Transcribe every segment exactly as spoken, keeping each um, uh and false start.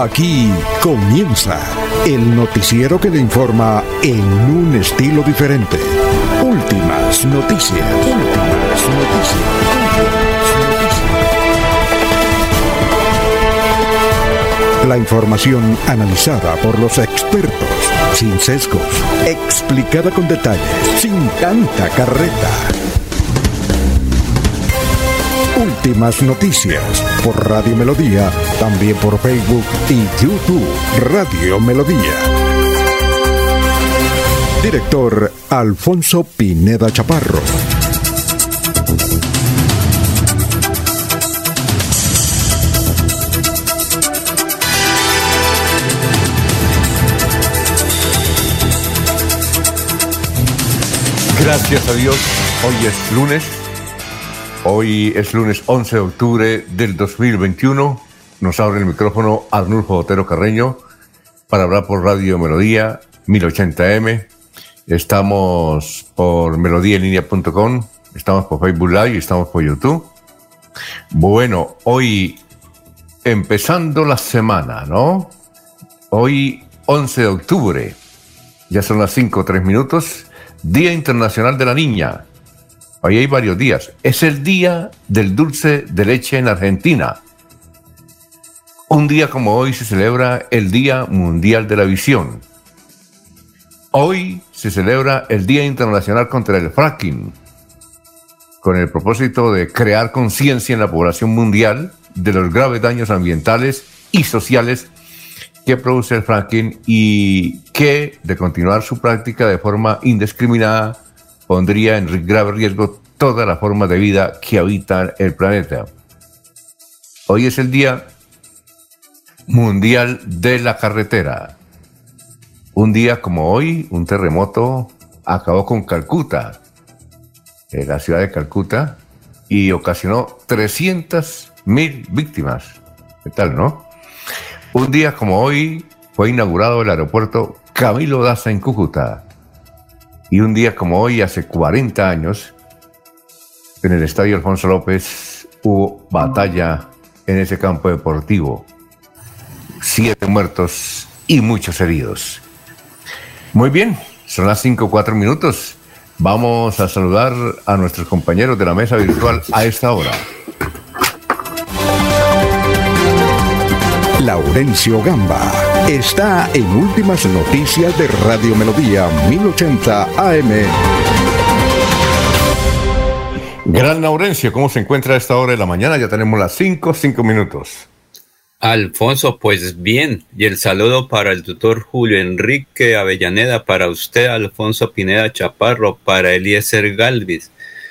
Aquí comienza el noticiero que le informa en un estilo diferente. Últimas noticias. Últimas noticias. La información analizada por los expertos, sin sesgos, explicada con detalles, sin tanta carreta. Últimas noticias por Radio Melodía, también por Facebook y YouTube Radio Melodía. Director Alfonso Pineda Chaparro. Gracias a Dios, hoy es lunes. Hoy es lunes once de octubre del dos mil veintiuno. Nos abre el micrófono Arnulfo Otero Carreño para hablar por Radio Melodía mil ochenta eme. Estamos por melodía en línea punto com, estamos por Facebook Live y estamos por YouTube. Bueno, hoy empezando la semana, ¿no? Hoy once de octubre, ya son las cinco o tres minutos, Día Internacional de la Niña. Hoy hay varios días. Es el día del dulce de leche en Argentina. Un día como hoy se celebra el Día Mundial de la Visión. Hoy se celebra el Día Internacional contra el Fracking, con el propósito de crear conciencia en la población mundial de los graves daños ambientales y sociales que produce el fracking y que, de continuar su práctica de forma indiscriminada, pondría en grave riesgo toda la forma de vida que habitan el planeta. Hoy es el Día Mundial de la Carretera. Un día como hoy, un terremoto acabó con Calcuta, eh, la ciudad de Calcuta, y ocasionó trescientas mil víctimas. ¿Qué tal, no? Un día como hoy fue inaugurado el aeropuerto Camilo Daza en Cúcuta. Y un día como hoy, hace cuarenta años, en el Estadio Alfonso López hubo batalla en ese campo deportivo. Siete muertos y muchos heridos. Muy bien, son las cinco o cuatro minutos. Vamos a saludar a nuestros compañeros de la mesa virtual a esta hora. Laurencio Gamba está en Últimas Noticias de Radio Melodía mil ochenta A M. Gran Laurencio, ¿cómo se encuentra a esta hora de la mañana? Ya tenemos las cinco, cinco minutos. Alfonso, pues bien, y el saludo para el tutor Julio Enrique Avellaneda, para usted, Alfonso Pineda Chaparro, para Eliezer Galvis,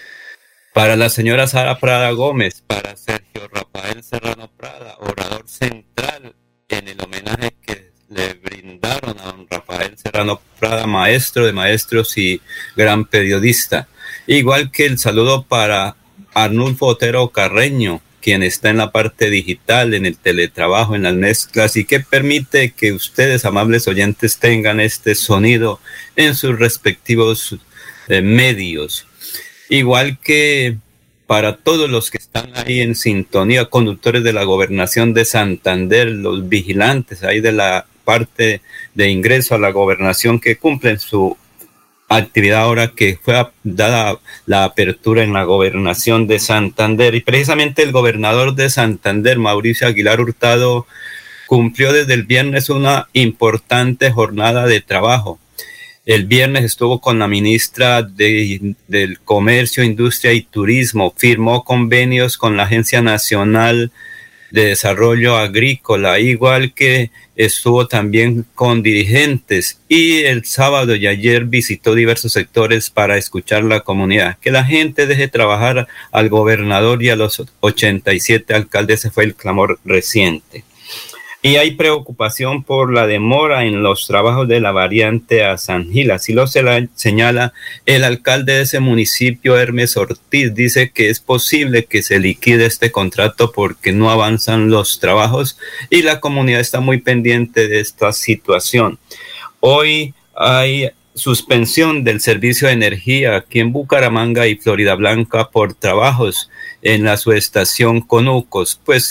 para la señora Sara Prada Gómez, para Sergio Rafael Serrano Prada, orador central en el homenaje que le brindaron a don Rafael Serrano Prada, maestro de maestros y gran periodista. Igual que el saludo para Arnulfo Otero Carreño, quien está en la parte digital, en el teletrabajo, en las mezclas, y que permite que ustedes, amables oyentes, tengan este sonido en sus respectivos eh, medios. Igual que para todos los que están ahí en sintonía, conductores de la Gobernación de Santander, los vigilantes ahí de la parte de ingreso a la gobernación que cumplen su actividad ahora que fue dada la apertura en la Gobernación de Santander. Y precisamente el gobernador de Santander, Mauricio Aguilar Hurtado, cumplió desde el viernes una importante jornada de trabajo. El viernes estuvo con la ministra de, del Comercio, Industria y Turismo, firmó convenios con la Agencia Nacional de Desarrollo Agrícola, igual que estuvo también con dirigentes, y el sábado y ayer visitó diversos sectores para escuchar la comunidad. Que la gente deje trabajar al gobernador y a los ochenta y siete alcaldes, ese fue el clamor reciente. Y hay preocupación por la demora en los trabajos de la variante a San Gil. Así lo se la señala el alcalde de ese municipio, Hermes Ortiz. Dice que es posible que se liquide este contrato porque no avanzan los trabajos y la comunidad está muy pendiente de esta situación. Hoy hay suspensión del servicio de energía aquí en Bucaramanga y Floridablanca por trabajos en la subestación Conucos. Pues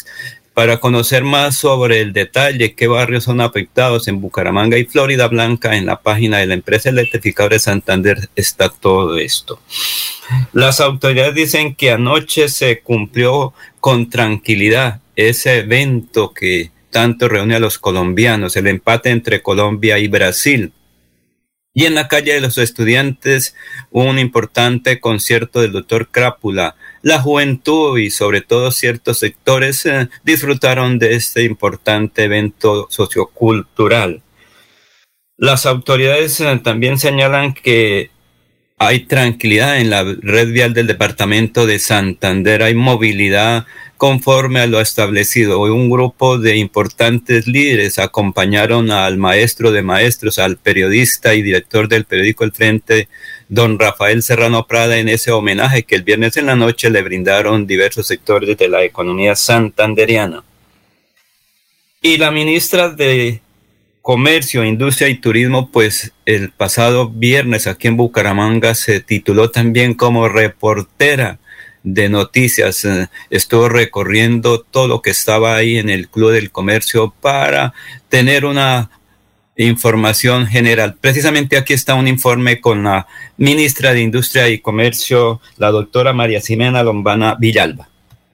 Para conocer más sobre el detalle, qué barrios son afectados en Bucaramanga y Florida Blanca, en la página de la empresa electrificadora de Santander está todo esto. Las autoridades dicen que anoche se cumplió con tranquilidad ese evento que tanto reúne a los colombianos, el empate entre Colombia y Brasil. Y en la calle de los estudiantes hubo un importante concierto del doctor Crápula. La juventud y sobre todo ciertos sectores eh, disfrutaron de este importante evento sociocultural. Las autoridades eh, también señalan que hay tranquilidad en la red vial del departamento de Santander, hay movilidad conforme a lo establecido. Hoy un grupo de importantes líderes acompañaron al maestro de maestros, al periodista y director del periódico El Frente, don Rafael Serrano Prada, en ese homenaje que el viernes en la noche le brindaron diversos sectores de la economía santanderiana. Y la ministra de Comercio, Industria y Turismo, pues el pasado viernes aquí en Bucaramanga se tituló también como reportera de noticias. Estuvo recorriendo todo lo que estaba ahí en el Club del Comercio para tener una información general. Precisamente aquí está un informe con la ministra de Industria y Comercio, la doctora María Ximena Lombana Villalba.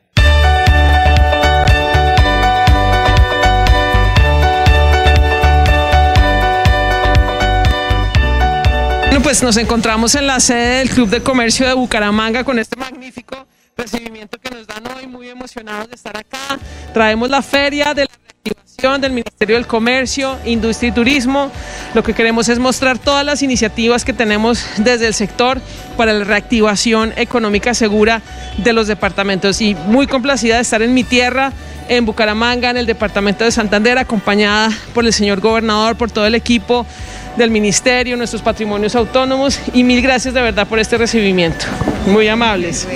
Bueno, pues nos encontramos en la sede del Club de Comercio de Bucaramanga con este magnífico recibimiento que nos dan hoy, muy emocionados de estar acá. Traemos la feria de la reactivación del Ministerio del Comercio, Industria y Turismo. Lo que queremos es mostrar todas las iniciativas que tenemos desde el sector para la reactivación económica segura de los departamentos, y muy complacida de estar en mi tierra, en Bucaramanga, en el departamento de Santander, acompañada por el señor gobernador, por todo el equipo del ministerio, nuestros patrimonios autónomos, y mil gracias de verdad por este recibimiento. Muy amables.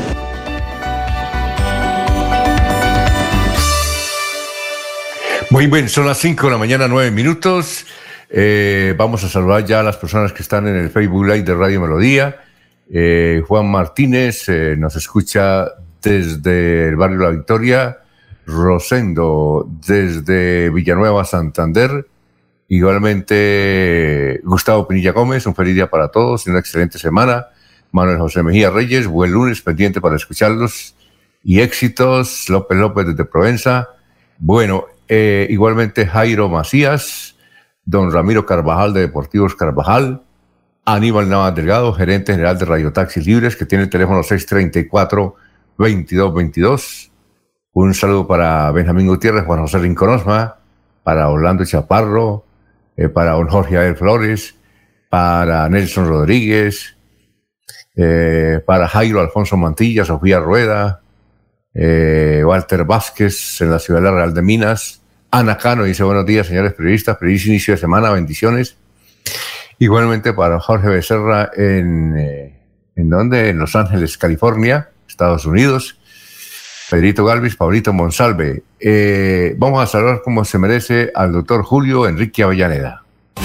Muy bien, son las cinco de la mañana, nueve minutos. Eh, vamos a saludar ya a las personas que están en el Facebook Live de Radio Melodía. Eh, Juan Martínez eh, nos escucha desde el barrio La Victoria. Rosendo desde Villanueva, Santander. Igualmente Gustavo Pinilla Gómez, un feliz día para todos y una excelente semana. Manuel José Mejía Reyes, buen lunes, pendiente para escucharlos. Y éxitos, López López desde Provenza. Bueno, eh, igualmente Jairo Macías, don Ramiro Carvajal de Deportivos Carvajal, Aníbal Navas Delgado, gerente general de Radio Taxis Libres, que tiene el teléfono seis treinta y cuatro, veintidós veintidós. Un saludo para Benjamín Gutiérrez, Juan José Rinconosma, para Orlando Chaparro, eh, para don Jorge Abel Flores, para Nelson Rodríguez, eh, para Jairo Alfonso Mantilla, Sofía Rueda, eh, Walter Vázquez en la ciudad de la Real de Minas. Ana Cano dice buenos días, señores periodistas, feliz inicio de semana, bendiciones. Igualmente para Jorge Becerra en, eh, ¿en dónde? En Los Ángeles, California, Estados Unidos. Pedrito Galvis, Pablito Monsalve. Eh, vamos a saludar como se merece al doctor Julio Enrique Avellaneda.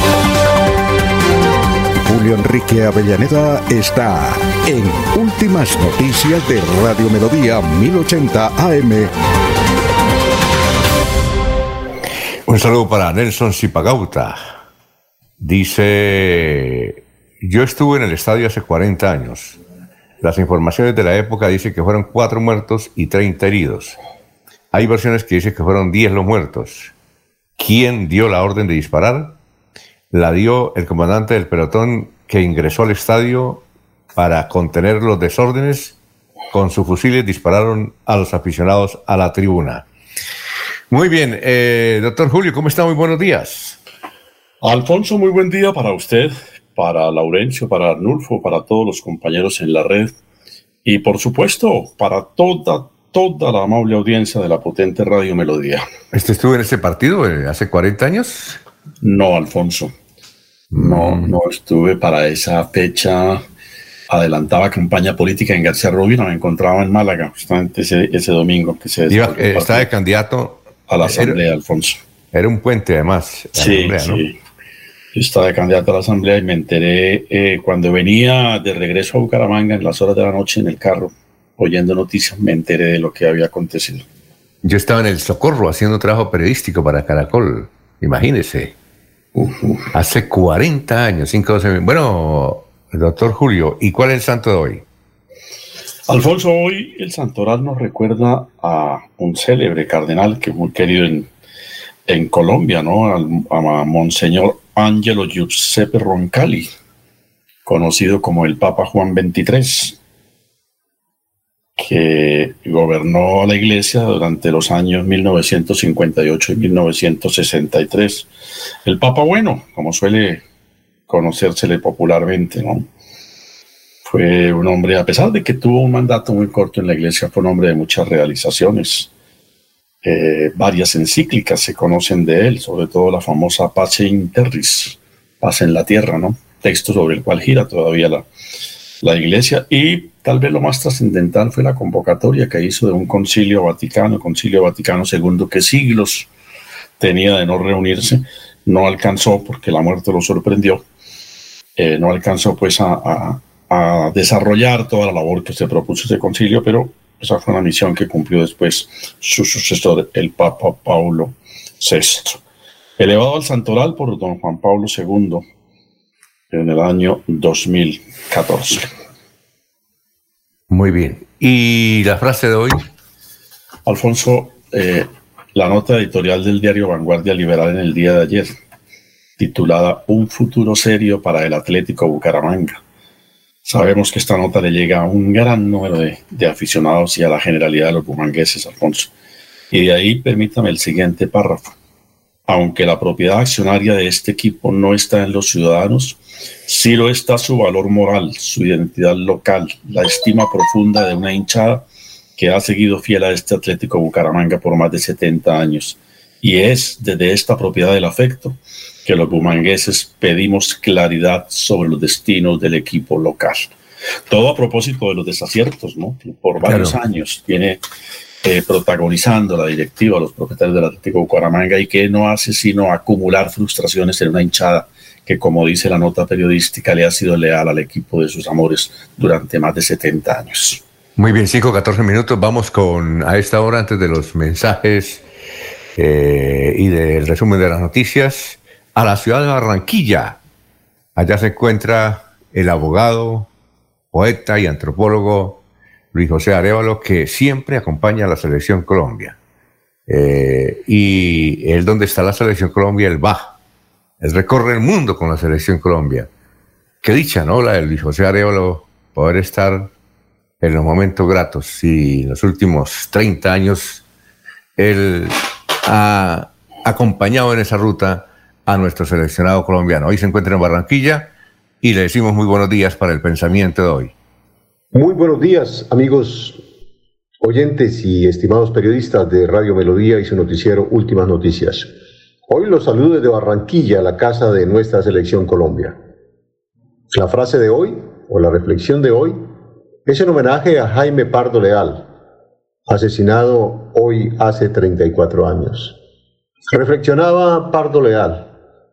Julio Enrique Avellaneda está en Últimas Noticias de Radio Melodía mil ochenta A M. Un saludo para Nelson Zipagauta. Dice, yo estuve en el estadio hace cuarenta años. Las informaciones de la época dicen que fueron cuatro muertos y treinta heridos. Hay versiones que dicen que fueron diez los muertos. ¿Quién dio la orden de disparar? La dio el comandante del pelotón que ingresó al estadio para contener los desórdenes. Con sus fusiles dispararon a los aficionados a la tribuna. Muy bien, eh, doctor Julio, ¿cómo está? Muy buenos días. Alfonso, muy buen día para usted, para Laurencio, para Arnulfo, para todos los compañeros en la red y, por supuesto, para toda, toda la amable audiencia de la potente Radio Melodía. ¿Usted estuvo en ese partido eh, hace cuarenta años? No, Alfonso. No, mm. no estuve para esa fecha. Adelantaba campaña política en García Rovira, me encontraba en Málaga justamente ese, ese domingo que se Iba, eh, estaba de candidato a la Asamblea, era, Alfonso. Era un puente, además. Sí, asamblea, ¿no? Sí. Yo estaba de candidato a la Asamblea y me enteré eh, cuando venía de regreso a Bucaramanga en las horas de la noche en el carro, oyendo noticias, me enteré de lo que había acontecido. Yo estaba en el Socorro haciendo un trabajo periodístico para Caracol, imagínese. Uh, uh. Hace cuarenta años, cinco, doce. Bueno, doctor Julio, ¿y cuál es el santo de hoy? Alfonso, hoy el santoral nos recuerda a un célebre cardenal que es muy querido en, en Colombia, ¿no? A, a Monseñor Angelo Giuseppe Roncalli, conocido como el Papa Juan veintitrés, que gobernó a la Iglesia durante los años mil novecientos cincuenta y ocho y mil novecientos sesenta y tres. El Papa Bueno, como suele conocérsele popularmente, ¿no? Fue un hombre, a pesar de que tuvo un mandato muy corto en la Iglesia, fue un hombre de muchas realizaciones. Eh, varias encíclicas se conocen de él, sobre todo la famosa Pace in Terris, paz en la tierra, ¿no? Texto sobre el cual gira todavía la, la Iglesia. Y tal vez lo más trascendental fue la convocatoria que hizo de un concilio vaticano, concilio Vaticano segundo, que siglos tenía de no reunirse. No alcanzó, porque la muerte lo sorprendió, eh, no alcanzó pues a, a, a desarrollar toda la labor que se propuso ese concilio, pero esa fue una misión que cumplió después su sucesor, el Papa Paulo sexto. Elevado al santoral por don Juan Pablo segundo en el año dos mil catorce. Muy bien. ¿Y la frase de hoy? Alfonso, eh, la nota editorial del diario Vanguardia Liberal en el día de ayer, titulada Un futuro serio para el Atlético Bucaramanga. Sabemos que esta nota le llega a un gran número de, de aficionados y a la generalidad de los bumangueses, Alfonso. Y de ahí permítame el siguiente párrafo. Aunque la propiedad accionaria de este equipo no está en los ciudadanos, sí lo está su valor moral, su identidad local, la estima profunda de una hinchada que ha seguido fiel a este Atlético Bucaramanga por más de setenta años. Y es desde esta propiedad del afecto que los bumangueses pedimos claridad sobre los destinos del equipo local. Todo a propósito de los desaciertos, ¿no? Que por varios claro. años viene eh, protagonizando la directiva, los propietarios del Atlético Bucaramanga, y que no hace sino acumular frustraciones en una hinchada que, como dice la nota periodística, le ha sido leal al equipo de sus amores durante más de setenta años. Muy bien, cinco, catorce minutos. Vamos con, a esta hora, antes de los mensajes eh, y del resumen de las noticias, a la ciudad de Barranquilla. Allá se encuentra el abogado, poeta y antropólogo Luis José Arévalo, que siempre acompaña a la Selección Colombia. Eh, y él, donde está la Selección Colombia, él va. Él recorre el mundo con la Selección Colombia. Qué dicha, ¿no? La de Luis José Arévalo, poder estar en los momentos gratos. Y en los últimos treinta años, él ha acompañado en esa ruta a nuestro seleccionado colombiano. Hoy se encuentra en Barranquilla y le decimos muy buenos días para el pensamiento de hoy. Muy buenos días, amigos oyentes y estimados periodistas de Radio Melodía y su noticiero Últimas Noticias. Hoy los saludo desde Barranquilla, la casa de nuestra Selección Colombia. La frase de hoy, o la reflexión de hoy, es en homenaje a Jaime Pardo Leal, asesinado hoy hace treinta y cuatro años. Reflexionaba Pardo Leal: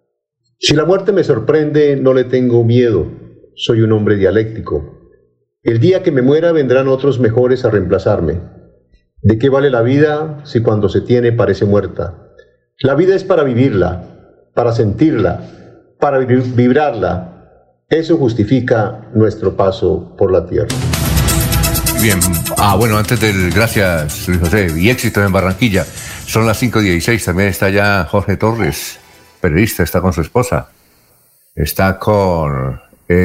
si la muerte me sorprende, no le tengo miedo, soy un hombre dialéctico. El día que me muera vendrán otros mejores a reemplazarme. ¿De qué vale la vida si cuando se tiene parece muerta? La vida es para vivirla, para sentirla, para vibrarla. Eso justifica nuestro paso por la tierra. Bien, ah, bueno, antes del gracias, Luis José, y éxito en Barranquilla. Son las cinco dieciséis, también está ya Jorge Torres, periodista, está con su esposa. Está con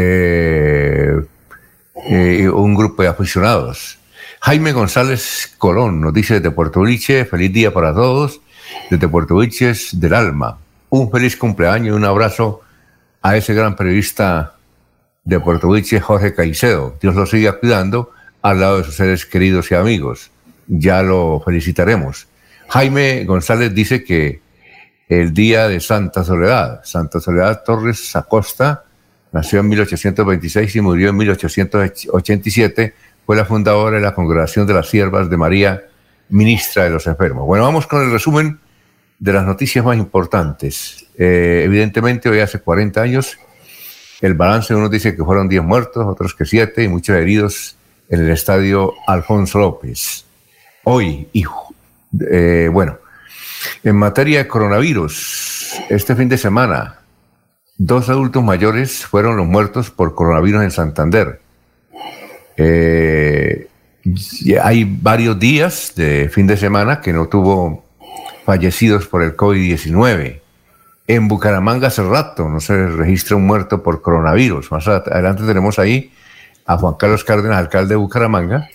eh, eh, un grupo de aficionados. Jaime González Colón nos dice desde Puerto Wilches: feliz día para todos, desde Puerto Wilches del alma. Un feliz cumpleaños y un abrazo a ese gran periodista de Puerto Wilches, Jorge Caicedo. Dios lo siga cuidando al lado de sus seres queridos y amigos. Ya lo felicitaremos. Jaime González dice que el día de Santa Soledad, Santa Soledad Torres Acosta, nació en mil ochocientos veintiséis y murió en mil ochocientos ochenta y siete, fue la fundadora de la Congregación de las Siervas de María, ministra de los enfermos. Bueno, vamos con el resumen de las noticias más importantes. Eh, evidentemente, hoy hace cuarenta años, el balance, unos dice que fueron diez muertos, otros que siete, y muchos heridos en el estadio Alfonso López. Hoy, y Eh, bueno, en materia de coronavirus, este fin de semana, dos adultos mayores fueron los muertos por coronavirus en Santander. Eh, hay varios días de fin de semana que no tuvo fallecidos por el COVID diecinueve. En Bucaramanga hace rato no se registra un muerto por coronavirus. Más adelante tenemos ahí a Juan Carlos Cárdenas, alcalde de Bucaramanga,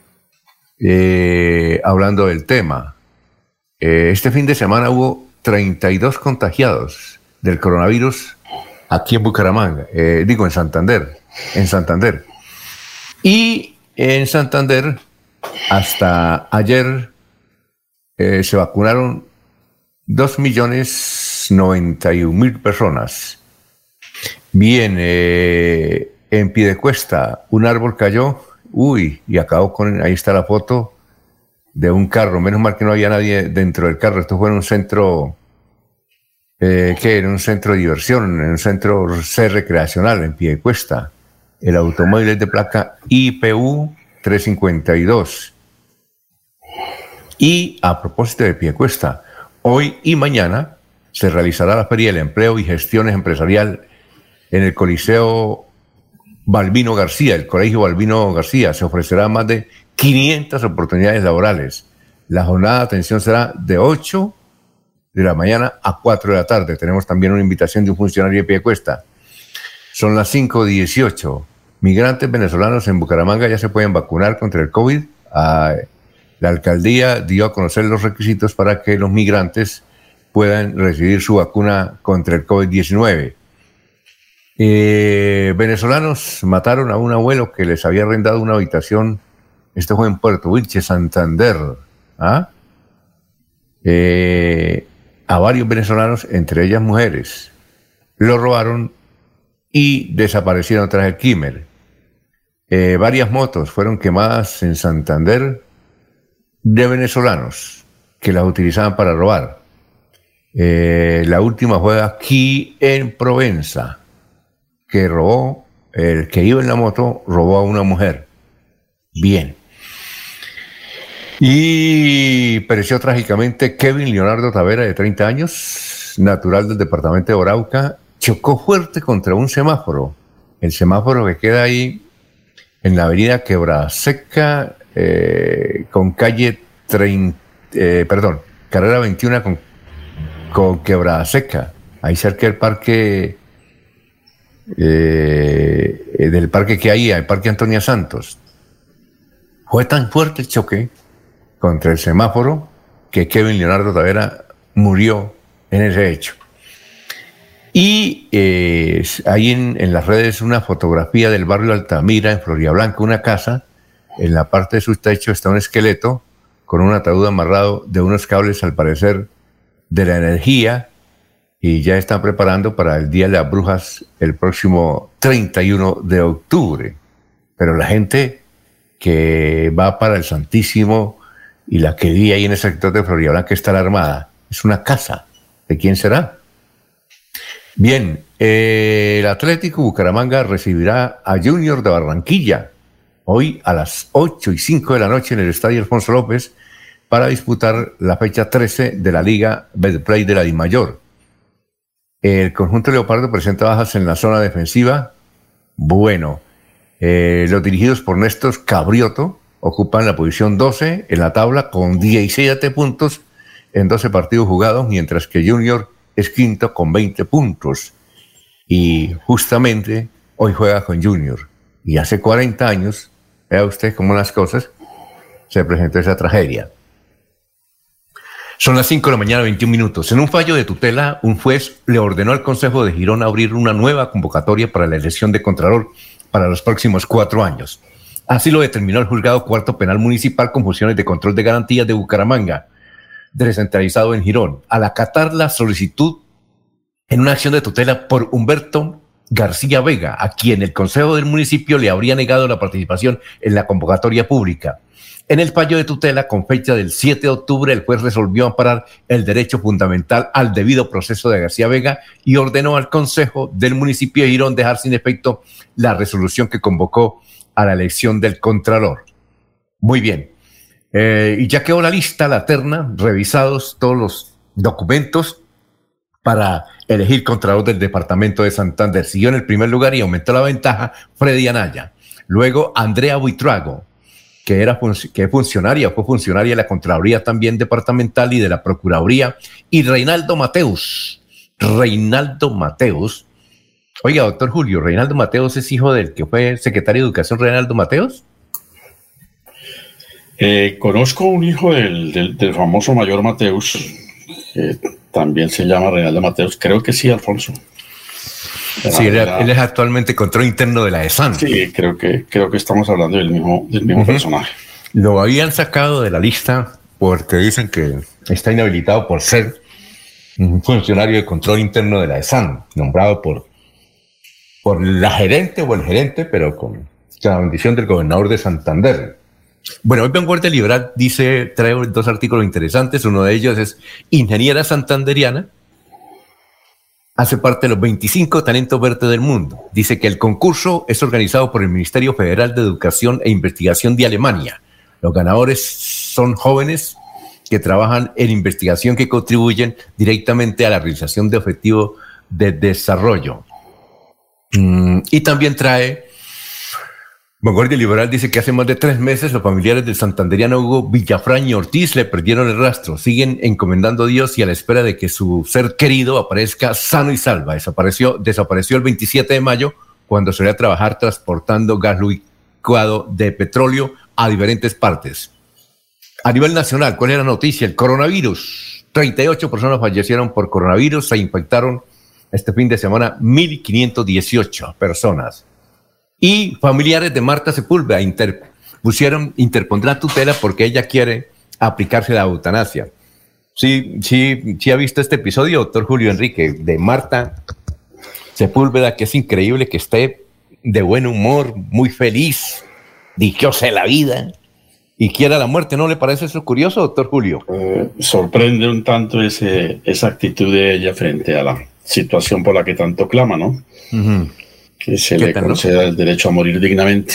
eh, hablando del tema. Eh, este fin de semana hubo treinta y dos contagiados del coronavirus aquí en Bucaramanga, eh, digo en Santander, en Santander. Y en Santander hasta ayer eh, se vacunaron dos millones noventa y un mil personas. Bien, eh, en Piedecuesta un árbol cayó, uy, y acabó con, ahí está la foto de un carro, menos mal que no había nadie dentro del carro. Esto fue en un centro, eh, ¿qué? En un centro de diversión, en un centro recreacional en Piedecuesta. El automóvil es de placa I P U trescientos cincuenta y dos. Y a propósito de Piedecuesta, hoy y mañana se realizará la Feria del Empleo y Gestiones Empresarial en el Coliseo Balbino García, el Colegio Balbino García. Se ofrecerá más de quinientas oportunidades laborales. La jornada de atención será de ocho de la mañana a cuatro de la tarde. Tenemos también una invitación de un funcionario de Piedecuesta. Son las cinco dieciocho. Migrantes venezolanos en Bucaramanga ya se pueden vacunar contra el COVID. Ah, la alcaldía dio a conocer los requisitos para que los migrantes puedan recibir su vacuna contra el COVID diecinueve. Eh, venezolanos mataron a un abuelo que les había arrendado una habitación. Esto fue en Puerto Wilches, Santander. ¿Ah? Eh, a varios venezolanos, entre ellas mujeres. Lo robaron y desaparecieron tras el crimen. Eh, varias motos fueron quemadas en Santander de venezolanos que las utilizaban para robar. Eh, la última fue aquí en Provenza, que robó, el que iba en la moto robó a una mujer. Bien. Y pereció trágicamente Kevin Leonardo Tavera, de treinta años, natural del departamento de Arauca. Chocó fuerte contra un semáforo. El semáforo que queda ahí en la avenida Quebrada Seca, eh, con calle treinta, eh, perdón, carrera veintiuno con, con Quebrada Seca, ahí cerca del parque, eh, del parque que hay, el parque Antonia Santos. Fue tan fuerte el choque contra el semáforo que Kevin Leonardo Tavera murió en ese hecho. Y eh, hay en, en las redes una fotografía del barrio Altamira, en Floridablanca, una casa. En la parte de su techo está un esqueleto con un ataúd amarrado de unos cables, al parecer, de la energía, y ya están preparando para el Día de las Brujas el próximo treinta y uno de octubre. Pero la gente que va para el Santísimo y la que vive ahí en el sector de Floridablanca está alarmada. Es una casa. ¿De quién será? Bien, eh, el Atlético Bucaramanga recibirá a Junior de Barranquilla hoy a las ocho y cinco de la noche en el Estadio Alfonso López para disputar la fecha trece de la Liga Betplay de la DIMAYOR. El conjunto leopardo presenta bajas en la zona defensiva. Bueno, eh, los dirigidos por Néstor Cabrioto ocupan la posición doce en la tabla con diecisiete puntos en doce partidos jugados, mientras que Junior es quinto con veinte puntos. Y justamente hoy juega con Junior. Y hace cuarenta años, vea usted cómo las cosas, se presentó esa tragedia. Son las cinco de la mañana, veintiún minutos. En un fallo de tutela, un juez le ordenó al Consejo de Girón abrir una nueva convocatoria para la elección de Contralor para los próximos cuatro años. Así lo determinó el Juzgado Cuarto Penal Municipal con funciones de control de garantías de Bucaramanga, descentralizado en Girón, al acatar la solicitud en una acción de tutela por Humberto García Vega, a quien el Consejo del Municipio le habría negado la participación en la convocatoria pública. En el fallo de tutela, con fecha del siete de octubre, el juez resolvió amparar el derecho fundamental al debido proceso de García Vega y ordenó al Consejo del Municipio de Girón dejar sin efecto la resolución que convocó a la elección del Contralor. Muy bien. Eh, y ya quedó la lista, la terna, revisados todos los documentos para elegir Contralor del Departamento de Santander. Siguió en el primer lugar y aumentó la ventaja Freddy Anaya. Luego Andrea Buitrago, que, era func- que es funcionaria, fue funcionaria de la Contraloría también departamental y de la Procuraduría. Y Reinaldo Mateus. Reinaldo Mateus. Oiga, doctor Julio, ¿Reinaldo Mateus es hijo del que fue secretario de Educación, Reinaldo Mateus? Eh, conozco un hijo del, del, del famoso mayor Mateus, que también se llama Reinaldo Mateus. Creo que sí, Alfonso. Sí, él, él es actualmente control interno de la E S A N. Sí, creo que, creo que estamos hablando del mismo, del mismo uh-huh. personaje. Lo habían sacado de la lista porque dicen que está inhabilitado por ser un funcionario de control interno de la E S A N, nombrado por, por la gerente o el gerente, pero con la bendición del gobernador de Santander. Bueno, hoy Vanguardia Liberal dice, trae dos artículos interesantes. Uno de ellos es Ingeniera Santanderiana hace parte de los veinticinco talentos verdes del mundo. Dice que el concurso es organizado por el Ministerio Federal de Educación e Investigación de Alemania. Los ganadores son jóvenes que trabajan en investigación que contribuyen directamente a la realización de objetivos de desarrollo. Mm, y también trae Vanguardia Liberal, dice que hace más de tres meses los familiares del santanderiano Hugo Villafrañe Ortiz le perdieron el rastro. Siguen encomendando a Dios y a la espera de que su ser querido aparezca sano y salva. Desapareció, desapareció el veintisiete de mayo cuando salía a trabajar transportando gas licuado de petróleo a diferentes partes. A nivel nacional, ¿cuál es la noticia? El coronavirus. treinta y ocho personas fallecieron por coronavirus. Se infectaron este fin de semana mil quinientas dieciocho personas. Y familiares de Marta Sepúlveda inter, pusieron, interpondrán tutela porque ella quiere aplicarse la eutanasia. Sí, sí, sí ha visto este episodio, doctor Julio Enrique, de Marta Sepúlveda, que es increíble que esté de buen humor, muy feliz, dichosa de la vida y quiera la muerte. ¿No le parece eso curioso, doctor Julio? Eh, sorprende un tanto ese, esa actitud de ella frente a la situación por la que tanto clama, ¿no? Uh-huh. Que se le conceda el derecho a morir dignamente.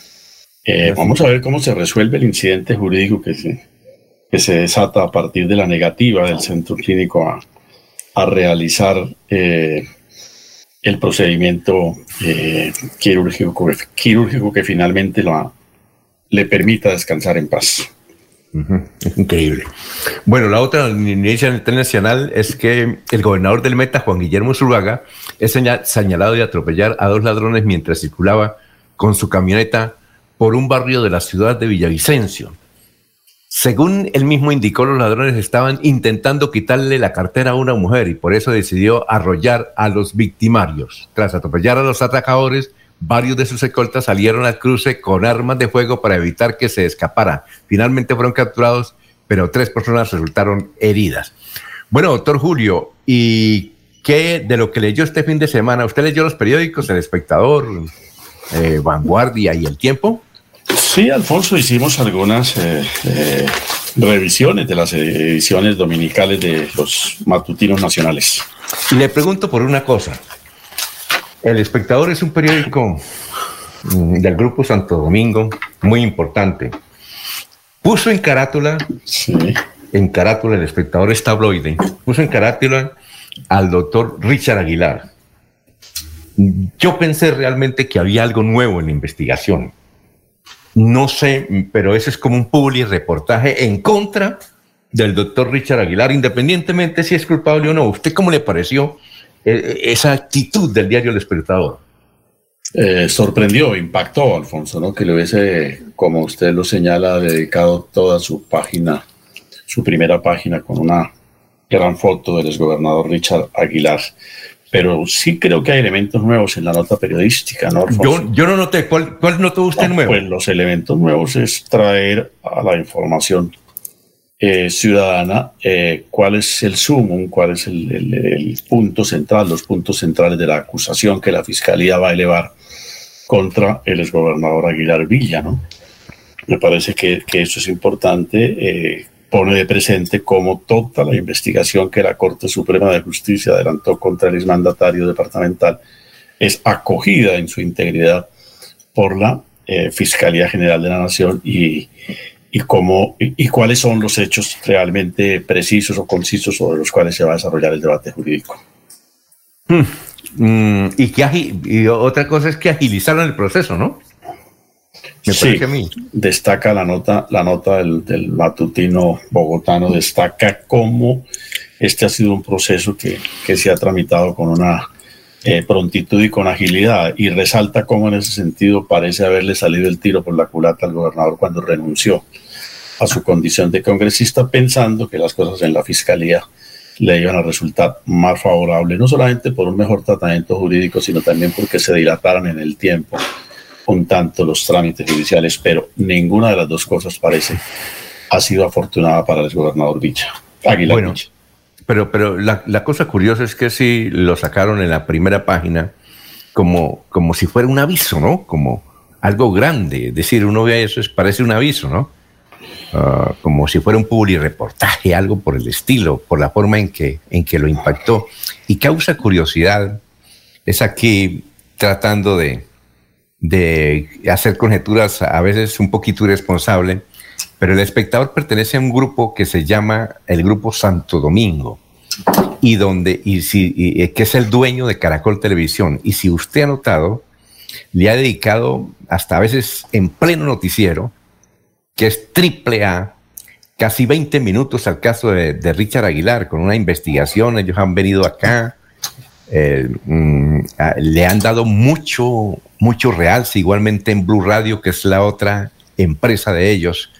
Eh, vamos a ver cómo se resuelve el incidente jurídico que se, que se desata a partir de la negativa del centro clínico a, a realizar eh, el procedimiento eh, quirúrgico, quirúrgico que finalmente lo, le permita descansar en paz. Uh-huh. Es increíble. Bueno, la otra noticia internacional es que el gobernador del Meta, Juan Guillermo Zuluaga, es señalado de atropellar a dos ladrones mientras circulaba con su camioneta por un barrio de la ciudad de Villavicencio. Según él mismo indicó, los ladrones estaban intentando quitarle la cartera a una mujer y por eso decidió arrollar a los victimarios. Tras atropellar a los atracadores, varios de sus escoltas salieron al cruce con armas de fuego para evitar que se escapara. Finalmente fueron capturados, pero tres personas resultaron heridas. Bueno, doctor Julio, ¿y qué de lo que leyó este fin de semana? ¿Usted leyó los periódicos, El Espectador, eh, Vanguardia y El Tiempo? Sí, Alfonso, hicimos algunas eh, eh, revisiones de las ediciones dominicales de los matutinos nacionales. Y le pregunto por una cosa. El Espectador es un periódico del Grupo Santo Domingo, muy importante. Puso en carátula, sí. en carátula, El Espectador es tabloide, puso en carátula al doctor Richard Aguilar. Yo pensé realmente que había algo nuevo en la investigación. No sé, pero eso es como un publi reportaje en contra del doctor Richard Aguilar, independientemente si es culpable o no. ¿Usted cómo le pareció esa actitud del diario El Espectador? Eh, sorprendió, impactó, Alfonso, ¿no? Que le hubiese, como usted lo señala, dedicado toda su página, su primera página, con una gran foto del exgobernador Richard Aguilar. Pero sí creo que hay elementos nuevos en la nota periodística, ¿no, Alfonso? Yo, yo no noté. ¿Cuál, cuál notó usted no, nuevo? Pues los elementos nuevos es traer a la información Eh, ciudadana, eh, cuál es el sumum, cuál es el, el, el punto central, los puntos centrales de la acusación que la Fiscalía va a elevar contra el exgobernador Aguilar Villa, ¿no? Me parece que, que eso es importante, eh, pone de presente cómo toda la investigación que la Corte Suprema de Justicia adelantó contra el exmandatario departamental es acogida en su integridad por la eh, Fiscalía General de la Nación y y cómo y, y cuáles son los hechos realmente precisos o concisos sobre los cuales se va a desarrollar el debate jurídico. Hmm. Mm, y, que agi- y otra cosa es que agilizaron el proceso, ¿no? Me Sí, parece a mí. destaca la nota, la nota del, del matutino bogotano, destaca cómo este ha sido un proceso que, que se ha tramitado con una eh, prontitud y con agilidad, y resalta cómo en ese sentido parece haberle salido el tiro por la culata al gobernador cuando renunció a su condición de congresista, pensando que las cosas en la fiscalía le iban a resultar más favorables, no solamente por un mejor tratamiento jurídico, sino también porque se dilataran en el tiempo un tanto los trámites judiciales, pero ninguna de las dos cosas parece ha sido afortunada para el gobernador Villa, Aguilar Bueno, Villa. pero, pero la, la cosa curiosa es que sí lo sacaron en la primera página como, como si fuera un aviso, ¿no? Como algo grande. Es decir, uno ve eso, es, parece un aviso, ¿no? Uh, como si fuera un publireportaje, algo por el estilo, por la forma en que, en que lo impactó. Y causa curiosidad, es aquí tratando de, de hacer conjeturas a veces un poquito irresponsable, pero El Espectador pertenece a un grupo que se llama el Grupo Santo Domingo, y donde, y si, y, que es el dueño de Caracol Televisión. Y si usted ha notado, le ha dedicado hasta a veces en pleno noticiero, que es triple A, casi veinte minutos al caso de, de Richard Aguilar, con una investigación. Ellos han venido acá, eh, mm, a, le han dado mucho, mucho realce, igualmente en Blue Radio, que es la otra empresa de ellos.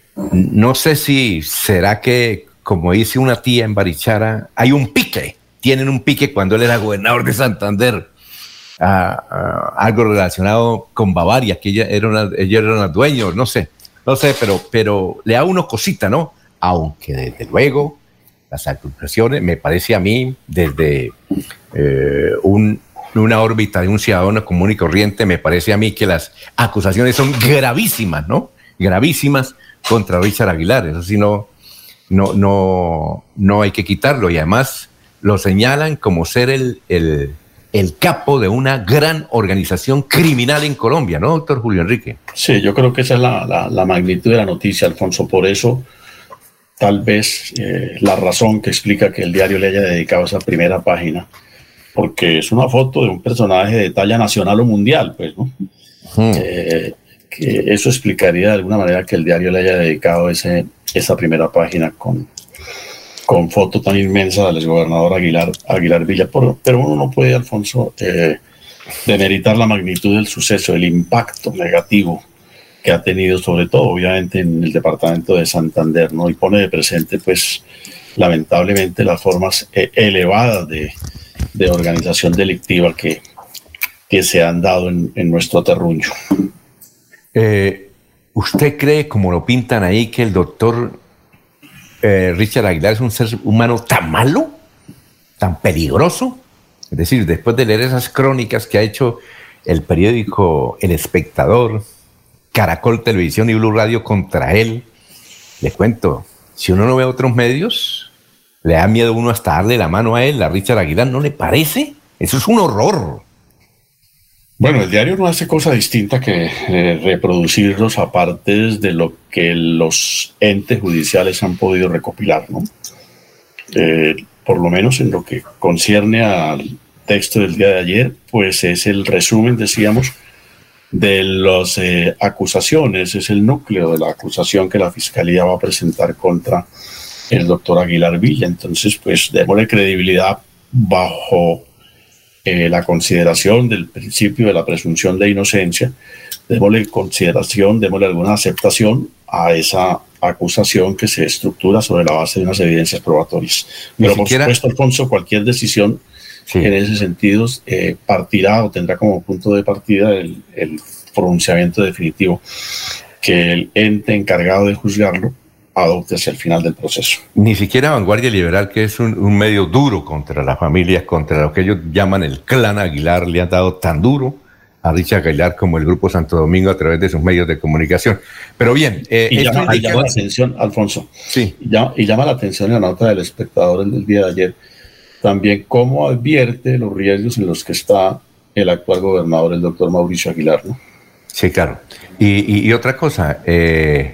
No sé si será que, como dice una tía en Barichara, hay un pique, tienen un pique cuando él era gobernador de Santander, a, a, algo relacionado con Bavaria, que ella era una, ellos eran los dueños, no sé. No sé, pero, pero le da uno cosita, ¿no? Aunque desde luego las acusaciones, me parece a mí, desde eh, un, una órbita de un ciudadano común y corriente, me parece a mí que las acusaciones son gravísimas, ¿no? Gravísimas contra Richard Aguilar. Eso sí, no, no, no, no hay que quitarlo. Y además lo señalan como ser el, el el capo de una gran organización criminal en Colombia, ¿no, doctor Julio Enrique? Sí, yo creo que esa es la, la, la magnitud de la noticia, Alfonso. Por eso, tal vez eh, la razón que explica que el diario le haya dedicado esa primera página, porque es una foto de un personaje de talla nacional o mundial, pues, ¿no? Hmm. Eh, que eso explicaría de alguna manera que el diario le haya dedicado ese, esa primera página con... con foto tan inmensa del exgobernador Aguilar, Aguilar Villa, pero, pero uno no puede, Alfonso, eh, demeritar la magnitud del suceso, el impacto negativo que ha tenido, sobre todo, obviamente, en el departamento de Santander, ¿no? Y pone de presente, pues, lamentablemente, las formas eh, elevadas de, de organización delictiva que, que se han dado en, en nuestro terruño. Eh, ¿Usted cree, como lo pintan ahí, que el doctor Eh, Richard Aguilar es un ser humano tan malo, tan peligroso? Es decir, después de leer esas crónicas que ha hecho el periódico El Espectador, Caracol Televisión y Blue Radio contra él, le cuento, si uno no ve otros medios, le da miedo uno hasta darle la mano a él, a Richard Aguilar, ¿no le parece? Eso es un horror. Bueno, el diario no hace cosa distinta que eh, reproducir los apartes de lo que los entes judiciales han podido recopilar, ¿no? Eh, por lo menos en lo que concierne al texto del día de ayer, pues es el resumen, decíamos, de las eh, acusaciones, es el núcleo de la acusación que la Fiscalía va a presentar contra el doctor Aguilar Villa. Entonces, pues démosle credibilidad bajo Eh, la consideración del principio de la presunción de inocencia, démosle consideración, démosle alguna aceptación a esa acusación que se estructura sobre la base de unas evidencias probatorias. Pero Ni por siquiera... supuesto, Alfonso, cualquier decisión sí. en ese sentido eh, partirá o tendrá como punto de partida el, el pronunciamiento definitivo que el ente encargado de juzgarlo adopte hacia el final del proceso. Ni siquiera Vanguardia Liberal, que es un, un medio duro contra las familias, contra lo que ellos llaman el clan Aguilar, le ha dado tan duro a Richard Aguilar como el Grupo Santo Domingo a través de sus medios de comunicación. Pero bien... Eh, y, llama, indica... y llama la atención, Alfonso, sí. y, llama, y llama la atención en la nota del Espectador del día de ayer, también cómo advierte los riesgos en los que está el actual gobernador, el doctor Mauricio Aguilar, ¿no? Sí, claro. Y, y, y otra cosa... Eh,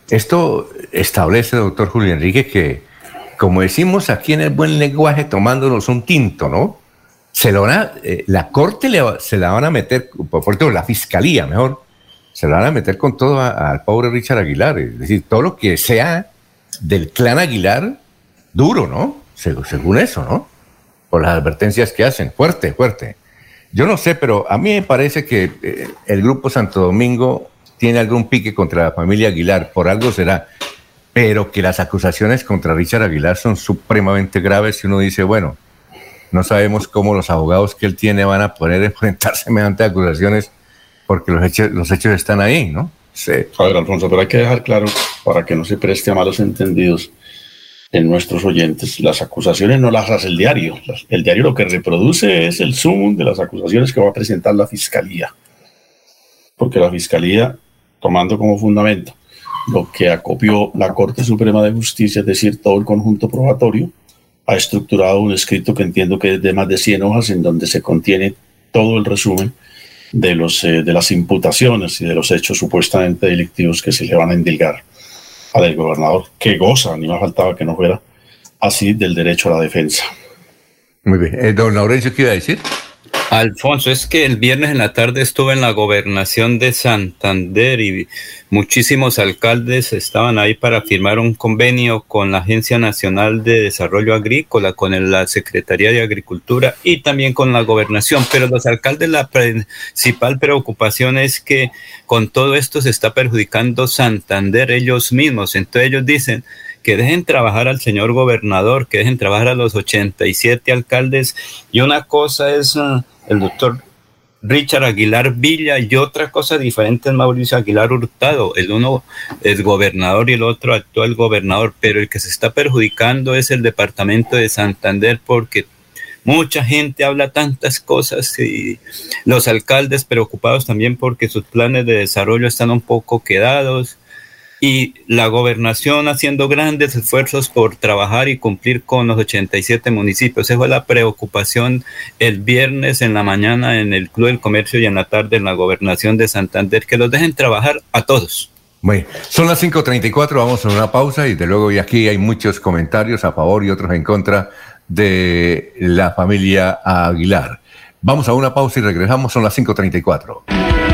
esto establece, doctor Julio Enrique, que, como decimos aquí en el buen lenguaje, tomándonos un tinto, ¿no? Se lo van a, eh, la corte le, se la van a meter, por ejemplo, la fiscalía, mejor, se la van a meter con todo al pobre Richard Aguilar. Es decir, todo lo que sea del clan Aguilar, duro, ¿no? Según, según eso, ¿no? Por las advertencias que hacen. Fuerte, fuerte. Yo no sé, pero a mí me parece que eh, el Grupo Santo Domingo tiene algún pique contra la familia Aguilar, por algo será, pero que las acusaciones contra Richard Aguilar son supremamente graves y uno dice, bueno, no sabemos cómo los abogados que él tiene van a poder enfrentar semejantes acusaciones porque los hechos, los hechos están ahí, ¿no? Sí. A ver, Alfonso, pero hay que dejar claro, para que no se preste a malos entendidos en nuestros oyentes, las acusaciones no las hace el diario. El diario lo que reproduce es el sumum de las acusaciones que va a presentar la Fiscalía. Porque la Fiscalía, tomando como fundamento lo que acopió la Corte Suprema de Justicia, es decir, todo el conjunto probatorio, ha estructurado un escrito que entiendo que es de más de cien hojas, en donde se contiene todo el resumen de, los, eh, de las imputaciones y de los hechos supuestamente delictivos que se le van a endilgar al gobernador, que goza, ni más faltaba que no fuera así, del derecho a la defensa. Muy bien. Eh, don Laurencio, ¿qué iba a decir? Alfonso, es que el viernes en la tarde estuve en la gobernación de Santander y muchísimos alcaldes estaban ahí para firmar un convenio con la Agencia Nacional de Desarrollo Agrícola, con el, la Secretaría de Agricultura y también con la gobernación. Pero los alcaldes, la principal preocupación es que con todo esto se está perjudicando Santander ellos mismos. Entonces ellos dicen que dejen trabajar al señor gobernador, que dejen trabajar a los ochenta y siete alcaldes. Y una cosa es uh, el doctor Richard Aguilar Villa y otra cosa diferente es Mauricio Aguilar Hurtado. El uno es gobernador y el otro actual gobernador, pero el que se está perjudicando es el departamento de Santander porque mucha gente habla tantas cosas y los alcaldes preocupados también porque sus planes de desarrollo están un poco quedados. Y la gobernación haciendo grandes esfuerzos por trabajar y cumplir con los ochenta y siete municipios. Esa fue la preocupación el viernes en la mañana en el Club del Comercio y en la tarde en la gobernación de Santander, que los dejen trabajar a todos. Bueno, son las cinco treinta y cuatro, vamos a una pausa y de luego y aquí hay muchos comentarios a favor y otros en contra de la familia Aguilar. Vamos a una pausa y regresamos, son las cinco treinta y cuatro.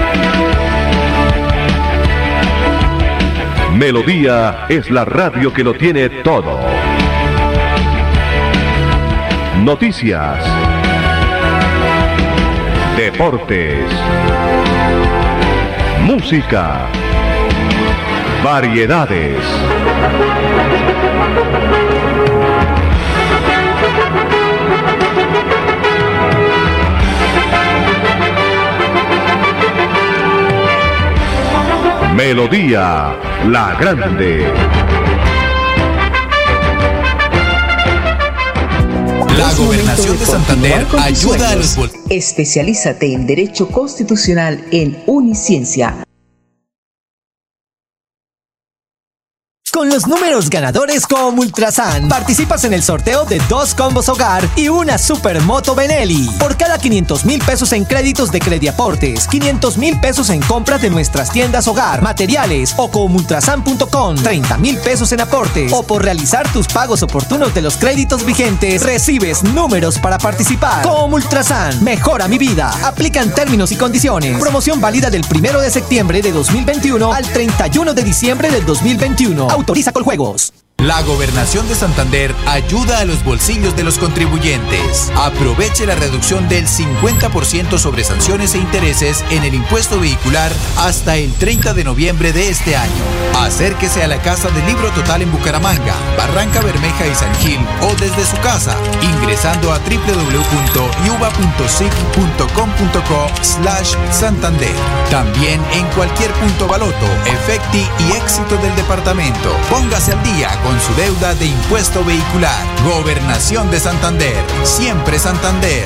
Melodía es la radio que lo tiene todo. Noticias, deportes, música, variedades. Melodía, la grande. La Gobernación de Santander ayuda a los bol- Especialízate en Derecho Constitucional en Uniciencia. Con los números ganadores con Ultrasan, participas en el sorteo de dos combos hogar y una supermoto Benelli. Por cada quinientos mil pesos en créditos de Crediaportes, quinientos mil pesos en compras de nuestras tiendas hogar, materiales o con ultrasan punto com, treinta mil pesos en aportes o por realizar tus pagos oportunos de los créditos vigentes, recibes números para participar. Con Ultrasan, mejora mi vida. Aplican términos y condiciones. Promoción válida del primero de septiembre de dos mil veintiuno al treinta y uno de diciembre del dos mil veintiuno. Autoriza con juegos. La Gobernación de Santander ayuda a los bolsillos de los contribuyentes. Aproveche la reducción del cincuenta por ciento sobre sanciones e intereses en el impuesto vehicular hasta el treinta de noviembre de este año. Acérquese a la Casa del Libro Total en Bucaramanga, Barranca Bermeja y San Gil o desde su casa, ingresando a doble u doble u doble u punto yuba punto sic punto com punto co slash Santander. También en cualquier punto Baloto, Efecti y Éxito del departamento. Póngase al día con con su deuda de impuesto vehicular. Gobernación de Santander. Siempre Santander.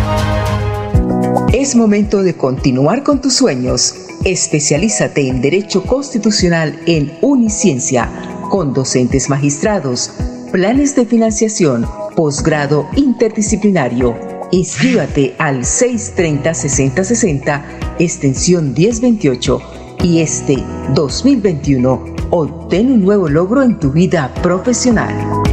Es momento de continuar con tus sueños. Especialízate en Derecho Constitucional en Uniciencia, con docentes magistrados, planes de financiación, posgrado interdisciplinario. Inscríbate al seiscientos treinta, sesenta sesenta, extensión diez veintiocho y este dos mil veintiuno Obtén un nuevo logro en tu vida profesional.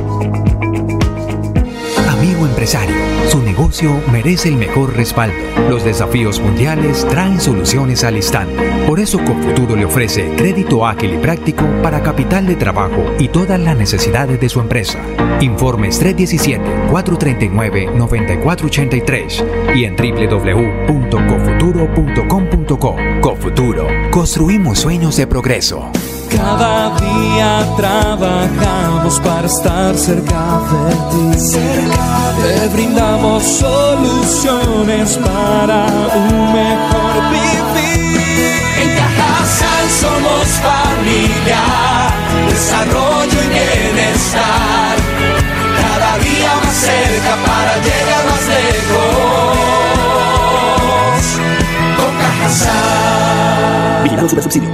Amigo empresario, su negocio merece el mejor respaldo. Los desafíos mundiales traen soluciones al instante. Por eso Cofuturo le ofrece crédito ágil y práctico para capital de trabajo y todas las necesidades de su empresa. Informes tres uno siete, cuatro tres nueve, nueve cuatro ocho tres y en doble u doble u doble u punto cofuturo punto com punto co. Cofuturo, construimos sueños de progreso. Cada día trabajamos para estar cerca de ti. Cerca de Te brindamos soluciones para un mejor vivir. En Cajasal somos familia, desarrollo y bienestar. Cada día más cerca para llegar más lejos. Con Cajasal. Vigilado Supersubsidio.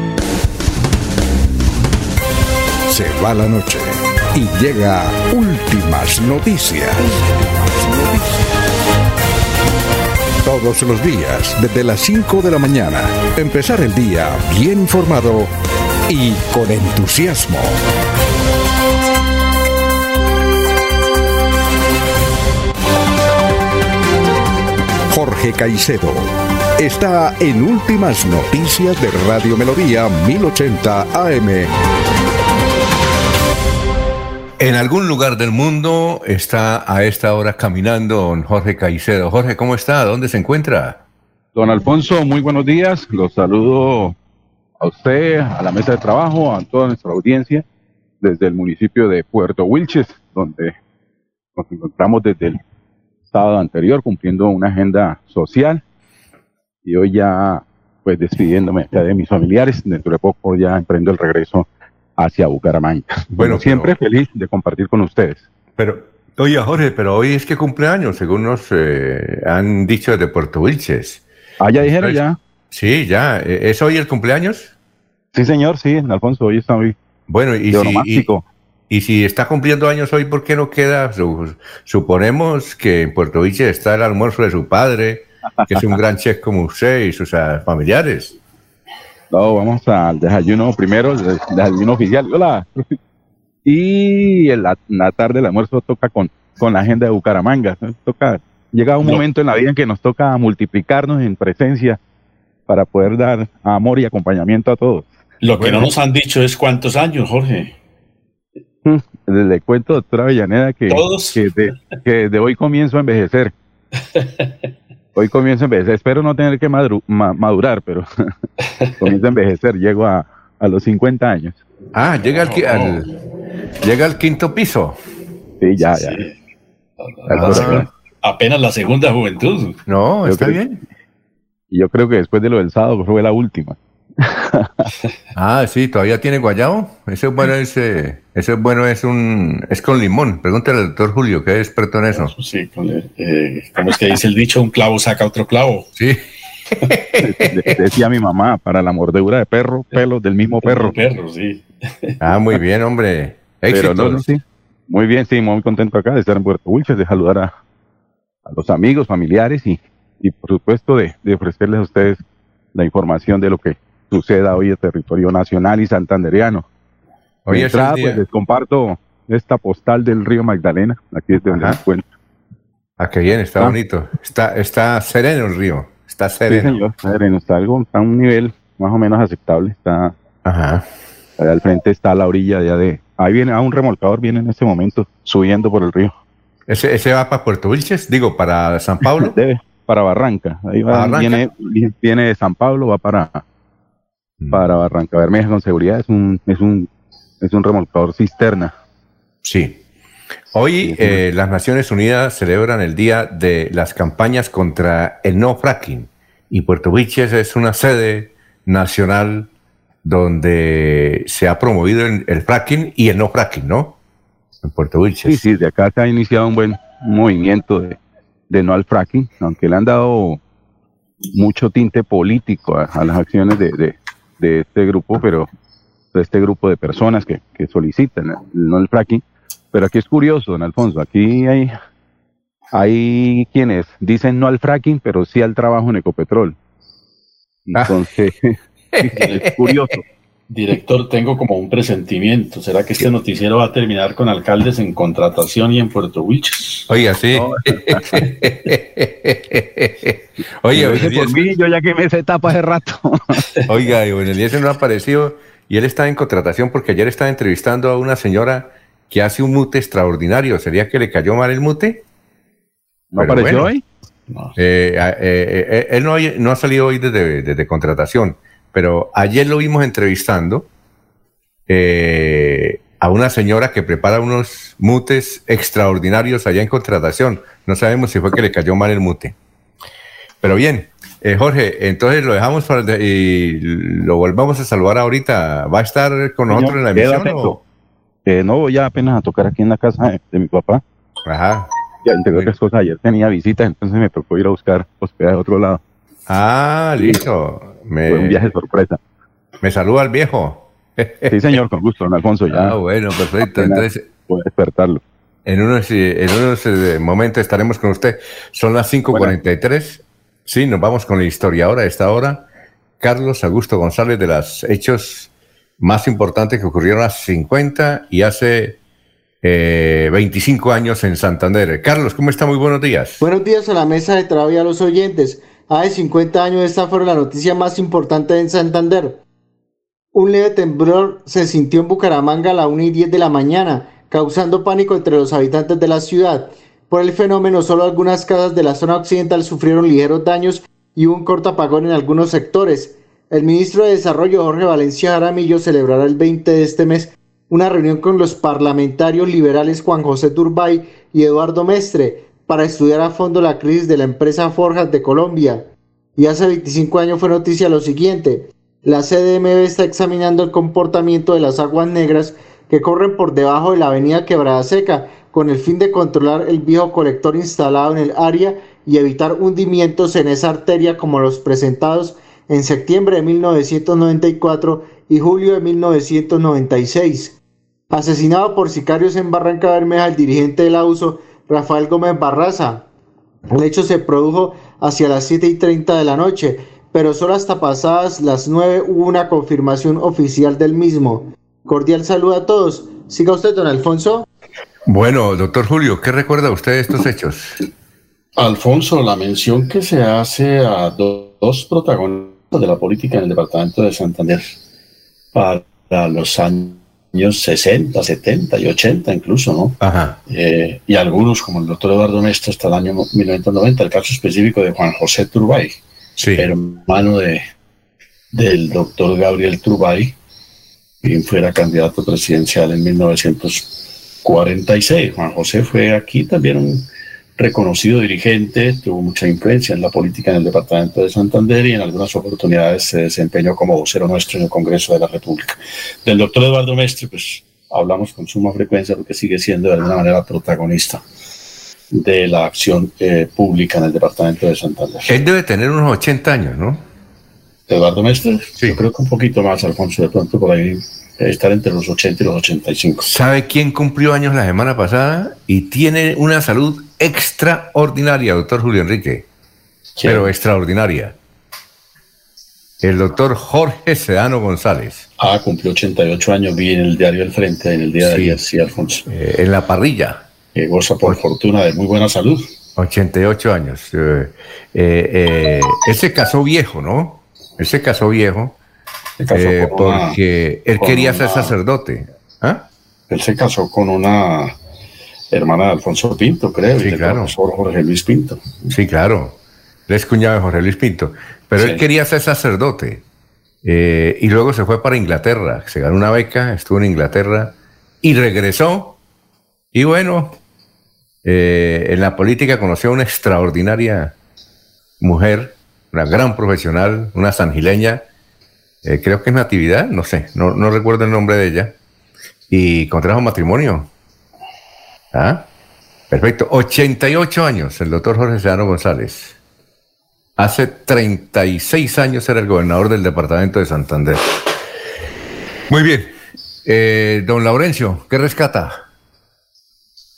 Se va la noche y llega Últimas Noticias. Todos los días, desde las cinco de la mañana, empezar el día bien informado y con entusiasmo. Jorge Caicedo está en Últimas Noticias de Radio Melodía mil ochenta A M. En algún lugar del mundo está a esta hora caminando don Jorge Caicedo. Jorge, ¿cómo está? ¿Dónde se encuentra? Don Alfonso, muy buenos días. Los saludo a usted, a la mesa de trabajo, a toda nuestra audiencia, desde el municipio de Puerto Wilches, donde nos encontramos desde el sábado anterior cumpliendo una agenda social y hoy ya pues despidiéndome de mis familiares. Dentro de poco ya emprendo el regreso hacia Bucaramanga. Bueno, siempre pero, feliz de compartir con ustedes. Pero, oye Jorge, pero hoy es que cumpleaños, según nos eh, han dicho desde Puerto Wilches. Ah, ya dijeron ¿Es? ya. Sí, ya. ¿Es hoy el cumpleaños? Sí, señor, sí, Alfonso, hoy está muy bueno, y si, y, y si está cumpliendo años hoy, ¿por qué no queda? Suponemos que en Puerto Wilches está el almuerzo de su padre, que es un gran chef como usted y sus uh, familiares. No, vamos al desayuno primero, el desayuno oficial. Hola. Y en la, en la tarde el almuerzo toca con, con la agenda de Bucaramanga. Toca, llega un no. momento en la vida en que nos toca multiplicarnos en presencia para poder dar amor y acompañamiento a todos. Lo que bueno, no nos han dicho es cuántos años, Jorge. Le, le cuento, doctora Avellaneda, que, que, de, que de hoy comienzo a envejecer. Hoy comienzo a envejecer, espero no tener que madru- ma- madurar, pero comienzo a envejecer, llego a, a los cincuenta años. Ah, llega al, qui- al, llega al quinto piso. Sí, ya, ya. Sí. Ah, apenas la segunda juventud. No, yo está creo, bien. Y yo creo que después de lo del sábado fue la última. Ah, sí, todavía tiene guayabo. Eso es bueno, es, eh, eso es bueno, es un, es con limón. Pregúntale al doctor Julio, que es experto en eso. Sí, con el, eh, ¿cómo es que dice el dicho? Un clavo saca otro clavo. Sí. De, decía mi mamá, para la mordedura de perro, pelos del mismo perro. perro, sí. Ah, muy bien, hombre. Éxito. No, no, sí. Muy bien, sí, muy contento acá de estar en Puerto Wilches, de saludar a, a los amigos, familiares y, y por supuesto de, de ofrecerles a ustedes la información de lo que suceda hoy en territorio nacional y santandereano. Hoy de entrada, pues les comparto esta postal del río Magdalena, aquí es donde me encuentro. Ah, qué bien, está ah. bonito. Está, está sereno el río, está sereno. Sí, señor, sereno, está algo, está a un nivel más o menos aceptable. Está, Ajá. Allá al frente está la orilla ya de, ahí viene, a un remolcador viene en este momento subiendo por el río. ¿Ese, ese va para Puerto Wilches? Digo, para San Pablo. Debe, para Barranca. Ahí va, Barranca. Viene, viene de San Pablo, va para para Barranca Bermeja con seguridad. Es un es un es un remolcador cisterna. Sí. Hoy eh, las Naciones Unidas celebran el día de las campañas contra el no fracking y Puerto Wilches es una sede nacional donde se ha promovido el, el fracking y el no fracking, ¿no? En Puerto Wilches. Sí, sí, de acá se ha iniciado un buen movimiento de, de no al fracking, aunque le han dado mucho tinte político a, a las acciones de, de de este grupo, pero de este grupo de personas que, que solicitan el, no el fracking. Pero aquí es curioso, don Alfonso, aquí hay, hay quienes dicen no al fracking, pero sí al trabajo en Ecopetrol. Entonces, ah. es curioso. Director, tengo como un presentimiento. ¿Será que este noticiero va a terminar con alcaldes en contratación y en Puerto Wilches? Oiga, sí. No. Oye, lo hice por mí, yo ya quemé esa etapa hace rato. Oiga, y Eliezer no ha aparecido y él está en contratación porque ayer estaba entrevistando a una señora que hace un mute extraordinario. ¿Sería que le cayó mal el mute? ¿No Pero apareció bueno, hoy? No. Eh, eh, eh, él no, no ha salido hoy desde, desde contratación. Pero ayer lo vimos entrevistando eh, a una señora que prepara unos mutes extraordinarios allá en contratación. No sabemos si fue que le cayó mal el mute. Pero bien, eh, Jorge, entonces lo dejamos para, y lo volvamos a saludar ahorita. ¿Va a estar con nosotros en la emisión? ¿O? Eh, no, voy apenas a tocar aquí en la casa de, de mi papá. Ajá. Ya, entre otras cosas, ayer tenía visita, entonces me tocó ir a buscar hospedaje de otro lado. Ah, listo. Me, Fue un viaje sorpresa. Me saluda el viejo. Sí, señor, con gusto, don Alfonso. Ya ah, bueno, perfecto. Entonces, puede despertarlo. En unos, en unos momentos estaremos con usted. Son las cinco cuarenta y tres. Bueno. Sí, nos vamos con el historiador a esta hora. Carlos Augusto González, de los hechos más importantes que ocurrieron hace cincuenta y hace eh, veinticinco años en Santander. Carlos, ¿cómo está? Muy buenos días. Buenos días a la mesa de trabajo y a los oyentes. Hace cincuenta años esta fue la noticia más importante en Santander. Un leve temblor se sintió en Bucaramanga a las una y diez de la mañana, causando pánico entre los habitantes de la ciudad. Por el fenómeno, solo algunas casas de la zona occidental sufrieron ligeros daños y hubo un corto apagón en algunos sectores. El ministro de Desarrollo, Jorge Valencia Jaramillo, celebrará el veinte de este mes una reunión con los parlamentarios liberales Juan José Turbay y Eduardo Mestre para estudiar a fondo la crisis de la empresa Forjas de Colombia. Y hace veinticinco años fue noticia lo siguiente: la C D M B está examinando el comportamiento de las aguas negras que corren por debajo de la avenida Quebrada Seca, con el fin de controlar el viejo colector instalado en el área y evitar hundimientos en esa arteria como los presentados en septiembre de mil novecientos noventa y cuatro y julio de mil novecientos noventa y seis. Asesinado por sicarios en Barranca Bermeja el dirigente del A U S O, Rafael Gómez Barraza. El hecho se produjo hacia las siete y treinta de la noche, pero solo hasta pasadas las nueve hubo una confirmación oficial del mismo. Cordial saludo a todos. Siga usted, don Alfonso. Bueno, doctor Julio, ¿qué recuerda usted de estos hechos? Alfonso, la mención que se hace a do- dos protagonistas de la política en el departamento de Santander para los años sesenta, setenta y ochenta incluso, ¿no? Ajá. Eh, y algunos, como el doctor Eduardo Mestre, hasta el año mil novecientos noventa, el caso específico de Juan José Turbay, sí, hermano de, del doctor Gabriel Turbay, quien fuera candidato presidencial en mil novecientos cuarenta y seis. Juan José fue aquí también un reconocido dirigente, tuvo mucha influencia en la política en el departamento de Santander y en algunas oportunidades se desempeñó como vocero nuestro en el Congreso de la República. Del doctor Eduardo Mestre, pues hablamos con suma frecuencia porque sigue siendo de alguna manera protagonista de la acción eh, pública en el departamento de Santander. Él debe tener unos ochenta años, ¿no? Eduardo Mestre, sí. Yo creo que un poquito más, Alfonso, de pronto por ahí estar entre los ochenta y los ochenta y cinco. ¿Sabe quién cumplió años la semana pasada y tiene una salud extraordinaria, doctor Julio Enrique? ¿Quién? Pero extraordinaria. El doctor Jorge Sedano González. Ah, cumplió ochenta y ocho años, vi en el diario El Frente en el día de sí. ayer, sí, Alfonso. Eh, en la parrilla. Que goza por fortuna de muy buena salud. ochenta y ocho años. Eh, eh, él se casó viejo, ¿no? Él se casó viejo. Se casó eh, con porque una, él quería una, ser sacerdote. ¿Ah? Él se casó con una hermana de Alfonso Pinto, creo, sí, y claro. profesor Jorge Luis Pinto. Sí, claro. Él es cuñado de Jorge Luis Pinto. Pero sí. Él quería ser sacerdote. Eh, y luego se fue para Inglaterra. Se ganó una beca, estuvo en Inglaterra y regresó. Y bueno, eh, en la política conoció a una extraordinaria mujer, una gran profesional, una sangileña. Eh, creo que es Natividad, no sé, no, no recuerdo el nombre de ella, y contrajo matrimonio. ¿Ah? Perfecto, ochenta y ocho años, el doctor Jorge Sedano González. Hace treinta y seis años era el gobernador del departamento de Santander. Muy bien, eh, don Laurencio, ¿qué rescata?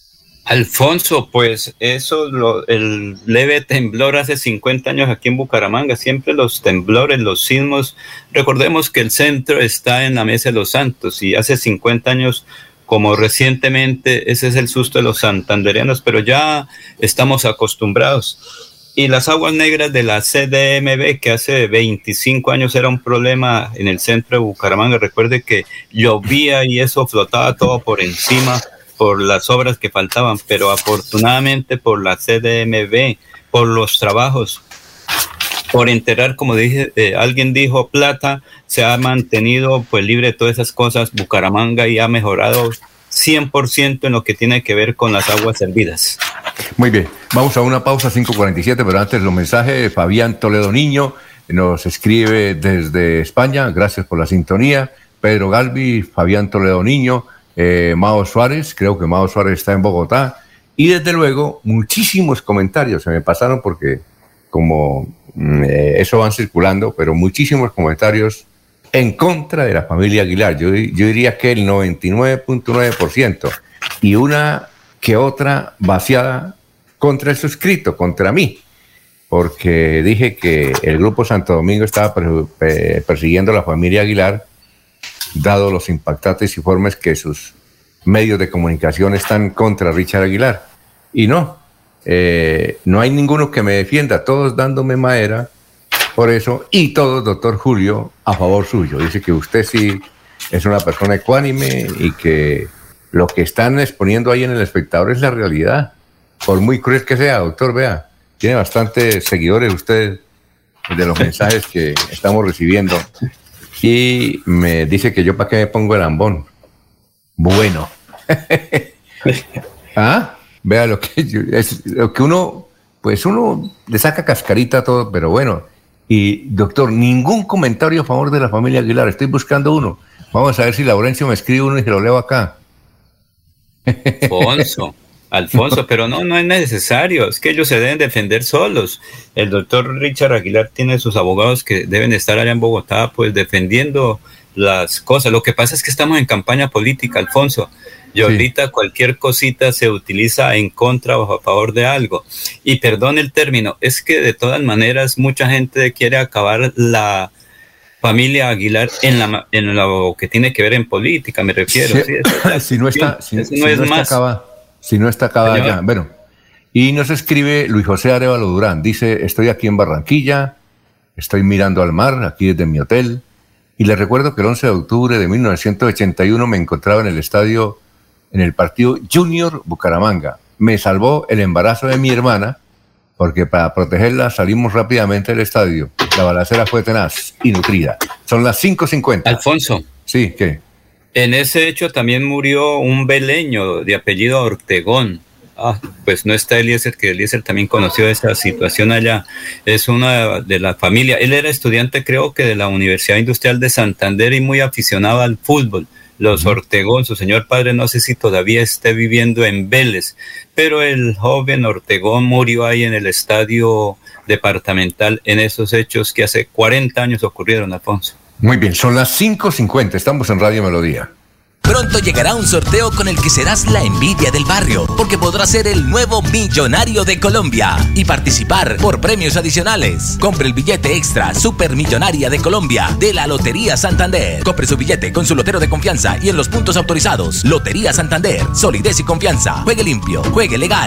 Alfonso, pues eso, lo, el leve temblor hace cincuenta años aquí en Bucaramanga, siempre los temblores, los sismos, recordemos que el centro está en la Mesa de los Santos y hace cincuenta años, como recientemente, ese es el susto de los santandereanos, pero ya estamos acostumbrados. Y las aguas negras de la C D M B, que hace veinticinco años era un problema en el centro de Bucaramanga, recuerde que llovía y eso flotaba todo por encima, por las obras que faltaban, pero afortunadamente por la C D M B, por los trabajos, por enterrar, como dije, eh, alguien dijo, plata, se ha mantenido pues libre de todas esas cosas, Bucaramanga, y ha mejorado cien por ciento en lo que tiene que ver con las aguas servidas. Muy bien, vamos a una pausa, cinco cuarenta y siete, pero antes los mensajes. Fabián Toledo Niño nos escribe desde España, gracias por la sintonía. Pedro Galvi, Fabián Toledo Niño, Eh, Mao Suárez, creo que Mao Suárez está en Bogotá, y desde luego muchísimos comentarios se me pasaron porque como eh, eso van circulando, pero muchísimos comentarios en contra de la familia Aguilar. Yo, yo diría que el noventa y nueve punto nueve por ciento, y una que otra vaciada contra el suscrito, contra mí, porque dije que el Grupo Santo Domingo estaba per, persiguiendo a la familia Aguilar, dado los impactantes informes que sus medios de comunicación están contra Richard Aguilar. Y no, eh, no hay ninguno que me defienda, todos dándome madera por eso, y todos, doctor Julio, a favor suyo. Dice que usted sí es una persona ecuánime y que lo que están exponiendo ahí en El Espectador es la realidad, por muy cruel que sea, doctor. Vea, tiene bastantes seguidores usted de los mensajes que estamos recibiendo. Y me dice que yo para qué me pongo el ambón. Bueno. ¿Ah? Vea lo que, yo, es, lo que uno, pues uno le saca cascarita a todo, pero bueno. Y doctor, ningún comentario a favor de la familia Aguilar. Estoy buscando uno. Vamos a ver si Laurencio me escribe uno y se lo leo acá. Alfonso, Alfonso, pero no, no es necesario, es que ellos se deben defender solos. El doctor Richard Aguilar tiene sus abogados que deben estar allá en Bogotá, pues defendiendo las cosas. Lo que pasa es que estamos en campaña política, Alfonso, y ahorita sí, cualquier cosita se utiliza en contra o a favor de algo. Y perdón el término, es que de todas maneras mucha gente quiere acabar la familia Aguilar en la en lo que tiene que ver en política, me refiero. Sí, sí, eso, si no está, si, eso si no no es está más. Acaba, si no está acabada ya. Bueno, y nos escribe Luis José Arevalo Durán, dice, estoy aquí en Barranquilla, estoy mirando al mar, aquí desde mi hotel, y le recuerdo que el once de octubre de mil novecientos ochenta y uno me encontraba en el estadio, en el partido Junior Bucaramanga. Me salvó el embarazo de mi hermana, porque para protegerla salimos rápidamente del estadio. La balacera fue tenaz y nutrida. Son las cinco cincuenta. Alfonso. Sí, ¿qué? En ese hecho también murió un veleño de apellido Ortegón. Ah, pues no está Eliezer, que Eliezer también conoció esa situación allá. Es una de la familia. Él era estudiante, creo que de la Universidad Industrial de Santander y muy aficionado al fútbol. Los Ortegón, su señor padre, no sé si todavía esté viviendo en Vélez, pero el joven Ortegón murió ahí en el estadio departamental en esos hechos que hace cuarenta años ocurrieron, Alfonso. Muy bien, son las cinco cincuenta, estamos en Radio Melodía. Pronto llegará un sorteo con el que serás la envidia del barrio, porque podrás ser el nuevo millonario de Colombia y participar por premios adicionales. Compre el billete extra Supermillonaria de Colombia de la Lotería Santander. Compre su billete con su lotero de confianza y en los puntos autorizados. Lotería Santander, solidez y confianza. Juegue limpio, juegue legal.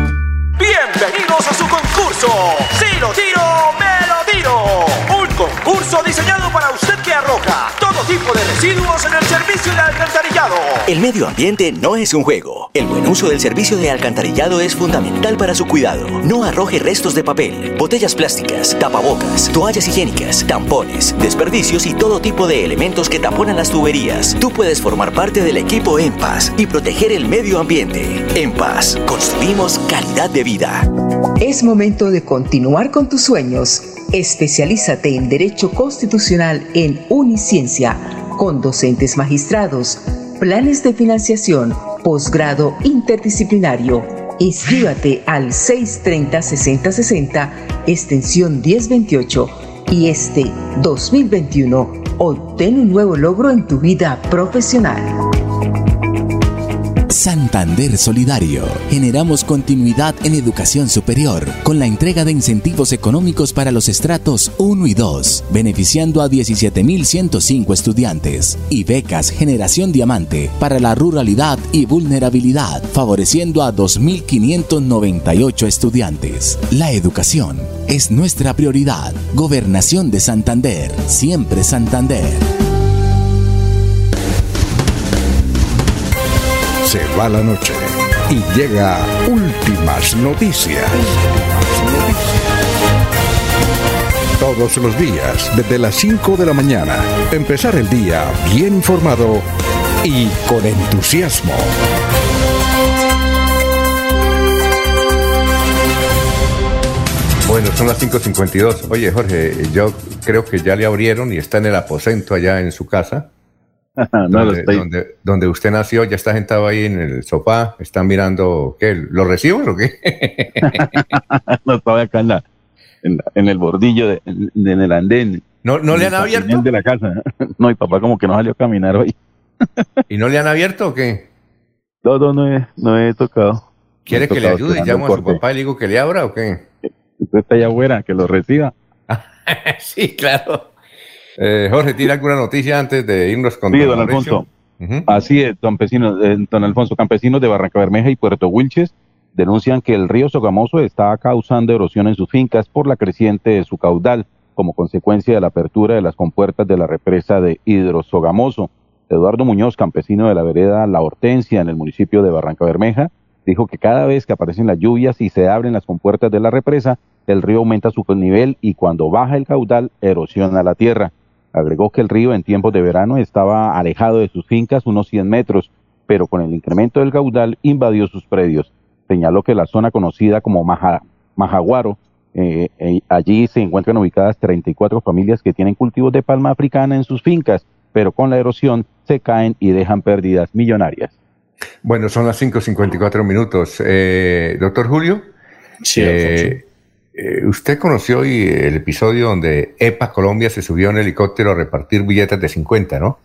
Bienvenidos a su concurso. Si lo tiro, me lo tiro. Un concurso diseñado para usted que arroja todo tipo de residuos en el servicio de alcantarillado. El medio ambiente no es un juego. El buen uso del servicio de alcantarillado es fundamental para su cuidado. No arroje restos de papel, botellas plásticas, tapabocas, toallas higiénicas, tampones, desperdicios y todo tipo de elementos que taponan las tuberías. Tú puedes formar parte del equipo En Paz y proteger el medio ambiente. En Paz, construimos calidad de vida. Es momento de continuar con tus sueños. Especialízate en Derecho Constitucional en Uniciencia, con docentes magistrados, planes de financiación, posgrado interdisciplinario. Inscríbate al seiscientos treinta, sesenta sesenta, extensión diez veintiocho, y este dos mil veintiuno obtén un nuevo logro en tu vida profesional. Santander Solidario. Generamos continuidad en educación superior con la entrega de incentivos económicos para los estratos uno y dos, beneficiando a diecisiete mil ciento cinco estudiantes, y becas Generación Diamante para la ruralidad y vulnerabilidad, favoreciendo a dos mil quinientos noventa y ocho estudiantes. La educación es nuestra prioridad. Gobernación de Santander, siempre Santander. Se va la noche y llega Últimas Noticias. Todos los días, desde las cinco de la mañana, empezar el día bien informado y con entusiasmo. Bueno, son las cinco cincuenta y dos. Oye, Jorge, yo creo que ya le abrieron y está en el aposento allá en su casa. No, donde, donde, donde usted nació, ya está sentado ahí en el sofá, está mirando, ¿qué? ¿Los recibos o qué? No, estaba acá en, la, en, la, en el bordillo, de, en, en el andén. ¿No, no le han abierto? De la casa. No, mi papá como que no salió a caminar hoy. ¿Y no le han abierto o qué? Todo no he, no he tocado. ¿Quiere no he que tocado, le ayude? ¿Llamo a su papá y le digo que le abra o qué? Usted está allá afuera, que lo reciba. Sí, claro. Eh, Jorge, ¿tiene alguna noticia antes de irnos con sí, don, don Alfonso? Uh-huh. Así es, don, Campesino, eh, don Alfonso. Campesinos de Barrancabermeja y Puerto Wilches denuncian que el río Sogamoso está causando erosión en sus fincas por la creciente de su caudal, como consecuencia de la apertura de las compuertas de la represa de Hidrosogamoso. Eduardo Muñoz, campesino de la vereda La Hortensia, en el municipio de Barrancabermeja, dijo que cada vez que aparecen las lluvias y se abren las compuertas de la represa, el río aumenta su nivel y cuando baja el caudal, erosiona la tierra. Agregó que el río en tiempos de verano estaba alejado de sus fincas unos cien metros, pero con el incremento del caudal invadió sus predios. Señaló que la zona conocida como Maja, Majaguaro, eh, eh, allí se encuentran ubicadas treinta y cuatro familias que tienen cultivos de palma africana en sus fincas, pero con la erosión se caen y dejan pérdidas millonarias. Bueno, son las cinco cincuenta y cuatro minutos. Eh, doctor Julio, sí, eh, eh, usted conoció hoy el episodio donde E P A Colombia se subió en helicóptero a repartir billetes de cincuenta, ¿no?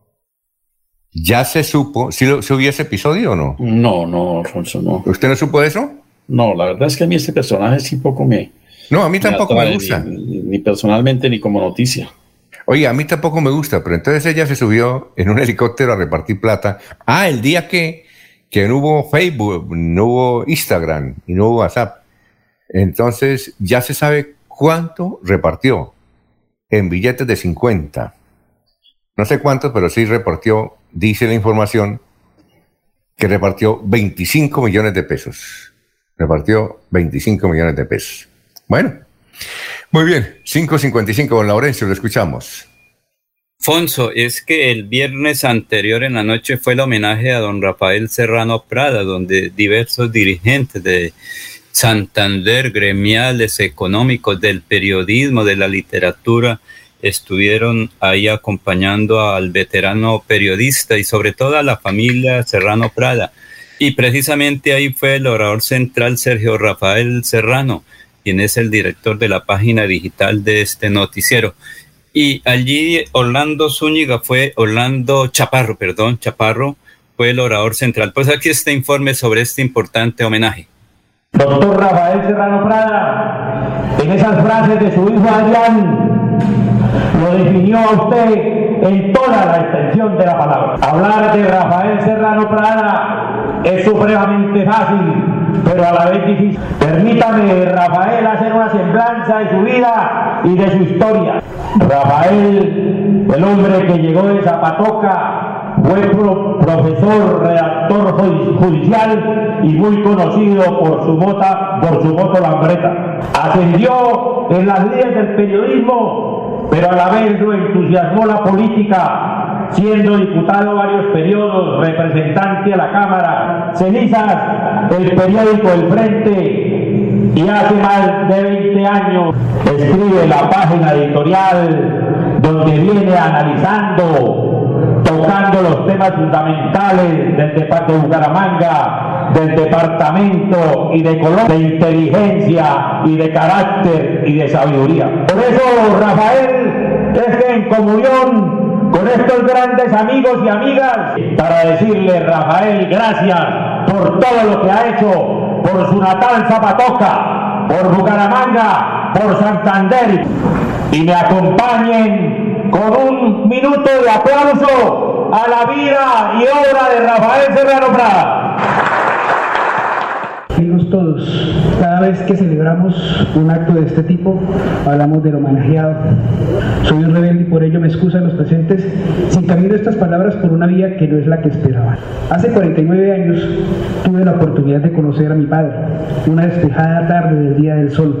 ¿Ya se supo? ¿Sí lo, ¿se vio ese episodio o no? No, no, Alfonso, no. ¿Usted no supo de eso? No, la verdad es que a mí este personaje sí poco me... No, a mí tampoco me, me gusta. Ni, ni personalmente ni como noticia. Oye, a mí tampoco me gusta, pero entonces ella se subió en un helicóptero a repartir plata. Ah, el día que, que no hubo Facebook, no hubo Instagram y no hubo WhatsApp. Entonces ya se sabe cuánto repartió en billetes de cincuenta. No sé cuántos, pero sí repartió, dice la información, que repartió veinticinco millones de pesos. Repartió veinticinco millones de pesos. Bueno. Muy bien, cinco cincuenta y cinco, don Laurencio, lo escuchamos. Fonso, es que el viernes anterior en la noche fue el homenaje a don Rafael Serrano Prada, donde diversos dirigentes de Santander, gremiales, económicos, del periodismo, de la literatura, estuvieron ahí acompañando al veterano periodista y sobre todo a la familia Serrano Prada. Y precisamente ahí fue el orador central Sergio Rafael Serrano, quien es el director de la página digital de este noticiero. Y allí Orlando Zúñiga fue, Orlando Chaparro, perdón, Chaparro, fue el orador central. Pues aquí está informe sobre este importante homenaje. Doctor Rafael Serrano Prada, en esas frases de su hijo Adrián, lo definió a usted en toda la extensión de la palabra. Hablar de Rafael Serrano Prada es supremamente fácil, pero a la vez difícil. Permítame, Rafael, hacer una semblanza de su vida y de su historia. Rafael, el hombre que llegó de Zapatoca, fue pro profesor, redactor judicial y muy conocido por su mota, por su moto lambreta. Ascendió en las líderes del periodismo, pero a la vez lo entusiasmó la política, siendo diputado varios periodos, representante a la Cámara, cenizas, el periódico El Frente, y hace más de veinte años escribe la página editorial donde viene analizando, tocando los temas fundamentales del departamento de Bucaramanga, del departamento y de Colombia, de inteligencia y de carácter y de sabiduría. Por eso, Rafael, es que en comunión con estos grandes amigos y amigas para decirle, Rafael, gracias por todo lo que ha hecho, por su natal Zapatoca, por Bucaramanga, por Santander. Y me acompañen con un minuto de aplauso a la vida y obra de Rafael Serrano Prada. Amigos todos, cada vez que celebramos un acto de este tipo, hablamos del homenajeado. Soy un rebelde y por ello me excusan los presentes sin cambiar estas palabras por una vía que no es la que esperaba. Hace cuarenta y nueve años tuve la oportunidad de conocer a mi padre, una despejada tarde del día del sol.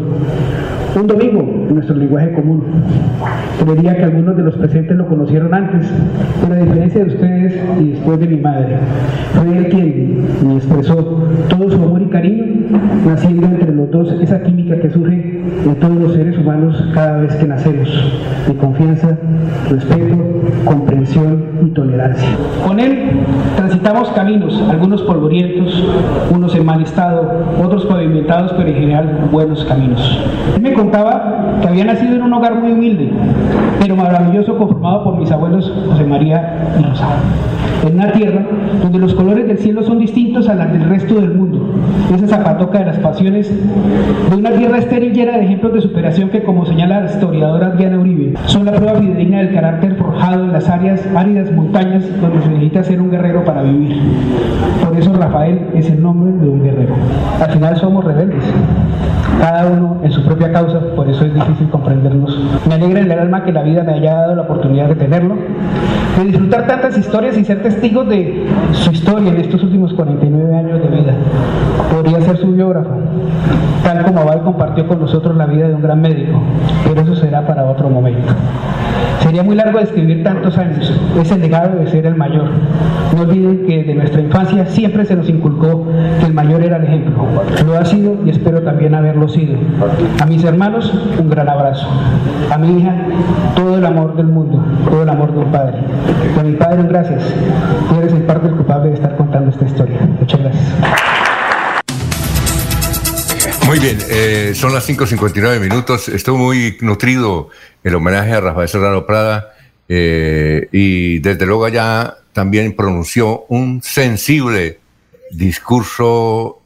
Un domingo, en nuestro lenguaje común. Creería que algunos de los presentes lo conocieron antes, pero a diferencia de ustedes y después de mi madre, fue él quien me expresó todo su amor y cariño, naciendo entre los dos esa química que surge en todos los seres humanos cada vez que nacemos, de confianza, respeto, comprensión y tolerancia. Con él transitamos caminos, algunos polvorientos, unos en mal estado, otros pavimentados, pero en general buenos caminos. Él me contaba que había nacido en un hogar muy humilde, pero maravilloso, conformado por mis abuelos José María y Rosa, en una tierra donde los colores del cielo son distintos a las del resto del mundo. Esa Zapatoca de las pasiones, de una tierra estéril llena de ejemplos de superación que, como señala la historiadora Diana Uribe, son la prueba fidedigna del carácter forjado en las áreas áridas montañas donde se necesita ser un guerrero para vivir. Por eso Rafael es el nombre de un guerrero. Al final somos rebeldes, cada uno en su propia causa, por eso es difícil comprendernos. Me alegra en el alma que la vida me haya dado la oportunidad de tenerlo, de disfrutar tantas historias y ser testigos de su historia en estos últimos cuarenta y nueve años de vida. Podría ser su biógrafo, tal como Abad compartió con nosotros la vida de un gran médico, pero eso será para otro momento. Sería muy largo describir tantos años, es el legado de ser el mayor. No olviden que desde nuestra infancia siempre se nos inculcó que el mayor era el ejemplo. Lo ha sido y espero también haberlo sido. A mis hermanos, un gran abrazo. A mi hija, todo el amor del mundo, todo el amor de un padre. Y a mi padre, gracias. Tú eres el parte del culpable de estar contando esta historia. Muchas gracias. Muy bien, eh, son las cinco cincuenta y nueve minutos. Estuvo muy nutrido el homenaje a Rafael Serrano Prada eh, y desde luego allá también pronunció un sensible discurso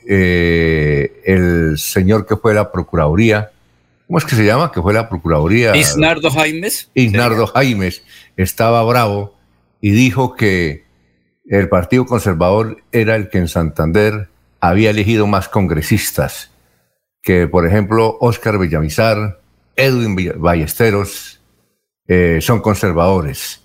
eh, el señor que fue la Procuraduría. ¿Cómo es que se llama? Que fue la Procuraduría. Isnardo Jaimes. Isnardo Jaimes estaba bravo y dijo que el Partido Conservador era el que en Santander había elegido más congresistas que, por ejemplo, Óscar Villamizar, Edwin Ballesteros, eh, son conservadores.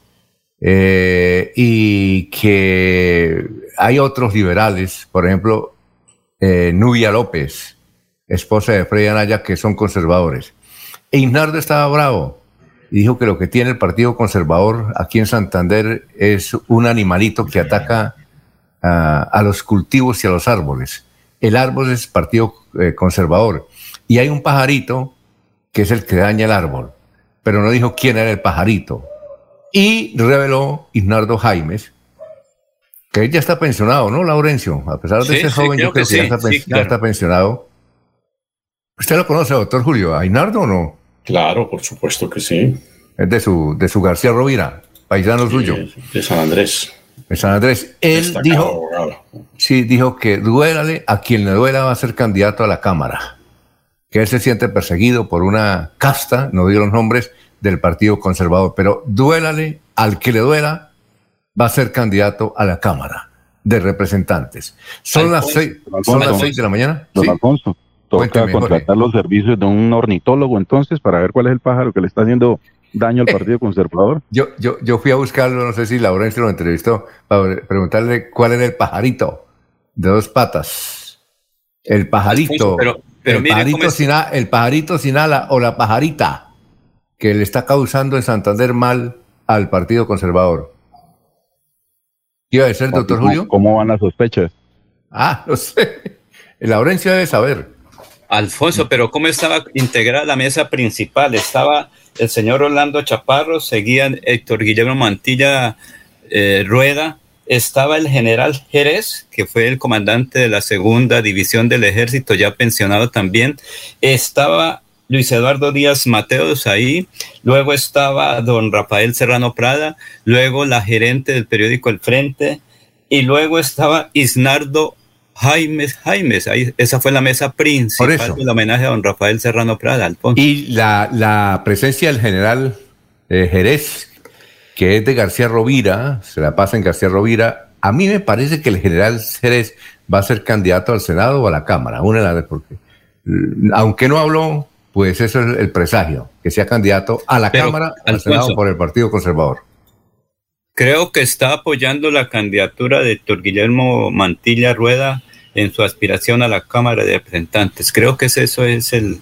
Eh, y que hay otros liberales, por ejemplo, eh, Nubia López, esposa de Freddy Anaya, que son conservadores. E Isnardo estaba bravo y dijo que lo que tiene el Partido Conservador aquí en Santander es un animalito que ataca a, a los cultivos y a los árboles. El árbol es Partido eh, Conservador y hay un pajarito que es el que daña el árbol, pero no dijo quién era el pajarito. Y reveló Isnardo Jaimes que él ya está pensionado, ¿no, Laurencio? A pesar de sí, ser sí, joven, yo creo que, que sí, ya, está, sí, claro. ya está pensionado. ¿Usted lo conoce, doctor Julio? ¿A Isnardo o no? Claro, por supuesto que sí. Es de su, de su García Rovira, paisano sí, suyo. De San Andrés. De San Andrés. Él dijo, sí, dijo que duélale a quien le duela, va a ser candidato a la Cámara. Que él se siente perseguido por una casta, no digo los nombres, del Partido Conservador, pero duélale al que le duela, va a ser candidato a la Cámara de Representantes. Son las seis, son las seis de la mañana. Don ¿sí? Alfonso, toca Cuénteme, contratar Jorge. los servicios de un ornitólogo entonces para ver cuál es el pájaro que le está haciendo daño al Partido Conservador. Yo, yo, yo fui a buscarlo, no sé si Laurencio lo entrevistó, para preguntarle cuál era el pajarito de dos patas. El pajarito, pero, pero el, pajarito sin a, el pajarito sin ala o la pajarita que le está causando en Santander mal al Partido Conservador. ¿Qué iba a decir, doctor ¿Cómo, Julio? ¿Cómo van las sospechas? Ah, no sé. Laurencio debe saber. Alfonso, pero ¿cómo estaba integrada la mesa principal? Estaba el señor Orlando Chaparro, seguía Héctor Guillermo Mantilla eh, Rueda, estaba el general Jerez, que fue el comandante de la segunda división del ejército, ya pensionado también, estaba Luis Eduardo Díaz Mateos ahí, luego estaba don Rafael Serrano Prada, luego la gerente del periódico El Frente, y luego estaba Isnardo Jaimes Jaimes. Ahí, esa fue la mesa principal del homenaje a don Rafael Serrano Prada, Alfonso. Y la, la presencia del general eh, Jerez, que es de García Rovira, se la pasa en García Rovira. A mí me parece que el general Jerez va a ser candidato al Senado o a la Cámara, una de las, porque aunque no habló, pues eso es el presagio, que sea candidato a la Pero, Cámara, al Alfonso, Senado por el Partido Conservador. Creo que está apoyando la candidatura de Héctor Guillermo Mantilla Rueda en su aspiración a la Cámara de Representantes. Creo que eso es el,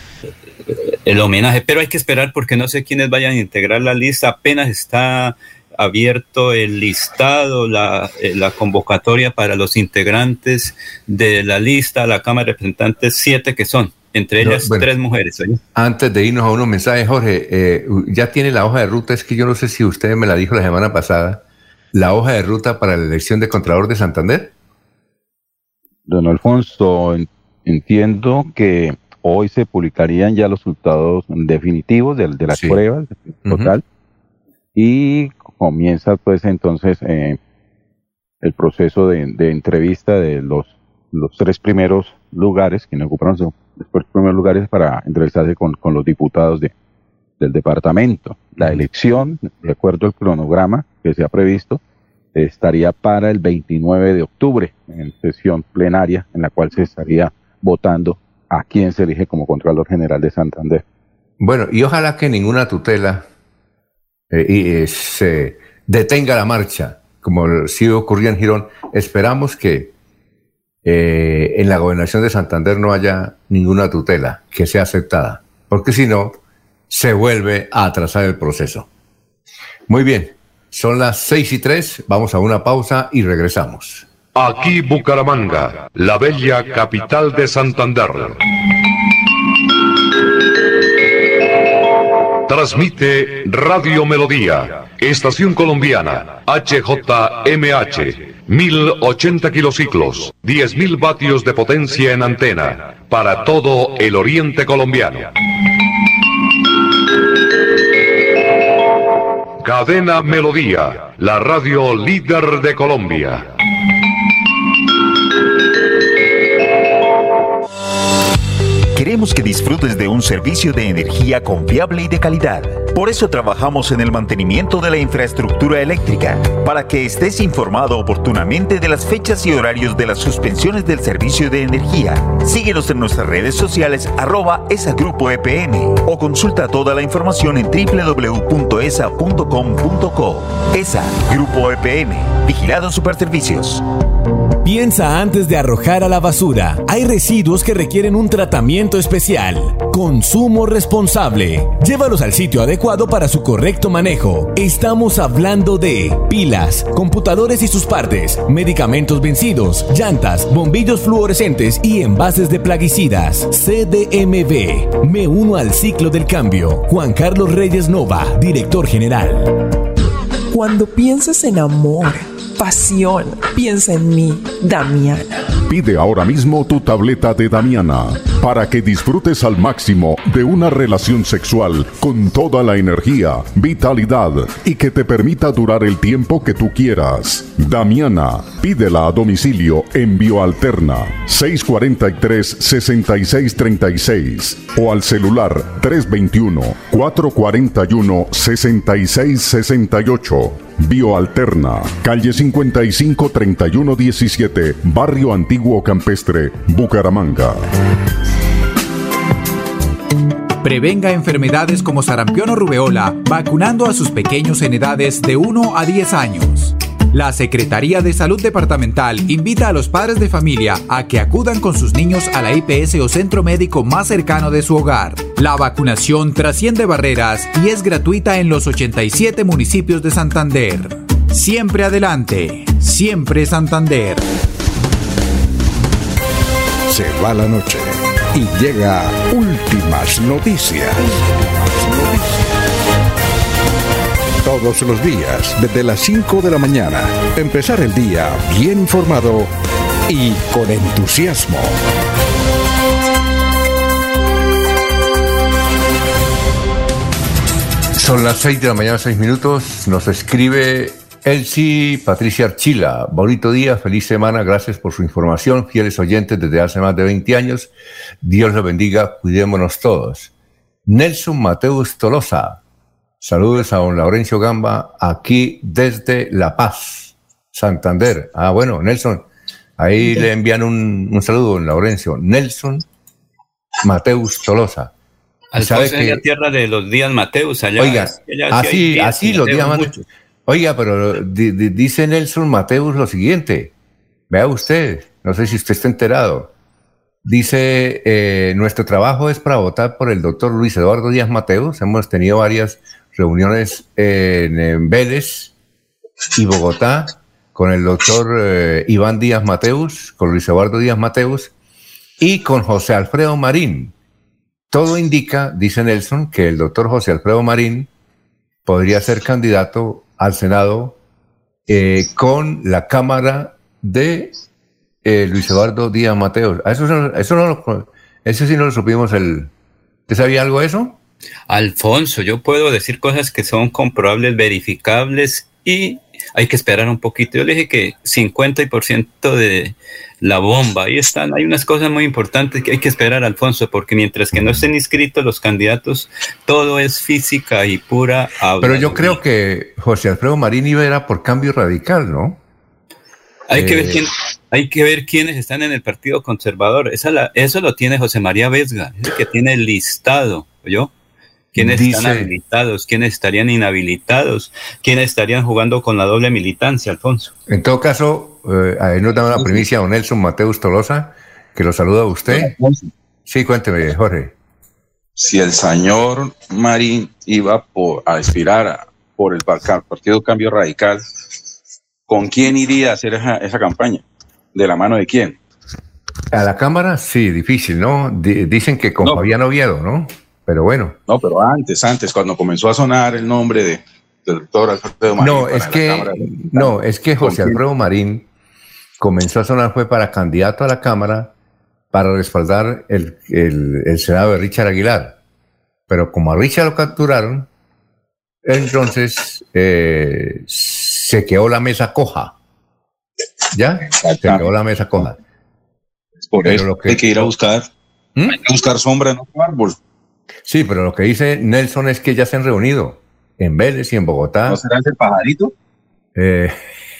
el homenaje, pero hay que esperar porque no sé quiénes vayan a integrar la lista. Apenas está abierto el listado, la, la convocatoria para los integrantes de la lista a la Cámara de Representantes, siete que son, entre ellas no, bueno, tres mujeres. ¿Oye? Antes de irnos a unos mensajes, Jorge, eh, ya tiene la hoja de ruta, es que yo no sé si usted me la dijo la semana pasada, la hoja de ruta para la elección de Contralor de Santander. Don Alfonso, entiendo que hoy se publicarían ya los resultados definitivos de, de las sí. pruebas total, uh-huh. y comienza pues entonces eh, el proceso de, de entrevista de los, los tres primeros lugares, quienes ocuparon los tres primeros lugares para entrevistarse con, con los diputados de, del departamento. La elección, de acuerdo al cronograma que se ha previsto, estaría para el veintinueve de octubre, en sesión plenaria, en la cual se estaría votando a quién se elige como Contralor General de Santander. Bueno, y ojalá que ninguna tutela eh, y, eh, se detenga la marcha, como sí ocurría en Girón. Esperamos que eh, en la gobernación de Santander no haya ninguna tutela que sea aceptada, porque si no, se vuelve a atrasar el proceso. Muy bien. Son las seis y tres, vamos a una pausa y regresamos. Aquí Bucaramanga, la bella capital de Santander. Transmite Radio Melodía, estación colombiana, H J M H, mil ochenta kilociclos, diez mil vatios de potencia en antena, para todo el oriente colombiano. Cadena Melodía, la radio líder de Colombia. Queremos que disfrutes de un servicio de energía confiable y de calidad. Por eso trabajamos en el mantenimiento de la infraestructura eléctrica, para que estés informado oportunamente de las fechas y horarios de las suspensiones del servicio de energía. Síguenos en nuestras redes sociales, arroba esa grupo E P N, o consulta toda la información en doble u doble u doble u punto esa punto com punto co. ESA, Grupo E P N, Vigilado Superservicios. Piensa antes de arrojar a la basura. Hay residuos que requieren un tratamiento especial. Consumo responsable. Llévalos al sitio adecuado para su correcto manejo. Estamos hablando de pilas, computadores y sus partes, medicamentos vencidos, llantas, bombillos fluorescentes y envases de plaguicidas. C D M V. Me uno al ciclo del cambio. Juan Carlos Reyes Nova, director general. Cuando pienses en amor, pasión, piensa en mí, Damiana. Pide ahora mismo tu tableta de Damiana para que disfrutes al máximo de una relación sexual con toda la energía, vitalidad y que te permita durar el tiempo que tú quieras. Damiana, pídela a domicilio en Bioalterna seis cuatro tres, seis seis tres seis o al celular tres dos uno, cuatro cuatro uno, seis seis seis ocho. Bioalterna, calle cincuenta y cinco, treinta y uno diecisiete, Barrio Antiguo Campestre, Bucaramanga. Prevenga enfermedades como sarampión o rubeola vacunando a sus pequeños en edades de uno a diez años. La Secretaría de Salud Departamental invita a los padres de familia a que acudan con sus niños a la I P S o centro médico más cercano de su hogar. La vacunación trasciende barreras y es gratuita en los ochenta y siete municipios de Santander. Siempre adelante, siempre Santander. Se va la noche y llega Últimas Noticias. Todos los días, desde las cinco de la mañana, empezar el día bien informado y con entusiasmo. Son las seis de la mañana, seis minutos. Nos escribe Elsie Patricia Archila. Bonito día, feliz semana. Gracias por su información. Fieles oyentes desde hace más de veinte años. Dios los bendiga. Cuidémonos todos. Nelson Mateus Tolosa. Saludos a don Laurencio Gamba, aquí desde La Paz, Santander. Ah, bueno, Nelson, ahí sí. Le envían un, un saludo, don Laurencio. Nelson Mateus Tolosa. Alfonso es la tierra de los Díaz Mateus, allá. Oiga, allá así, sí días, así los Díaz Mateus. Oiga, pero di, di, dice Nelson Mateus lo siguiente. Vea usted, no sé si usted está enterado. Dice, eh, nuestro trabajo es para votar por el doctor Luis Eduardo Díaz Mateus. Hemos tenido varias reuniones en, en Vélez y Bogotá con el doctor eh, Iván Díaz Mateus, con Luis Eduardo Díaz Mateus y con José Alfredo Marín. Todo indica, dice Nelson, que el doctor José Alfredo Marín podría ser candidato al Senado eh, con la Cámara de eh, Luis Eduardo Díaz Mateos. Eso, eso, no lo, eso sí no lo supimos. El, ¿Usted sabía algo de eso? Alfonso, yo puedo decir cosas que son comprobables, verificables y hay que esperar un poquito. Yo le dije que cincuenta por ciento de la bomba, ahí están, hay unas cosas muy importantes que hay que esperar, Alfonso, porque mientras que no estén inscritos los candidatos, todo es física y pura habla. Pero yo creo que José Alfredo Marín iba era por Cambio Radical, ¿no? Hay, eh... que ver quién, hay que ver quiénes están en el Partido Conservador. Esa la, eso lo tiene José María Vesga, es el que tiene el listado, ¿oyó? ¿Quiénes Dice, están habilitados? ¿Quiénes estarían inhabilitados? ¿Quiénes estarían jugando con la doble militancia, Alfonso? En todo caso, eh, ahí nos da una primicia a don Nelson Mateus Tolosa, que lo saluda a usted. Sí, cuénteme, Jorge. Si el señor Marín iba por, a aspirar a, por el Partido Cambio Radical, ¿con quién iría a hacer esa, esa campaña? ¿De la mano de quién? A la Cámara, sí, difícil, ¿no? D- dicen que con no. Fabián Oviedo, ¿no? Pero bueno. No, pero antes, antes, cuando comenzó a sonar el nombre de, del doctor Alfredo Marín. No, es que, no, es que José Alfredo Marín comenzó a sonar fue para candidato a la Cámara para respaldar el, el, el Senado de Richard Aguilar. Pero como a Richard lo capturaron, entonces eh, se quedó la mesa coja. ¿Ya? Se quedó la mesa coja. Por pero eso lo que, hay que ir a buscar, ¿Mm? hay que buscar sombra en otro árbol. Sí, pero lo que dice Nelson es que ya se han reunido en Vélez y en Bogotá. ¿No será ese pajarito? Eh,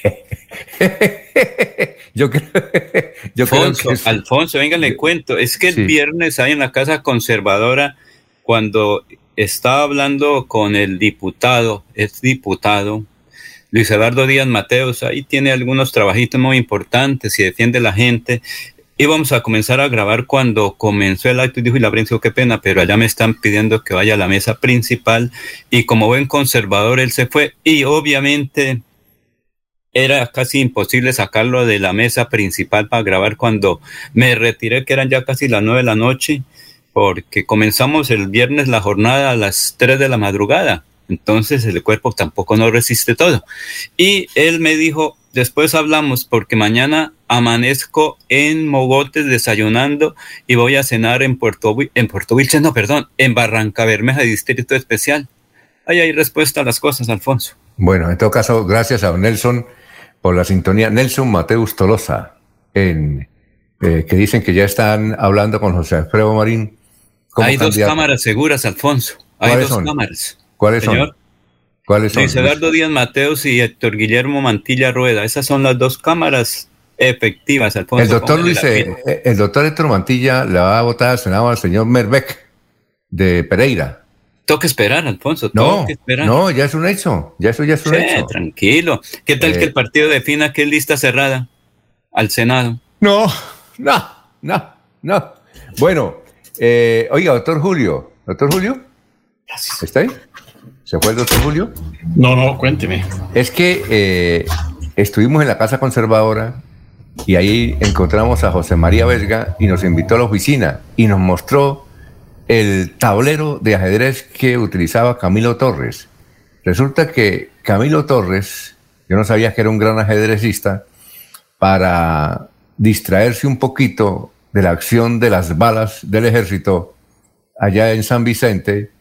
yo creo, yo Alfonso, creo que es... Alfonso, venga, le cuento. Es que el sí. viernes ahí en la Casa Conservadora, cuando estaba hablando con el diputado, es diputado, Luis Eduardo Díaz Mateos, ahí tiene algunos trabajitos muy importantes y defiende a la gente. Íbamos a comenzar a grabar cuando comenzó el acto y dijo, y Laurencio, qué pena, pero allá me están pidiendo que vaya a la mesa principal y como buen conservador él se fue y obviamente era casi imposible sacarlo de la mesa principal para grabar cuando me retiré, que eran ya casi las nueve de la noche, porque comenzamos el viernes la jornada a las tres de la madrugada, entonces el cuerpo tampoco no resiste todo. Y él me dijo, después hablamos porque mañana amanezco en Mogotes desayunando y voy a cenar en Puerto, en Puerto Wilches, no, perdón, en Barranca Bermeja, Distrito Especial. Ahí hay respuesta a las cosas, Alfonso. Bueno, en todo caso, gracias a Nelson por la sintonía. Nelson Mateus Tolosa, en, eh, que dicen que ya están hablando con José Alfredo Marín. Hay dos candidato. cámaras seguras, Alfonso. Hay dos son? cámaras. ¿Cuáles Señor, son? ¿Cuáles son? Luis Eduardo Díaz Mateos y Héctor Guillermo Mantilla Rueda. Esas son las dos cámaras efectivas, Alfonso. El doctor Luis, eh, el doctor Héctor Mantilla le va a votar al Senado al señor Merbeck de Pereira. Tengo que esperar, Alfonso. No, que esperar. no, ya es un hecho. Ya eso ya es un sí, hecho. Tranquilo. ¿Qué tal eh, que el partido defina que es lista cerrada al Senado? No, no, no, no. Bueno, eh, oiga, doctor Julio. ¿Doctor Julio? Gracias. ¿Está ahí? ¿Se fue el doctor Julio? No, no, cuénteme. Es que eh, estuvimos en la Casa Conservadora y ahí encontramos a José María Vesga y nos invitó a la oficina y nos mostró el tablero de ajedrez que utilizaba Camilo Torres. Resulta que Camilo Torres, yo no sabía que era un gran ajedrecista, para distraerse un poquito de la acción de las balas del ejército allá en San Vicente,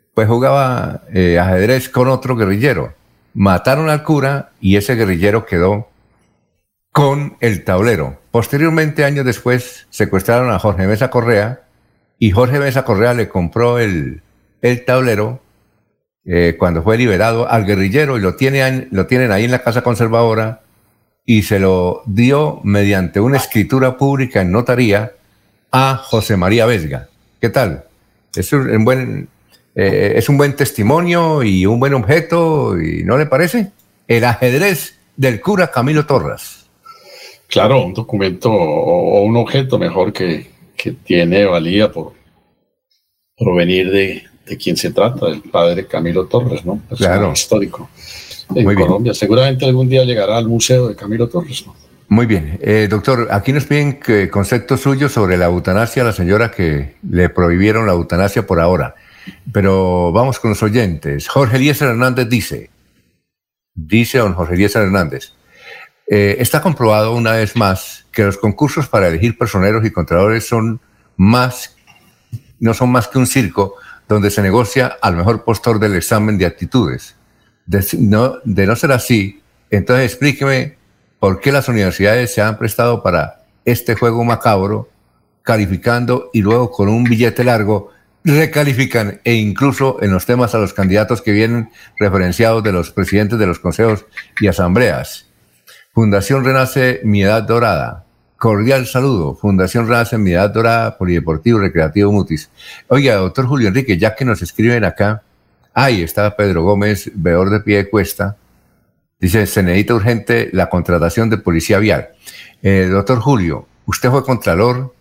pues jugaba eh, ajedrez con otro guerrillero. Mataron al cura y ese guerrillero quedó con el tablero. Posteriormente, años después, secuestraron a Jorge Mesa Correa y Jorge Mesa Correa le compró el, el tablero eh, cuando fue liberado al guerrillero y lo, tiene, lo tienen ahí en la casa conservadora y se lo dio mediante una escritura pública en notaría a José María Vesga. ¿Qué tal? Es un buen, eh, es un buen testimonio y un buen objeto, ¿y no le parece? El ajedrez del cura Camilo Torras. Claro, un documento o un objeto mejor que, que tiene valía por provenir de, de quien se trata, del padre Camilo Torres, ¿no? Personaje claro. histórico en Muy Colombia. Bien. Seguramente algún día llegará al museo de Camilo Torres, ¿no? Muy bien. Eh, doctor, aquí nos piden que conceptos suyos sobre la eutanasia a la señora que le prohibieron la eutanasia por ahora. Pero vamos con los oyentes. Jorge Eliezer Hernández dice, dice don Jorge Eliezer Hernández, eh, está comprobado una vez más que los concursos para elegir personeros y contralores son más, no son más que un circo donde se negocia al mejor postor del examen de actitudes. De no, de no ser así, entonces explíqueme por qué las universidades se han prestado para este juego macabro, calificando y luego con un billete largo recalifican e incluso en los temas a los candidatos que vienen referenciados de los presidentes de los consejos y asambleas. Fundación Renace Mi Edad Dorada. Cordial saludo. Fundación Renace Mi Edad Dorada, Polideportivo Recreativo Mutis. Oiga, doctor Julio Enrique, ya que nos escriben acá, ahí está Pedro Gómez, veedor de pie de cuesta. Dice, se necesita urgente la contratación de policía vial. Eh, doctor Julio, usted fue contralor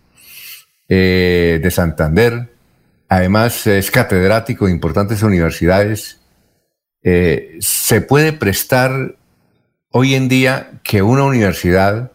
eh, de Santander, además es catedrático de importantes universidades. Eh, ¿Se puede prestar hoy en día que una universidad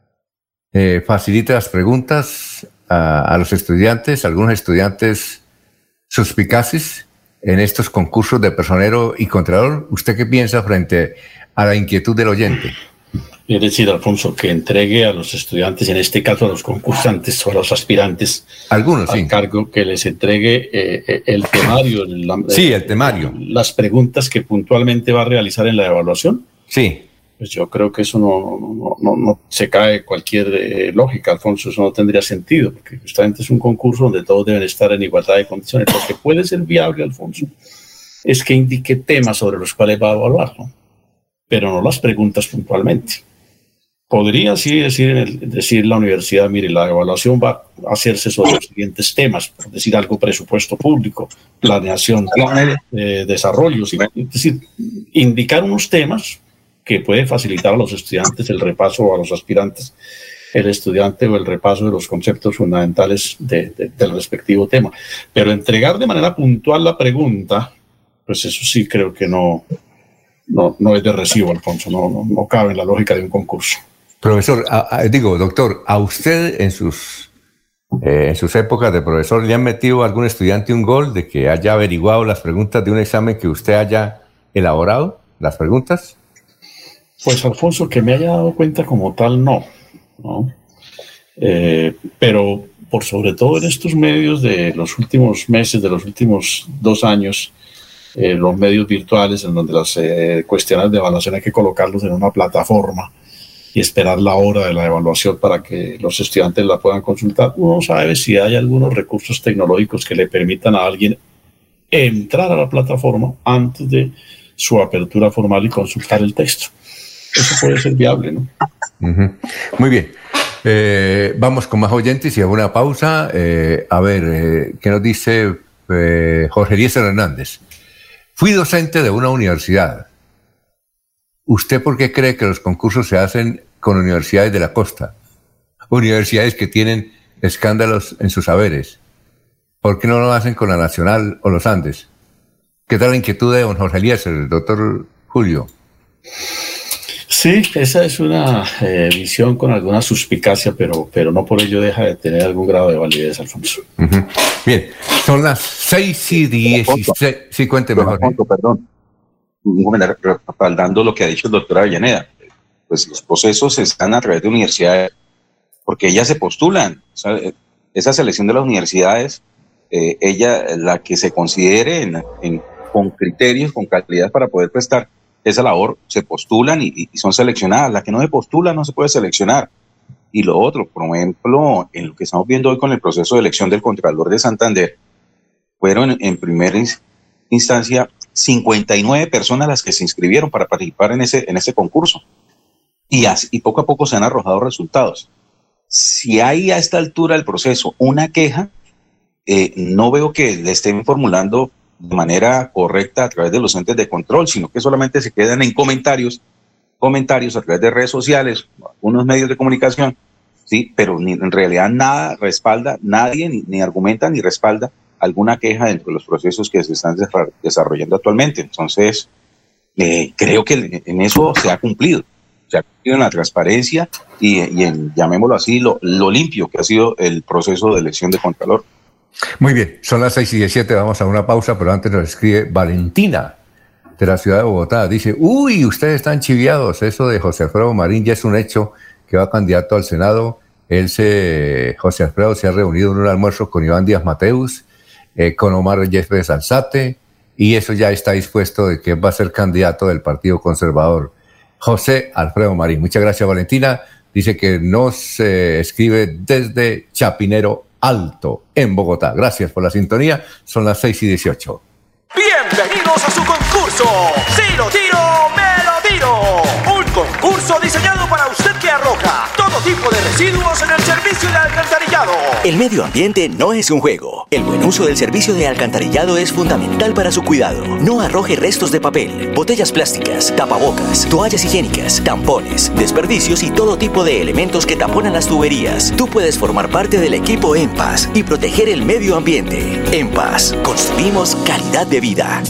eh, facilite las preguntas a, a los estudiantes, algunos estudiantes suspicaces en estos concursos de personero y contralor? ¿Usted qué piensa frente a la inquietud del oyente? Es decir, Alfonso, que entregue a los estudiantes, en este caso a los concursantes o a los aspirantes, algunos al sí. cargo, que les entregue eh, el temario, la, sí, el temario, las preguntas que puntualmente va a realizar en la evaluación. Sí. Pues yo creo que eso no, no, no, no se cae cualquier eh, lógica, Alfonso, eso no tendría sentido, porque justamente es un concurso donde todos deben estar en igualdad de condiciones. Lo que puede ser viable, Alfonso, es que indique temas sobre los cuales va a evaluar, ¿no? Pero no las preguntas puntualmente. Podría así decir, decir la universidad, mire, la evaluación va a hacerse sobre los siguientes temas, por decir algo, presupuesto público, planeación, eh, desarrollo, ¿sí? Es decir, indicar unos temas que puede facilitar a los estudiantes el repaso, o a los aspirantes el estudiante o el repaso de los conceptos fundamentales de, de, del respectivo tema. Pero entregar de manera puntual la pregunta, pues eso sí creo que no, no, no es de recibo, Alfonso, no, no, no cabe en la lógica de un concurso. Profesor, a, a, digo, doctor, ¿a usted en sus, eh, en sus épocas de profesor le han metido a algún estudiante un gol de que haya averiguado las preguntas de un examen que usted haya elaborado, las preguntas? Pues, Alfonso, que me haya dado cuenta como tal, no, ¿no? Eh, pero por sobre todo en estos medios de los últimos meses, de los últimos dos años, eh, los medios virtuales en donde las eh, cuestiones de evaluación hay que colocarlos en una plataforma y esperar la hora de la evaluación para que los estudiantes la puedan consultar. Uno no sabe si hay algunos recursos tecnológicos que le permitan a alguien entrar a la plataforma antes de su apertura formal y consultar el texto. Eso puede ser viable, ¿no? Uh-huh. Muy bien. Eh, vamos con más oyentes y hago una pausa. Eh, a ver, eh, ¿qué nos dice eh, Jorge Eliezer Hernández? Fui docente de una universidad. ¿Usted por qué cree que los concursos se hacen con universidades de la costa? Universidades que tienen escándalos en sus saberes. ¿Por qué no lo hacen con la Nacional o los Andes? ¿Qué tal la inquietud de don Jorge Eliezer, doctor Julio? Sí, esa es una eh, visión con alguna suspicacia, pero, pero no por ello deja de tener algún grado de validez, Alfonso. Uh-huh. Bien, son las seis y dieciséis. Sí, cuénteme, Jorge. Alfonso, perdón. Un comentario respaldando lo que ha dicho el doctor Avellaneda. Pues los procesos están a través de universidades porque ellas se postulan. O sea, esa selección de las universidades eh, ella la que se considere en, en, con criterios, con calidad para poder prestar esa labor, se postulan y, y son seleccionadas. La que no se postula no se puede seleccionar. Y lo otro, por ejemplo, en lo que estamos viendo hoy con el proceso de elección del Contralor de Santander, fueron en primera instancia cincuenta y nueve personas las que se inscribieron para participar en ese, en ese concurso. Y, así, y poco a poco se han arrojado resultados. Si hay a esta altura del proceso una queja, eh, no veo que le estén formulando de manera correcta a través de los entes de control, sino que solamente se quedan en comentarios, comentarios a través de redes sociales, algunos medios de comunicación, sí, pero ni, en realidad nada respalda, nadie ni, ni argumenta ni respalda alguna queja dentro de los procesos que se están desarrollando actualmente. Entonces, eh, creo que en eso se ha cumplido, se ha cumplido en la transparencia y, y en, llamémoslo así, lo, lo limpio que ha sido el proceso de elección de Contralor. Muy bien, son las seis y diecisiete, vamos a una pausa, pero antes nos escribe Valentina, de la ciudad de Bogotá. Dice, uy, ustedes están chiviados, eso de José Alfredo Marín ya es un hecho, que va candidato al Senado. Él se, José Alfredo se ha reunido en un almuerzo con Iván Díaz Mateus, Eh, con Omar Yepes Alzate, y eso ya está dispuesto de que va a ser candidato del Partido Conservador, José Alfredo Marín. Muchas gracias, Valentina. Dice que nos eh, escribe desde Chapinero Alto, en Bogotá. Gracias por la sintonía. Son las seis y dieciocho. Bienvenidos a su concurso. Si lo tiro, me lo tiro. Un concurso diseñado para usted que arroja todo tipo de residuos en el servicio de alcantarillado. El medio ambiente no es un juego. El buen uso del servicio de alcantarillado es fundamental para su cuidado. No arroje restos de papel, botellas plásticas, tapabocas, toallas higiénicas, tampones, desperdicios y todo tipo de elementos que taponan las tuberías. Tú puedes formar parte del equipo En Paz y proteger el medio ambiente. En Paz, construimos calidad de vida.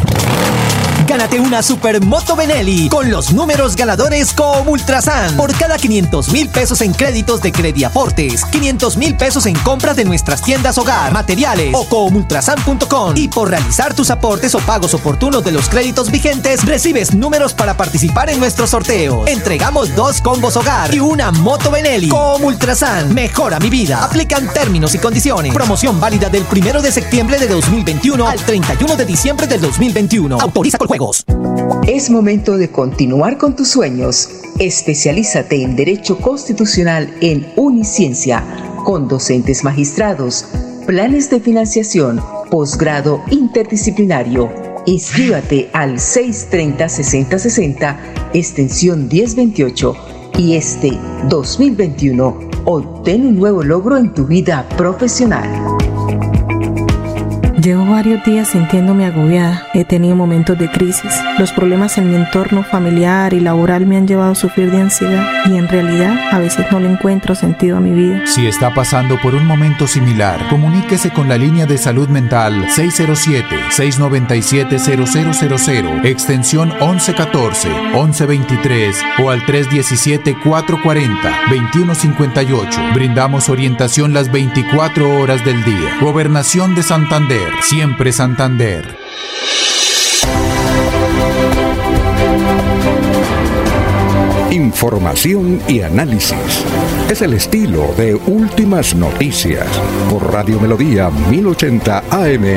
Gánate una Supermoto Benelli con los números ganadores Comultrasan. Por cada quinientos mil pesos en créditos de Crediaportes, quinientos mil pesos en compras de nuestras tiendas hogar, materiales o comultrasan punto com. Y por realizar tus aportes o pagos oportunos de los créditos vigentes, recibes números para participar en nuestro sorteo. Entregamos dos combos hogar y una moto Benelli. Comultrasan, mejora mi vida. Aplican términos y condiciones. Promoción válida del primero de septiembre de dos mil veintiuno al treinta y uno de diciembre del dos mil veintiuno. Autoriza con juegos. Es momento de continuar con tus sueños. Especialízate en Derecho Constitucional en Uniciencia, con docentes magistrados, planes de financiación, posgrado interdisciplinario. Inscríbate al seiscientos treinta, sesenta sesenta, extensión diez veintiocho, y este dos mil veintiuno obtén un nuevo logro en tu vida profesional. Llevo varios días sintiéndome agobiada. He tenido momentos de crisis. Los problemas en mi entorno familiar y laboral me han llevado a sufrir de ansiedad y en realidad a veces no le encuentro sentido a mi vida. Si está pasando por un momento similar, comuníquese con la línea de salud mental seis cero siete, seis nueve siete, cero cero cero cero, extensión once catorce, once veintitrés o al tres diecisiete, cuatro cuarenta, veintiuno cincuenta y ocho. Brindamos orientación las veinticuatro horas del día. Gobernación de Santander. Siempre Santander. Información y análisis. Es el estilo de Últimas Noticias por Radio Melodía mil ochenta A M.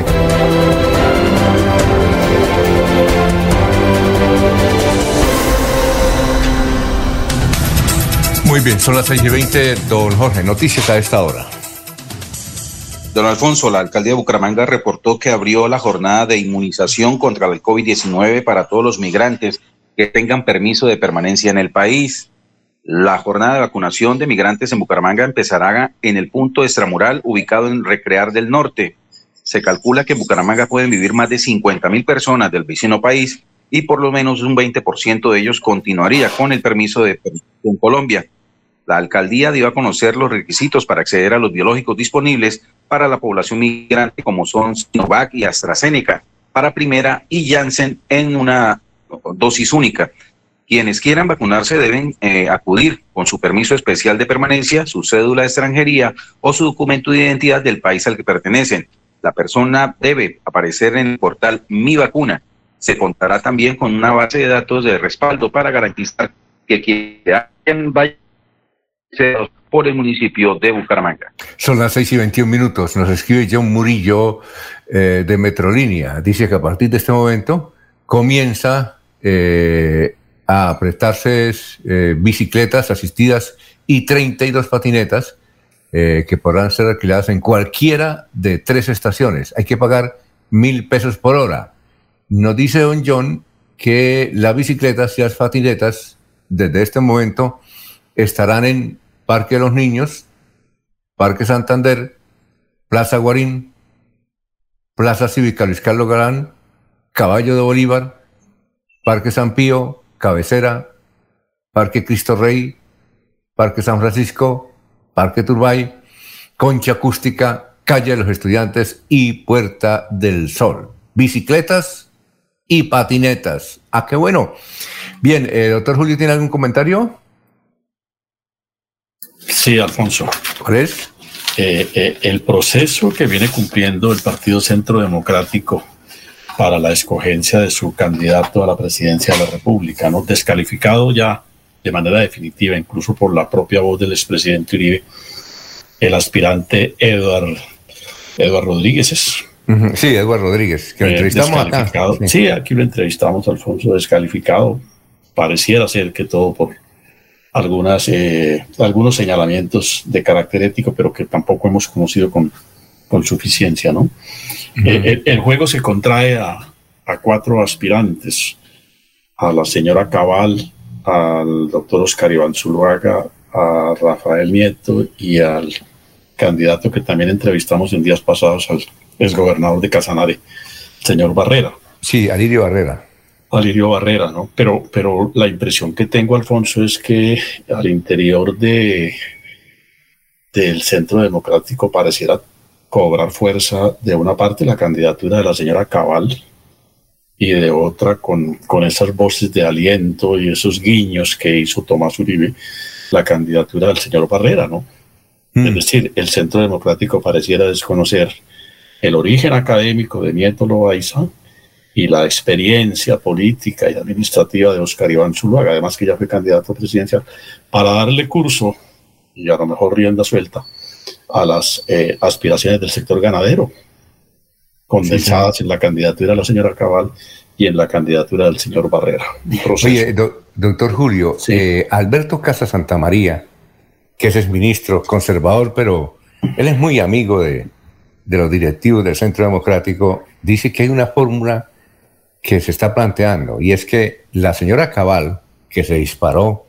Muy bien, son las seis y veinte. Don Jorge, noticias a esta hora. Don Alfonso, la alcaldía de Bucaramanga reportó que abrió la jornada de inmunización contra el COVID diecinueve para todos los migrantes que tengan permiso de permanencia en el país. La jornada de vacunación de migrantes en Bucaramanga empezará en el punto extramural ubicado en Recrear del Norte. Se calcula que en Bucaramanga pueden vivir más de cincuenta mil personas del vecino país y por lo menos un veinte por ciento de ellos continuaría con el permiso de permanencia en Colombia. La alcaldía dio a conocer los requisitos para acceder a los biológicos disponibles para la población migrante, como son Sinovac y AstraZeneca, para primera y Janssen en una dosis única. Quienes quieran vacunarse deben eh, acudir con su permiso especial de permanencia, su cédula de extranjería o su documento de identidad del país al que pertenecen. La persona debe aparecer en el portal Mi Vacuna. Se contará también con una base de datos de respaldo para garantizar que quien vaya por el municipio de Bucaramanga. Son las seis y veintiún minutos. Nos escribe John Murillo eh, de Metrolínea. Dice que a partir de este momento comienza eh, a prestarse eh, bicicletas asistidas y treinta y dos patinetas eh, que podrán ser alquiladas en cualquiera de tres estaciones. Hay que pagar mil pesos por hora. Nos dice don John que las bicicletas y las patinetas desde este momento estarán en Parque de los Niños, Parque Santander, Plaza Guarín, Plaza Cívica Luis Carlos Galán, Caballo de Bolívar, Parque San Pío, Cabecera, Parque Cristo Rey, Parque San Francisco, Parque Turbay, Concha Acústica, Calle de los Estudiantes y Puerta del Sol. Bicicletas y patinetas. Ah, qué bueno. Bien, eh, doctor Julio, ¿tiene algún comentario? Sí, Alfonso. ¿Cuál es? Eh, eh, el proceso que viene cumpliendo el Partido Centro Democrático para la escogencia de su candidato a la presidencia de la República, ¿no? Descalificado ya de manera definitiva, incluso por la propia voz del expresidente Uribe, el aspirante Eduard, Eduard Rodríguez es. Sí, Eduard Rodríguez, que lo entrevistamos acá. Sí. sí, aquí lo entrevistamos, Alfonso, descalificado. Pareciera ser que todo por algunas eh, algunos señalamientos de carácter ético, pero que tampoco hemos conocido con, con suficiencia, ¿no? Uh-huh. Eh, el, el juego se contrae a, a cuatro aspirantes, a la señora Cabal, al doctor Oscar Iván Zuluaga, a Rafael Nieto y al candidato que también entrevistamos en días pasados, al exgobernador de Casanare, señor Barrera. Sí, Alirio Barrera. Alirio Barrera, ¿no? Pero, pero la impresión que tengo, Alfonso, es que al interior de del Centro Democrático pareciera cobrar fuerza de una parte la candidatura de la señora Cabal y de otra con, con esas voces de aliento y esos guiños que hizo Tomás Uribe, la candidatura del señor Barrera, ¿no? Mm. Es decir, el Centro Democrático pareciera desconocer el origen académico de Nieto Loaiza y la experiencia política y administrativa de Oscar Iván Zuluaga, además que ya fue candidato presidencial, para darle curso y a lo mejor rienda suelta a las eh, aspiraciones del sector ganadero, condensadas sí, sí. en la candidatura de la señora Cabal y en la candidatura del señor Barrera. Oye, do, doctor Julio, sí. eh, Alberto Casa Santamaría, que es exministro conservador, pero él es muy amigo de, de los directivos del Centro Democrático, dice que hay una fórmula que se está planteando, y es que la señora Cabal, que se disparó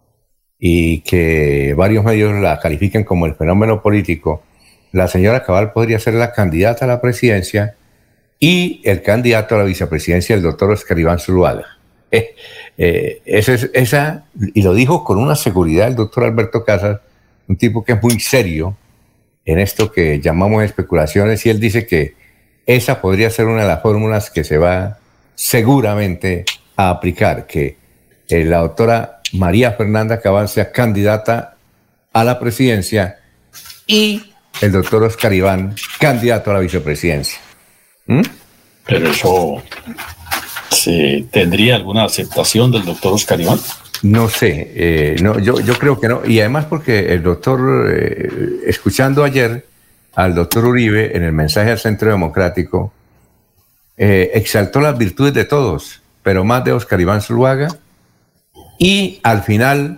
y que varios medios la califican como el fenómeno político, la señora Cabal podría ser la candidata a la presidencia y el candidato a la vicepresidencia, el doctor Oscar Iván Zuluaga. Eh, eh, esa, esa, y lo dijo con una seguridad el doctor Alberto Casas, un tipo que es muy serio en esto que llamamos especulaciones, y él dice que esa podría ser una de las fórmulas que se va seguramente a aplicar, que eh, la doctora María Fernanda Cabal sea candidata a la presidencia y el doctor Oscar Iván candidato a la vicepresidencia. ¿Mm? Pero eso, ¿sí tendría alguna aceptación del doctor Oscar Iván? No sé, eh, no, yo, yo creo que no, y además porque el doctor, eh, escuchando ayer al doctor Uribe en el mensaje al Centro Democrático, eh, exaltó las virtudes de todos, pero más de Oscar Iván Zuluaga, y al final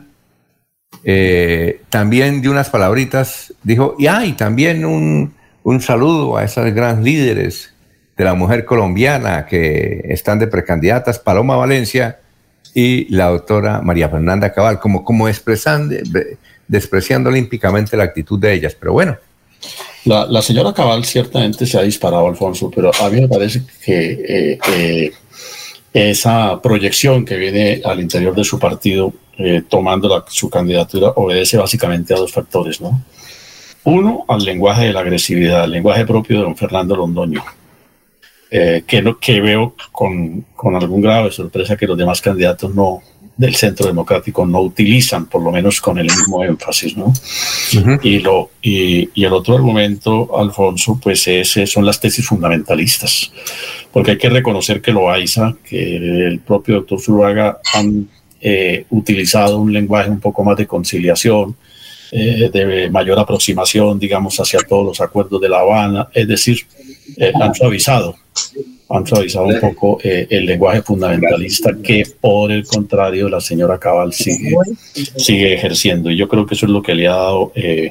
eh, también dio unas palabritas, dijo, y, ah, y también un, un saludo a esas grandes líderes de la mujer colombiana que están de precandidatas, Paloma Valencia y la doctora María Fernanda Cabal, como, como expresando, despreciando olímpicamente la actitud de ellas, pero bueno. La, la señora Cabal ciertamente se ha disparado, Alfonso, pero a mí me parece que eh, eh, esa proyección que viene al interior de su partido eh, tomando la, su candidatura obedece básicamente a dos factores, ¿no? Uno, al lenguaje de la agresividad, el lenguaje propio de don Fernando Londoño, eh, que, no, que veo con, con algún grado de sorpresa que los demás candidatos no del Centro Democrático no utilizan, por lo menos con el mismo énfasis, ¿no? Uh-huh. Y, lo, y, y el otro argumento, Alfonso, pues es, son las tesis fundamentalistas, porque hay que reconocer que Loaiza, que el propio doctor Zuluaga han eh, utilizado un lenguaje un poco más de conciliación, eh, de mayor aproximación, digamos, hacia todos los acuerdos de La Habana, es decir, eh, han suavizado, han suavizado un poco eh, el lenguaje fundamentalista que, por el contrario, la señora Cabal sigue, sigue ejerciendo. Y yo creo que eso es lo que le ha dado eh,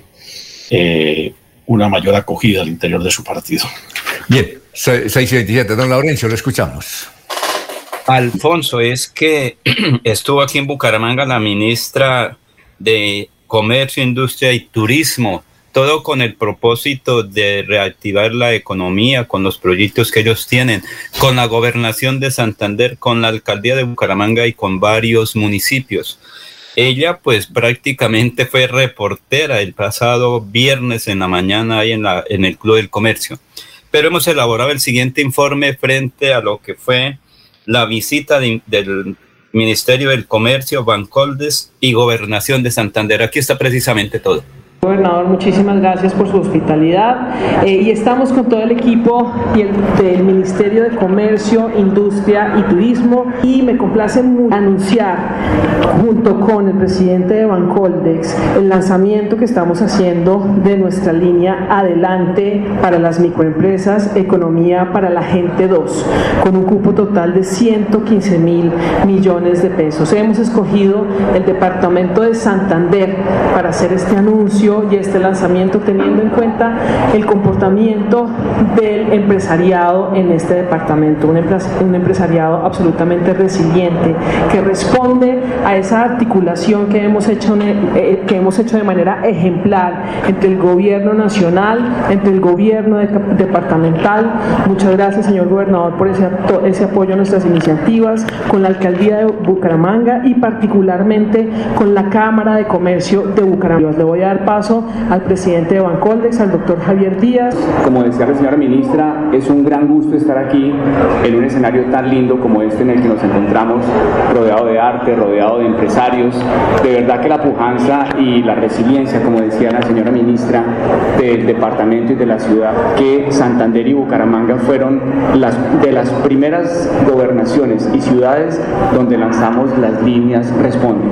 eh, una mayor acogida al interior de su partido. Bien, seis y veintisiete, don Laurencio, lo escuchamos. Alfonso, es que estuvo aquí en Bucaramanga la ministra de Comercio, Industria y Turismo, todo con el propósito de reactivar la economía, con los proyectos que ellos tienen, con la gobernación de Santander, con la alcaldía de Bucaramanga y con varios municipios. Ella pues prácticamente fue reportera el pasado viernes en la mañana ahí en, la, en el Club del Comercio. Pero hemos elaborado el siguiente informe frente a lo que fue la visita de, del Ministerio del Comercio, Bancoldes y Gobernación de Santander. Aquí está precisamente todo. Gobernador, muchísimas gracias por su hospitalidad eh, y estamos con todo el equipo y el, del Ministerio de Comercio, Industria y Turismo, y me complace anunciar junto con el presidente de Bancoldex el lanzamiento que estamos haciendo de nuestra línea Adelante para las microempresas, Economía para la Gente dos, con un cupo total de ciento quince mil millones de pesos. Hemos escogido el departamento de Santander para hacer este anuncio y este lanzamiento, teniendo en cuenta el comportamiento del empresariado en este departamento, un, empres un empresariado absolutamente resiliente, que responde a esa articulación que hemos hecho, eh, que hemos hecho de manera ejemplar entre el gobierno nacional, entre el gobierno de departamental. Muchas gracias, señor gobernador, por ese, ese apoyo a nuestras iniciativas, con la alcaldía de Bucaramanga y particularmente con la Cámara de Comercio de Bucaramanga. Le voy a dar paso al presidente de Bancoldex, al doctor Javier Díaz. Como decía la señora ministra, es un gran gusto estar aquí en un escenario tan lindo como este en el que nos encontramos, rodeado de arte, rodeado de empresarios. De verdad que la pujanza y la resiliencia, como decía la señora ministra, del departamento y de la ciudad, que Santander y Bucaramanga fueron las, de las primeras gobernaciones y ciudades donde lanzamos las líneas Responde.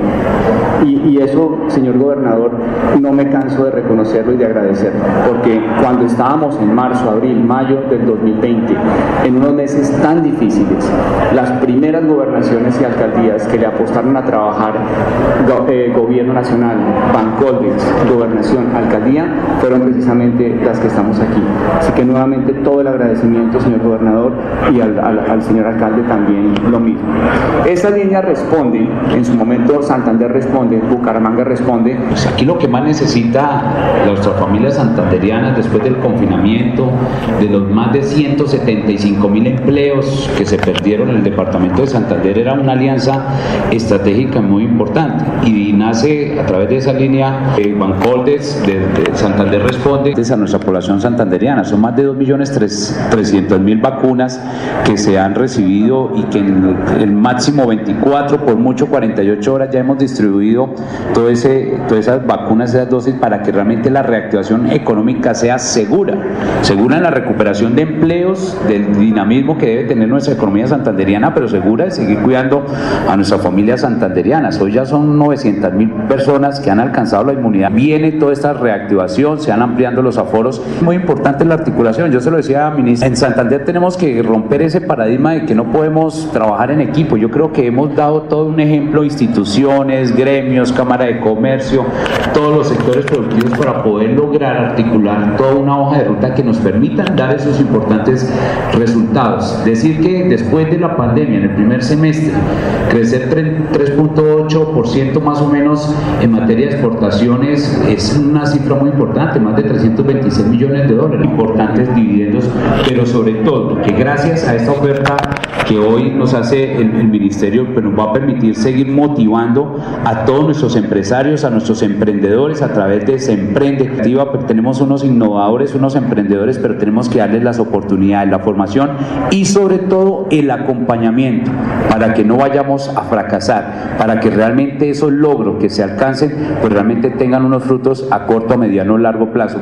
Y, y eso, señor gobernador, no me canso de reconocerlo y de agradecerlo, porque cuando estábamos en marzo, abril, mayo del dos mil veinte, en unos meses tan difíciles, las primeras gobernaciones y alcaldías que le apostaron a trabajar, go, eh, gobierno nacional, Bancoldex, gobernación, alcaldía, fueron precisamente las que estamos aquí. Así que nuevamente todo el agradecimiento, señor gobernador, y al, al, al señor alcalde también lo mismo. Esta línea Responde, en su momento Santander Responde, Bucaramanga Responde. Pues aquí lo que más necesita nuestras familias santanderianas después del confinamiento, de los más de ciento setenta y cinco mil empleos que se perdieron en el departamento de Santander, era una alianza estratégica muy importante, y nace a través de esa línea eh, Bancoldex de, de Santander Responde a nuestra población santanderiana. Son más de dos millones trescientos mil vacunas que se han recibido y que en el, el máximo veinticuatro, por mucho cuarenta y ocho horas ya hemos distribuido todo ese, todas esas vacunas, esas dosis, para que realmente la reactivación económica sea segura, segura en la recuperación de empleos, del dinamismo que debe tener nuestra economía santanderiana, pero segura de seguir cuidando a nuestras familias santanderianas. Hoy ya son novecientas mil personas que han alcanzado la inmunidad. Viene toda esta reactivación, se van ampliando los aforos. Muy importante la articulación. Yo se lo decía a la ministra, en Santander tenemos que romper ese paradigma de que no podemos trabajar en equipo. Yo creo que hemos dado todo un ejemplo, instituciones, gremios, Cámara de Comercio, todos los sectores productivos, para poder lograr articular toda una hoja de ruta que nos permitan dar esos importantes resultados. Decir que después de la pandemia, en el primer semestre, crecer tres punto ocho por ciento más o menos en materia de exportaciones es una cifra muy importante, más de trescientos veintiséis millones de dólares, importantes dividendos, pero sobre todo que gracias a esta oferta que hoy nos hace el, el Ministerio, pues nos va a permitir seguir motivando a todos nuestros empresarios, a nuestros emprendedores a través de Semprende. Tenemos unos innovadores, unos emprendedores, pero tenemos que darles las oportunidades, la formación y sobre todo el acompañamiento para que no vayamos a fracasar, para que realmente esos logros que se alcancen, pues realmente tengan unos frutos a corto, a mediano, largo plazo.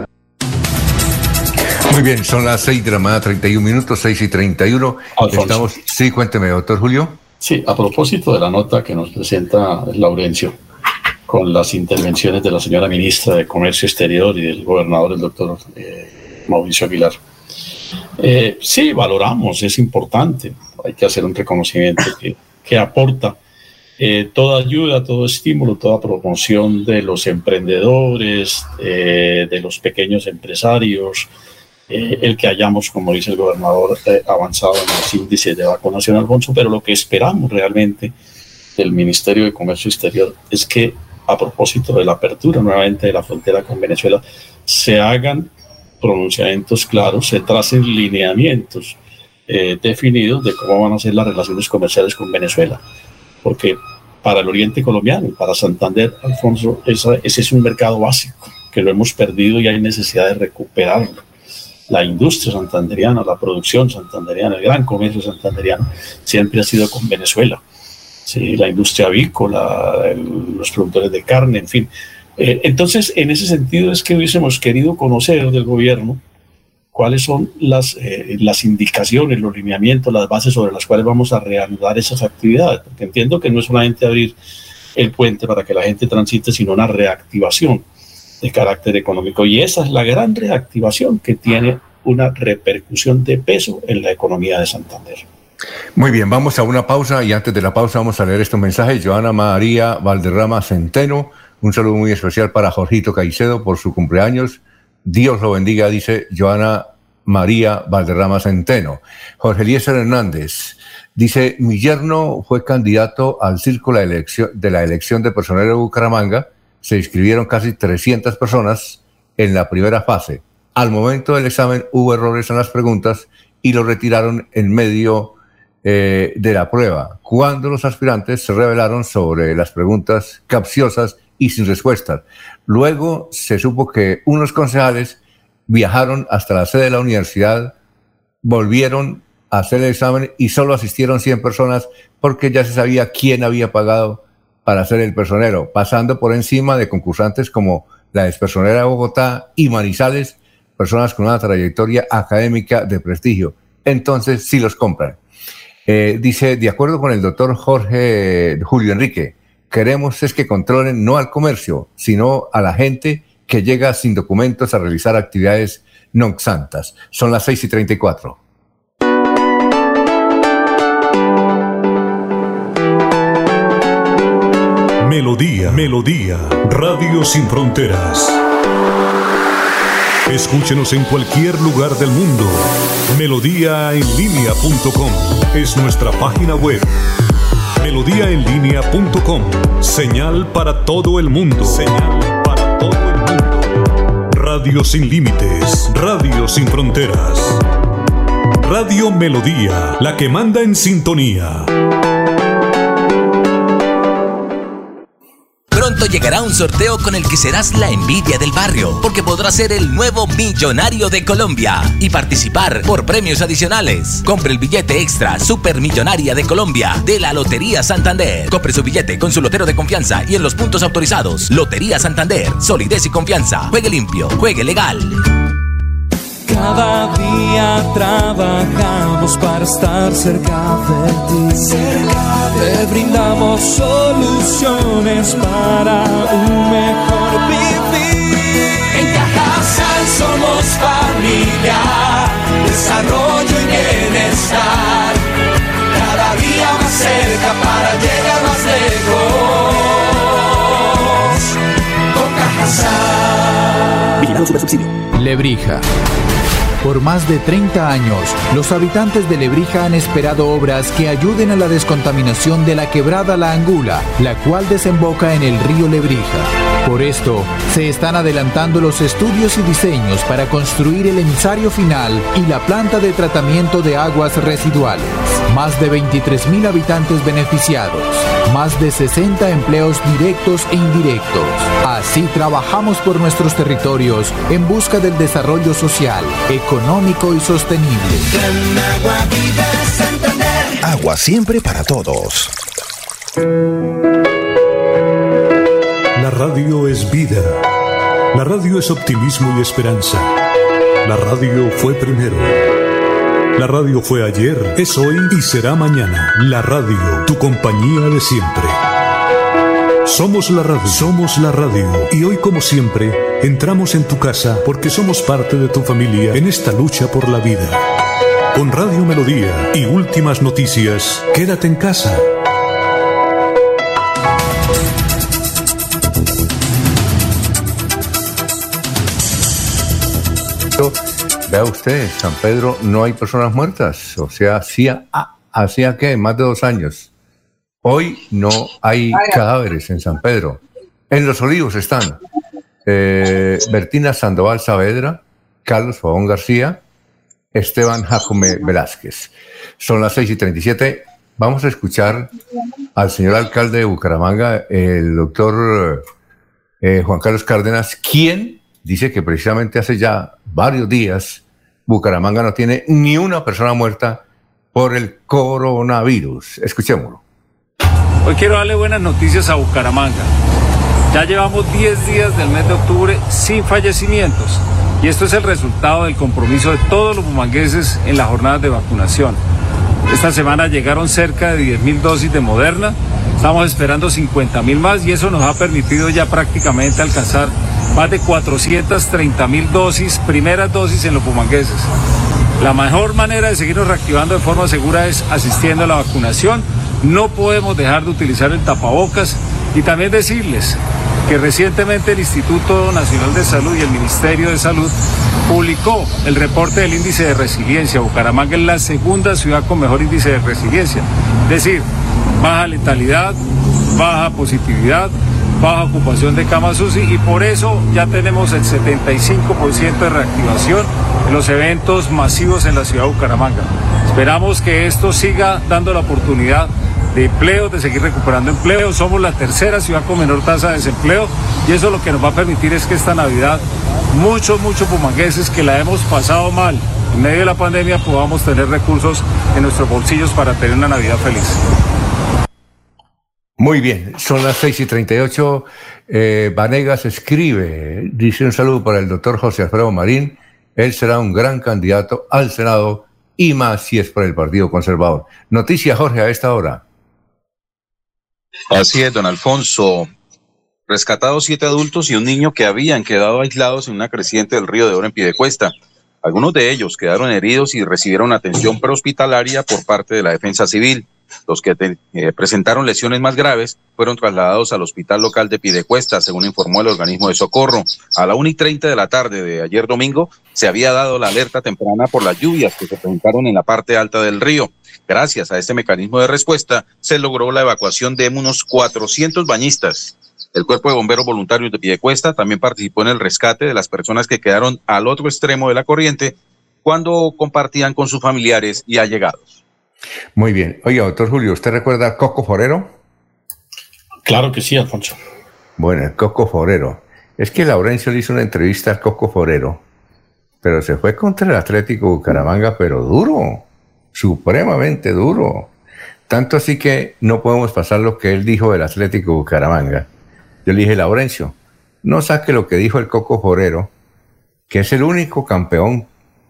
Muy bien, son las seis de la mañana, treinta y un minutos, seis y treinta y uno. Estamos, sí, cuénteme, doctor Julio. Sí, a propósito de la nota que nos presenta Laurencio, con las intervenciones de la señora ministra de Comercio Exterior y del gobernador, el doctor eh, Mauricio Aguilar. Eh, sí, valoramos, es importante, hay que hacer un reconocimiento que, que aporta eh, toda ayuda, todo estímulo, toda promoción de los emprendedores, eh, de los pequeños empresarios, eh, el que hayamos, como dice el gobernador, eh, avanzado en los índices de vacunación, Alfonso, pero lo que esperamos realmente del Ministerio de Comercio Exterior es que, a propósito de la apertura nuevamente de la frontera con Venezuela, se hagan pronunciamientos claros, se tracen lineamientos eh, definidos de cómo van a ser las relaciones comerciales con Venezuela, porque para el oriente colombiano y para Santander, Alfonso, esa, ese es un mercado básico que lo hemos perdido y hay necesidad de recuperarlo. La industria santanderiana, la producción santanderiana, el gran comercio santanderiano siempre ha sido con Venezuela. Sí, la industria avícola, el, los productores de carne, en fin. Eh, entonces, en ese sentido es que hubiésemos querido conocer del gobierno cuáles son las, eh, las indicaciones, los lineamientos, las bases sobre las cuales vamos a reanudar esas actividades, porque entiendo que no es solamente abrir el puente para que la gente transite, sino una reactivación de carácter económico, y esa es la gran reactivación que tiene una repercusión de peso en la economía de Santander. Muy bien, vamos a una pausa y antes de la pausa vamos a leer estos mensajes. Joana María Valderrama Centeno, un saludo muy especial para Jorgito Caicedo por su cumpleaños. Dios lo bendiga, dice Joana María Valderrama Centeno. Jorge Eliezer Hernández dice, mi yerno fue candidato al círculo de, elección, de la elección de personero de Bucaramanga. Se inscribieron casi trescientas personas en la primera fase. Al momento del examen hubo errores en las preguntas y lo retiraron en medio eh, de la prueba, cuando los aspirantes se rebelaron sobre las preguntas capciosas y sin respuestas. Luego se supo que unos concejales viajaron hasta la sede de la universidad, volvieron a hacer el examen y solo asistieron cien personas porque ya se sabía quién había pagado para ser el personero, pasando por encima de concursantes como la expersonera de Bogotá y Manizales, personas con una trayectoria académica de prestigio. Entonces sí los compran. Eh, dice, de acuerdo con el doctor Jorge Julio Enrique, queremos es que controlen no al comercio, sino a la gente que llega sin documentos a realizar actividades non santas. Son las seis y treinta y cuatro. Melodía, Melodía, Radio Sin Fronteras. Escúchenos en cualquier lugar del mundo. melodía en línea punto com es nuestra página web. melodía en línea punto com. Señal para todo el mundo. Señal para todo el mundo. Radio sin límites. Radio sin fronteras. Radio Melodía, la que manda en sintonía. Pronto llegará un sorteo con el que serás la envidia del barrio, porque podrás ser el nuevo millonario de Colombia y participar por premios adicionales. Compre el billete extra Supermillonaria de Colombia de la Lotería Santander. Compre su billete con su lotero de confianza y en los puntos autorizados. Lotería Santander, solidez y confianza. Juegue limpio, juegue legal. Cada día trabajamos para estar cerca de ti. Cerca de Te brindamos soluciones para un mejor vivir. En Cajasal somos familia, desarrollo y bienestar. Cada día más cerca para llegar más lejos. Con Cajasal. Vigilado Supersubsidio. Lebrija. Por más de treinta años, los habitantes de Lebrija han esperado obras que ayuden a la descontaminación de la quebrada La Angula, la cual desemboca en el río Lebrija. Por esto, se están adelantando los estudios y diseños para construir el emisario final y la planta de tratamiento de aguas residuales. Más de veintitrés mil habitantes beneficiados, más de sesenta empleos directos e indirectos. Así trabajamos por nuestros territorios en busca del desarrollo social, económico y sostenible. Agua Vida Santander. Agua siempre para todos. La radio es vida. La radio es optimismo y esperanza. La radio fue primero. La radio fue ayer, es hoy y será mañana. La radio, tu compañía de siempre. Somos la radio, somos la radio. Y hoy, como siempre, entramos en tu casa porque somos parte de tu familia en esta lucha por la vida. Con Radio Melodía y últimas noticias, quédate en casa. Vea usted, San Pedro no hay personas muertas, o sea, hacía, ah, hacía que más de dos años. Hoy no hay cadáveres en San Pedro. En Los Olivos están eh, Bertina Sandoval Saavedra, Carlos Pavón García, Esteban Jacome Velázquez. Son las seis y treinta y siete. Vamos a escuchar al señor alcalde de Bucaramanga, el doctor eh, Juan Carlos Cárdenas, quien dice que precisamente hace ya varios días Bucaramanga no tiene ni una persona muerta por el coronavirus. Escuchémoslo. Hoy quiero darle buenas noticias a Bucaramanga. Ya llevamos diez días del mes de octubre sin fallecimientos y esto es el resultado del compromiso de todos los bumangueses en las jornadas de vacunación. Esta semana llegaron cerca de diez mil dosis de Moderna, estamos esperando cincuenta mil más y eso nos ha permitido ya prácticamente alcanzar más de cuatrocientas treinta mil dosis, primeras dosis en los bumangueses. La mejor manera de seguirnos reactivando de forma segura es asistiendo a la vacunación. No podemos dejar de utilizar el tapabocas y también decirles que recientemente el Instituto Nacional de Salud y el Ministerio de Salud publicó el reporte del índice de resiliencia. Bucaramanga es la segunda ciudad con mejor índice de resiliencia, es decir, baja letalidad, baja positividad, baja ocupación de camas U C I y por eso ya tenemos el setenta y cinco por ciento de reactivación en los eventos masivos en la ciudad de Bucaramanga. Esperamos que esto siga dando la oportunidad de empleo, de seguir recuperando empleo. Somos la tercera ciudad con menor tasa de desempleo y eso lo que nos va a permitir es que esta Navidad muchos, muchos bumangueses que la hemos pasado mal en medio de la pandemia podamos tener recursos en nuestros bolsillos para tener una Navidad feliz. Muy bien, son las seis y treinta y ocho. Eh, Vanegas escribe, dice un saludo para el doctor José Alfredo Marín. Él será un gran candidato al Senado y más si es por el Partido Conservador. Noticia, Jorge, a esta hora. Así es, don Alfonso. Rescatados siete adultos y un niño que habían quedado aislados en una creciente del río de Oro en Piedecuesta. Algunos de ellos quedaron heridos y recibieron atención prehospitalaria por parte de la Defensa Civil. Los que te, eh, presentaron lesiones más graves fueron trasladados al hospital local de Piedecuesta, según informó el organismo de socorro. A la una y treinta de la tarde de ayer domingo se había dado la alerta temprana por las lluvias que se presentaron en la parte alta del río. Gracias a este mecanismo de respuesta se logró la evacuación de unos cuatrocientos bañistas. El Cuerpo de Bomberos Voluntarios de Piedecuesta también participó en el rescate de las personas que quedaron al otro extremo de la corriente cuando compartían con sus familiares y allegados. Muy bien. Oiga, doctor Julio, ¿usted recuerda a Coco Forero? Claro que sí, Alfonso. Bueno, el Coco Forero. Es que Laurencio le hizo una entrevista al Coco Forero, pero se fue contra el Atlético Bucaramanga, pero duro, supremamente duro. Tanto así que no podemos pasar lo que él dijo del Atlético Bucaramanga. Yo le dije, Laurencio, no saque lo que dijo el Coco Forero, que es el único campeón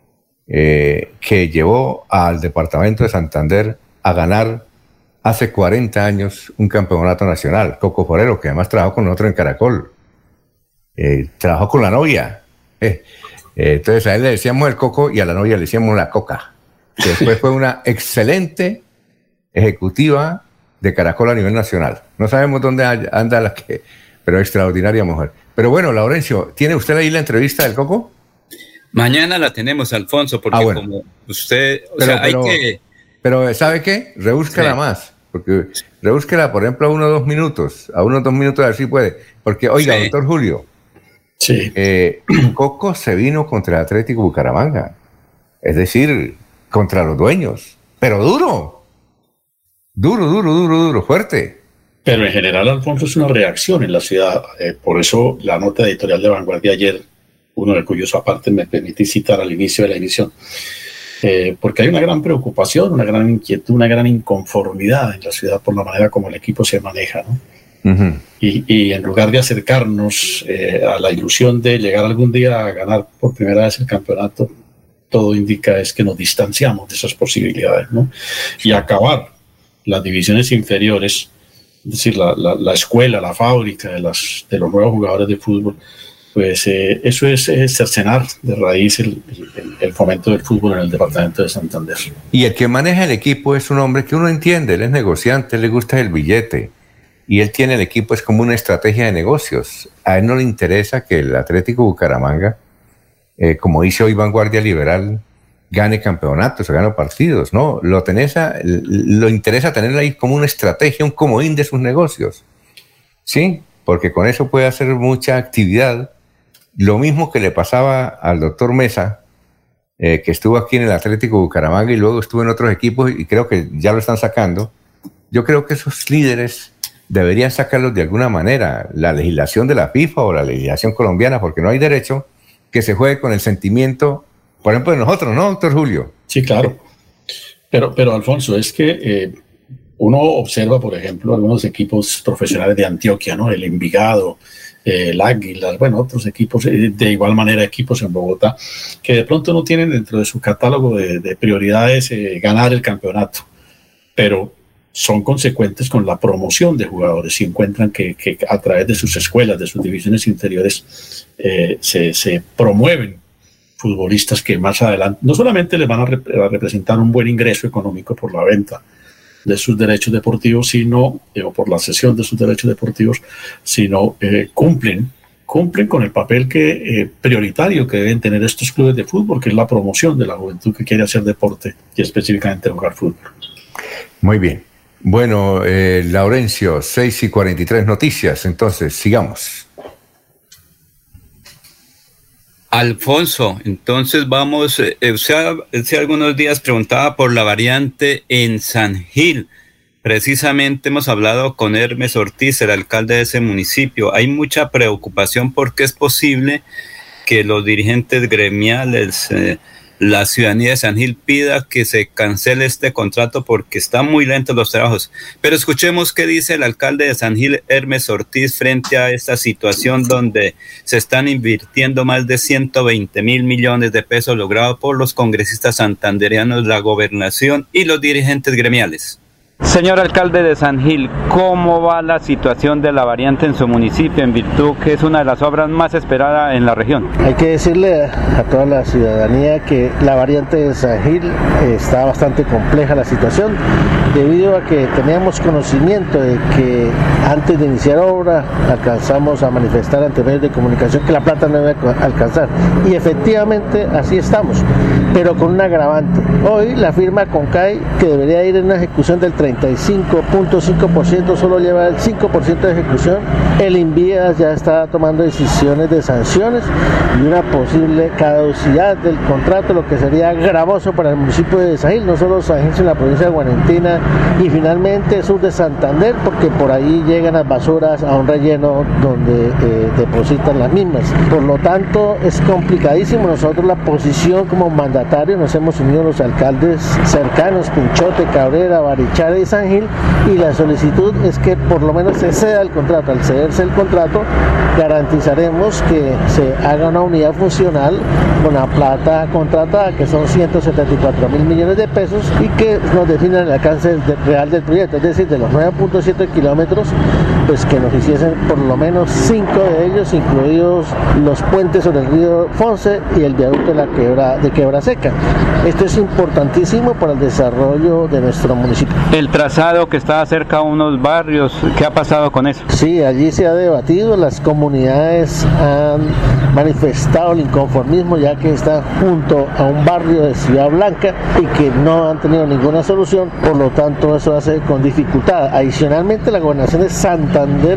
Eh, que llevó al departamento de Santander a ganar hace cuarenta años un campeonato nacional. Coco Forero, que además trabajó con nosotros en Caracol, eh, trabajó con la novia, eh, eh, entonces a él le decíamos el Coco y a la novia le decíamos la Coca, que después fue una excelente ejecutiva de Caracol a nivel nacional. No sabemos dónde anda la que, pero extraordinaria mujer. Pero bueno, Laurencio, ¿tiene usted ahí la entrevista del Coco? Mañana la tenemos, Alfonso, porque ah, bueno. como usted, o pero, sea, hay pero, que... Pero, ¿sabe qué? Rebúsquela sí. más, porque rebúsquela, por ejemplo, a uno o dos minutos, a unos dos minutos a ver si puede. Porque, oiga, sí. doctor Julio, sí. eh, Coco se vino contra el Atlético Bucaramanga, es decir, contra los dueños, pero duro, duro, duro, duro, duro, fuerte. Pero en general, Alfonso, es una reacción en la ciudad, eh, por eso la nota editorial de Vanguardia ayer, uno de cuyos aparte me permití citar al inicio de la emisión, eh, porque hay una gran preocupación, una gran inquietud, una gran inconformidad en la ciudad por la manera como el equipo se maneja, ¿no? Uh-huh. y, y en lugar de acercarnos eh, a la ilusión de llegar algún día a ganar por primera vez el campeonato, todo indica es que nos distanciamos de esas posibilidades, ¿no? Y acabar las divisiones inferiores es decir, la, la, la escuela, la fábrica de, las, de los nuevos jugadores de fútbol, pues eh, eso es, es cercenar de raíz el, el, el fomento del fútbol en el departamento de Santander. Y el que maneja el equipo es un hombre que uno entiende, él es negociante, le gusta el billete, y él tiene el equipo, es como una estrategia de negocios. A él no le interesa que el Atlético Bucaramanga, eh, como dice hoy Vanguardia Liberal, gane campeonatos o gane partidos, no, lo, tenés a, lo interesa tener ahí como una estrategia, un comodín de sus negocios, ¿sí? Porque con eso puede hacer mucha actividad. Lo mismo que le pasaba al doctor Mesa, eh, que estuvo aquí en el Atlético Bucaramanga y luego estuvo en otros equipos y creo que ya lo están sacando. Yo creo que esos líderes deberían sacarlos de alguna manera, la legislación de la FIFA o la legislación colombiana, porque no hay derecho que se juegue con el sentimiento, por ejemplo, de nosotros, ¿no, doctor Julio? Sí, claro. Pero, pero Alfonso, es que eh, uno observa, por ejemplo, algunos equipos profesionales de Antioquia, ¿no? El Envigado, eh, el Águila, bueno, otros equipos, eh, de igual manera equipos en Bogotá, que de pronto no tienen dentro de su catálogo de, de prioridades eh, ganar el campeonato, pero son consecuentes con la promoción de jugadores y encuentran que, que a través de sus escuelas, de sus divisiones inferiores, eh, se, se promueven futbolistas que más adelante no solamente les van a, rep- a representar un buen ingreso económico por la venta de sus derechos deportivos, sino, eh, o por la cesión de sus derechos deportivos, sino eh, cumplen, cumplen con el papel que, eh, prioritario que deben tener estos clubes de fútbol, que es la promoción de la juventud que quiere hacer deporte y específicamente jugar fútbol. Muy bien. Bueno, eh, Laurencio, seis y cuarenta y tres noticias, entonces sigamos. Alfonso, entonces vamos, eh, usted hace algunos días preguntaba por la variante en San Gil. Precisamente hemos hablado con Hermes Ortiz, el alcalde de ese municipio. Hay mucha preocupación porque es posible que los dirigentes gremiales, eh, la ciudadanía de San Gil pida que se cancele este contrato porque están muy lentos los trabajos. Pero escuchemos qué dice el alcalde de San Gil, Hermes Ortiz, frente a esta situación donde se están invirtiendo más de ciento veinte mil millones de pesos logrados por los congresistas santandereanos, la gobernación y los dirigentes gremiales. Señor alcalde de San Gil, ¿cómo va la situación de la variante en su municipio, en virtud que es una de las obras más esperadas en la región? Hay que decirle a toda la ciudadanía que la variante de San Gil está bastante compleja la situación, debido a que teníamos conocimiento de que antes de iniciar obra alcanzamos a manifestar ante medios de comunicación que la plata no iba a alcanzar, y efectivamente así estamos, pero con un agravante. Hoy la firma CONCAI, que debería ir en una ejecución del treinta y cinco punto cinco por ciento, solo lleva el cinco por ciento de ejecución. El INVIAS ya está tomando decisiones de sanciones y una posible caducidad del contrato, lo que sería gravoso para el municipio de San Gil, no solo San Gil, sino la provincia de Guarentina y finalmente sur de Santander, porque por ahí llegan las basuras a un relleno donde eh, depositan las mismas. Por lo tanto, es complicadísimo. Nosotros, la posición como mandatario, nos hemos unido los alcaldes cercanos, Pinchote, Cabrera, Barichara y San Gil, y la solicitud es que por lo menos se ceda el contrato. Al cederse el contrato, garantizaremos que se haga una unidad funcional con la plata contratada, que son ciento setenta y cuatro mil millones de pesos, y que nos definan el alcance real del proyecto, es decir, de los nueve punto siete kilómetros, pues que nos hiciesen por lo menos cinco de ellos, incluidos los puentes sobre el río Fonce y el viaducto de la quebra, de Quebra Seca. Esto es importantísimo para el desarrollo de nuestro municipio. El trazado que está cerca a unos barrios, ¿qué ha pasado con eso? Sí, allí se ha debatido, las comunidades han manifestado el inconformismo, ya que están junto a un barrio de Ciudad Blanca y que no han tenido ninguna solución, por lo tanto eso hace con dificultad. Adicionalmente, la gobernación de Santander,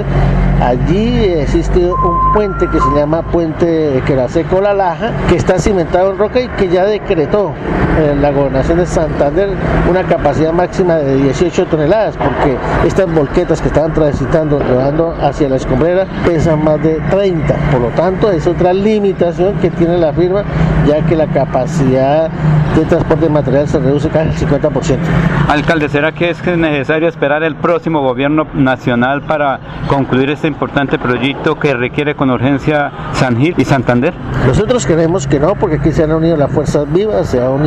allí existe un puente que se llama Puente Quebraseco La Laja, que está cimentado en roca y que ya decretó eh, la gobernación de Santander una capacidad máxima de dieciocho toneladas, porque estas volquetas que estaban transitando, llevando hacia la escombrera, pesan más de treinta. Por lo tanto, es otra limitación que tiene la firma, ya que la capacidad de transporte de material se reduce casi al cincuenta por ciento. Alcalde, ¿será que es necesario esperar el próximo gobierno nacional para concluir este importante proyecto que requiere con urgencia San Gil y Santander? Nosotros creemos que no, porque aquí se han unido las fuerzas vivas, se ha unido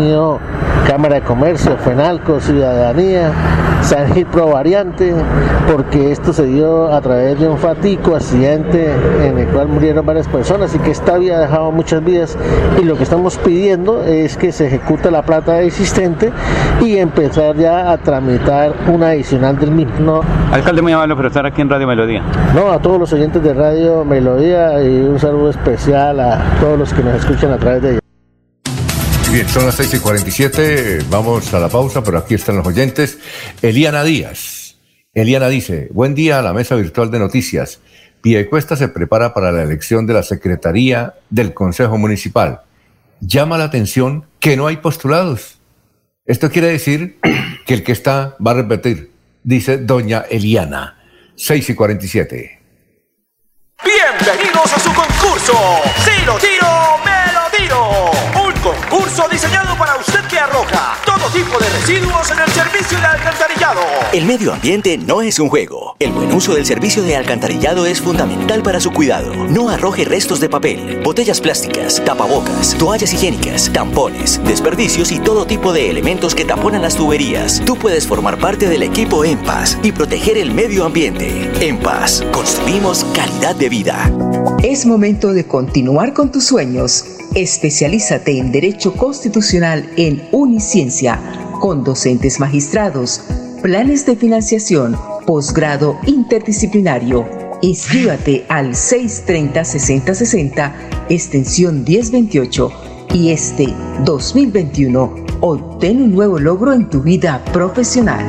tenido Cámara de Comercio, FENALCO, Ciudadanía, San Gil Pro Variante, porque esto se dio a través de un fatico accidente en el cual murieron varias personas y que esta vía ha dejado muchas vidas, y lo que estamos pidiendo es que se ejecute la plata existente y empezar ya a tramitar una adicional del mismo. No, Alcalde, muy amable por estar aquí en Radio Melodía. No, a todos los oyentes de Radio Melodía, y un saludo especial a todos los que nos escuchan a través de ella. Bien, son las seis y cuarenta y siete, vamos a la pausa, pero aquí están los oyentes. Eliana Díaz. Eliana dice, buen día a la mesa virtual de noticias. Piedecuesta se prepara para la elección de la Secretaría del Consejo Municipal. Llama la atención que no hay postulados. Esto quiere decir que el que está va a repetir, dice doña Eliana. seis y cuarenta y siete. Bienvenidos a su concurso. Si lo tiro, me lo tiro. Un concurso diseñado para usted que arroja todo tipo de residuos en el servicio de alcantarillado. El medio ambiente no es un juego. El buen uso del servicio de alcantarillado es fundamental para su cuidado. No arroje restos de papel, botellas plásticas, tapabocas, toallas higiénicas, tampones, desperdicios y todo tipo de elementos que taponan las tuberías. Tú puedes formar parte del equipo En Paz y proteger el medio ambiente. En Paz, construimos calidad de vida. Es momento de continuar con tus sueños. Especialízate en Derecho Constitucional en Uniciencia, con docentes magistrados, planes de financiación, posgrado interdisciplinario. Inscríbate al seiscientos treinta, sesenta sesenta, extensión diez veintiocho, y este dos mil veintiuno obtén un nuevo logro en tu vida profesional.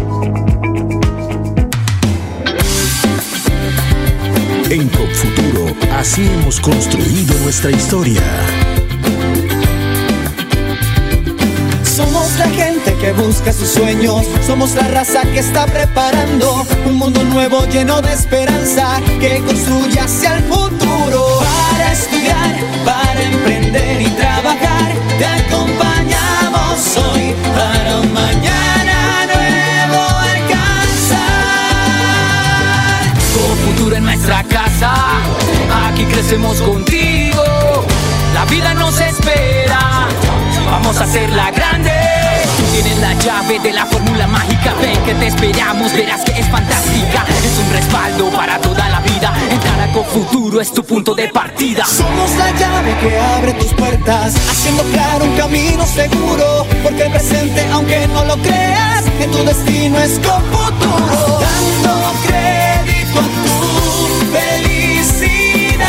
En Copfuturo, así hemos construido nuestra historia. Somos la gente que busca sus sueños, somos la raza que está preparando un mundo nuevo lleno de esperanza que construye hacia el futuro. Para estudiar, para emprender y trabajar, te acompañamos hoy para un mañana nuevo alcanzar. Con futuro en nuestra casa, aquí crecemos contigo, la vida nos espera, vamos a hacerla grande. Tú tienes la llave de la fórmula mágica, ven que te esperamos, verás que es fantástica. Es un respaldo para toda la vida, entrar a Cofuturo es tu punto de partida. Somos la llave que abre tus puertas, haciendo claro un camino seguro, porque el presente, aunque no lo creas, en tu destino es Cofuturo, dando crédito a tu felicidad.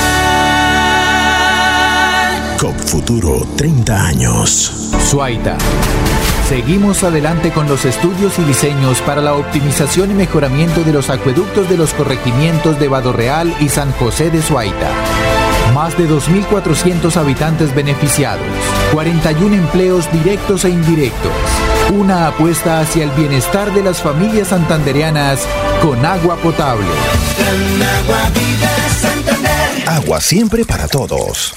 Copfuturo, treinta años. Suaita. Seguimos adelante con los estudios y diseños para la optimización y mejoramiento de los acueductos de los corregimientos de Vado Real y San José de Suaita. Más de dos mil cuatrocientos habitantes beneficiados, cuarenta y uno empleos directos e indirectos. Una apuesta hacia el bienestar de las familias santandereanas con agua potable. Agua Vida Santander. Agua siempre para todos.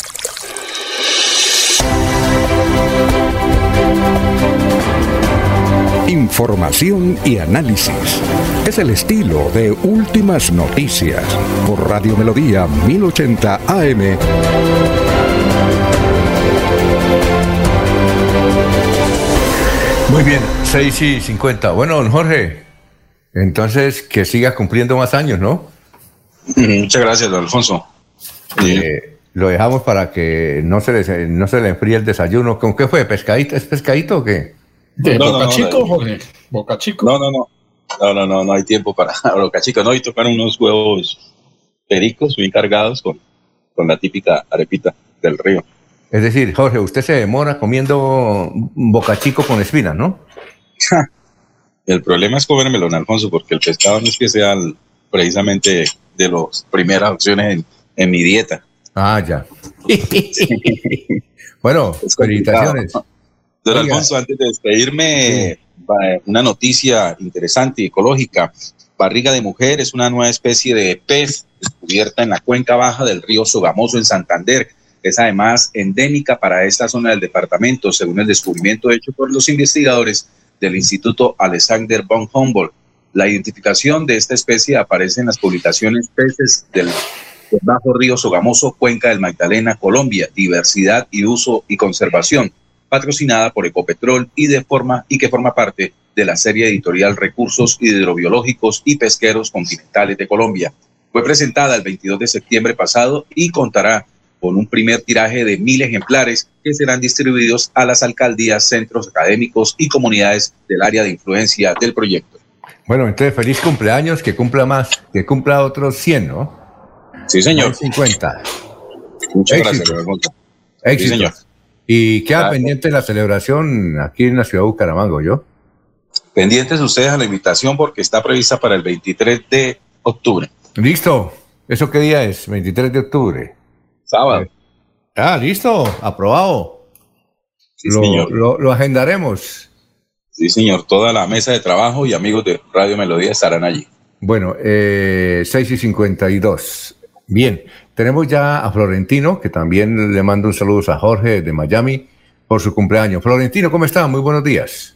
Información y análisis. Es el estilo de Últimas Noticias por Radio Melodía mil ochenta A M. Muy bien, seis y cincuenta. Bueno, don Jorge, entonces que siga cumpliendo más años, ¿no? Muchas gracias, don Alfonso. Eh, lo dejamos para que no se le, no se le enfríe el desayuno. ¿Con qué fue? ¿Pescadito? ¿Es pescadito o qué? De no, Boca no, Chico, no, Jorge. Boca Chico. No, no, no. No, no, no, no hay tiempo para Boca Chico. No, y tocaron unos huevos pericos bien cargados con, con la típica arepita del río. Es decir, Jorge, usted se demora comiendo Boca Chico con espinas, ¿no? El problema es comérmelo, don Alfonso, porque el pescado no es que sea el, precisamente de las primeras opciones en, en mi dieta. Ah, ya. Bueno, felicitaciones. Don Oiga. Alfonso, antes de despedirme, sí. Una noticia interesante y ecológica. Barriga de mujer es una nueva especie de pez descubierta en la cuenca baja del río Sogamoso en Santander. Es además endémica para esta zona del departamento, según el descubrimiento hecho por los investigadores del Instituto Alexander von Humboldt. La identificación de esta especie aparece en las publicaciones Peces del, del Bajo Río Sogamoso, Cuenca del Magdalena, Colombia, Diversidad y Uso y Conservación, patrocinada por Ecopetrol y, de forma, y que forma parte de la serie editorial Recursos Hidrobiológicos y Pesqueros Continentales de Colombia. Fue presentada el veintidós de septiembre pasado y contará con un primer tiraje de mil ejemplares que serán distribuidos a las alcaldías, centros académicos y comunidades del área de influencia del proyecto. Bueno, entonces feliz cumpleaños, que cumpla más, que cumpla otros cien, ¿no? Sí, señor. cincuenta. Muchas Éxitos. gracias, Alfonso. Éxitos. Sí, señor. Y queda Claro. pendiente la celebración aquí en la ciudad de Bucaramanga, ¿yo? Pendientes ustedes a la invitación porque está prevista para el veintitrés de octubre. Listo. ¿Eso qué día es? veintitrés de octubre. Sábado. Ah, listo. Aprobado. Sí, lo, señor. Lo, lo agendaremos. Sí, señor. Toda la mesa de trabajo y amigos de Radio Melodía estarán allí. Bueno, eh, seis y cincuenta y dos. Bien, tenemos ya a Florentino, que también le mando un saludo a Jorge de Miami por su cumpleaños. Florentino, ¿cómo está? Muy buenos días.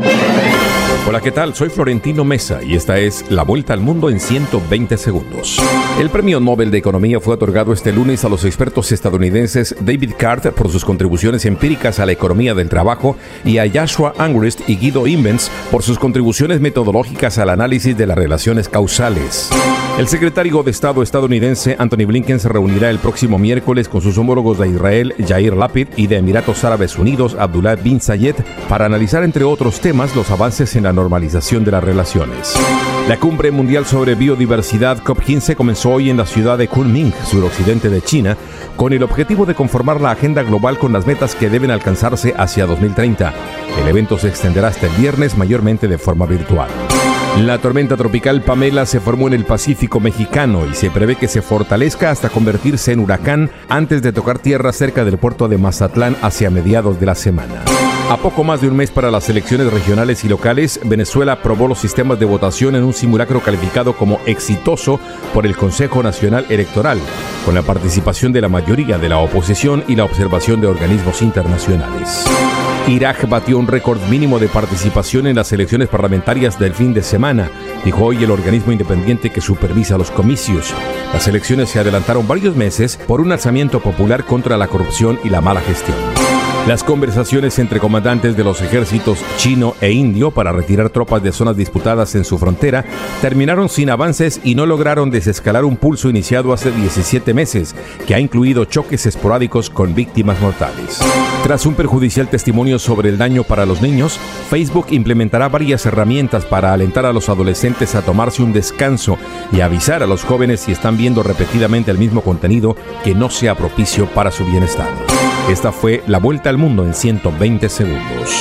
Hola, ¿qué tal? Soy Florentino Mesa y esta es La Vuelta al Mundo en ciento veinte segundos. El Premio Nobel de Economía fue otorgado este lunes a los expertos estadounidenses David Card por sus contribuciones empíricas a la economía del trabajo y a Joshua Angrist y Guido Imbens por sus contribuciones metodológicas al análisis de las relaciones causales. El secretario de Estado estadounidense Anthony Blinken se reunirá el próximo miércoles con sus homólogos de Israel, Yair Lapid, y de Emiratos Árabes Unidos, Abdullah bin Zayed, para analizar, entre otros temas, los avances en la normalización de las relaciones. La Cumbre Mundial sobre Biodiversidad COP quince comenzó hoy en la ciudad de Kunming, suroccidente de China, con el objetivo de conformar la agenda global con las metas que deben alcanzarse hacia dos mil treinta. El evento se extenderá hasta el viernes, mayormente de forma virtual. La tormenta tropical Pamela se formó en el Pacífico mexicano y se prevé que se fortalezca hasta convertirse en huracán antes de tocar tierra cerca del puerto de Mazatlán hacia mediados de la semana. A poco más de un mes para las elecciones regionales y locales, Venezuela aprobó los sistemas de votación en un simulacro calificado como exitoso por el Consejo Nacional Electoral, con la participación de la mayoría de la oposición y la observación de organismos internacionales. Irak batió un récord mínimo de participación en las elecciones parlamentarias del fin de semana, dijo hoy el organismo independiente que supervisa los comicios. Las elecciones se adelantaron varios meses por un alzamiento popular contra la corrupción y la mala gestión. Las conversaciones entre comandantes de los ejércitos chino e indio para retirar tropas de zonas disputadas en su frontera terminaron sin avances y no lograron desescalar un pulso iniciado hace diecisiete meses, que ha incluido choques esporádicos con víctimas mortales. Tras un perjudicial testimonio sobre el daño para los niños, Facebook implementará varias herramientas para alentar a los adolescentes a tomarse un descanso y avisar a los jóvenes si están viendo repetidamente el mismo contenido que no sea propicio para su bienestar. Esta fue la vuelta al mundo en ciento veinte segundos.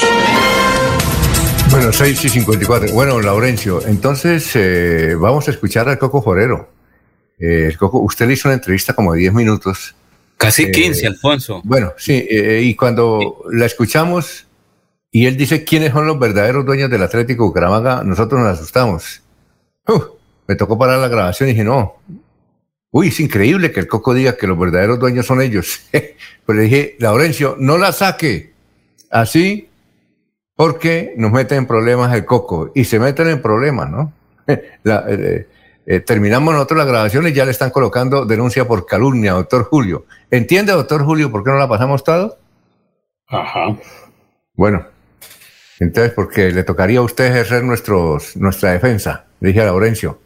Bueno, seis y cincuenta y cuatro. Bueno, Laurencio, entonces eh, vamos a escuchar al Coco Forero. Eh, el Coco, usted le hizo una entrevista como de diez minutos. Casi quince, eh, Alfonso. Bueno, sí, eh, y cuando sí. la escuchamos y él dice quiénes son los verdaderos dueños del Atlético Bucaramanga, nosotros nos asustamos. Uh, me tocó parar la grabación y dije, no. Uy, es increíble que el Coco diga que los verdaderos dueños son ellos. Pero le dije, Laurencio, no la saque así porque nos meten en problemas el Coco. Y se meten en problemas, ¿no? La, eh, eh, terminamos nosotros la grabación y ya le están colocando denuncia por calumnia, doctor Julio. ¿Entiende, doctor Julio, por qué no la pasamos todo? Ajá. Bueno, entonces porque le tocaría a usted ejercer nuestros, nuestra defensa, le dije a Laurencio.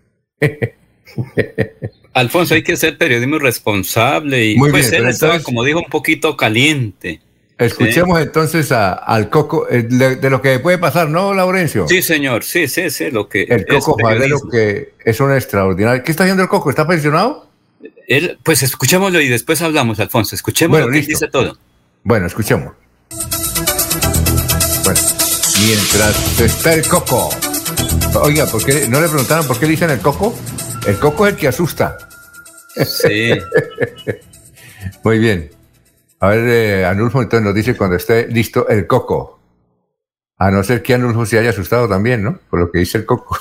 Alfonso, hay que ser periodismo responsable y Muy pues bien, él estaba, entonces, como dijo, un poquito caliente. Escuchemos ¿sí? entonces a, al Coco, eh, de, de lo que puede pasar, ¿no, Laurencio? Sí, señor, sí, sí, sí, lo que el Coco Forero, que es un extraordinario. ¿Qué está haciendo el Coco? ¿Está pensionado? Él, pues escuchémoslo y después hablamos, Alfonso. Escuchemos bueno, lo que él dice todo. Bueno, escuchemos. Bueno, mientras está el Coco. Oiga, ¿por qué no le preguntaron por qué le dicen el Coco? El Coco es el que asusta. Sí. Muy bien. A ver, eh, Anulfo entonces nos dice cuando esté listo el Coco. A no ser que Anulfo se haya asustado también, ¿no? Por lo que dice el Coco.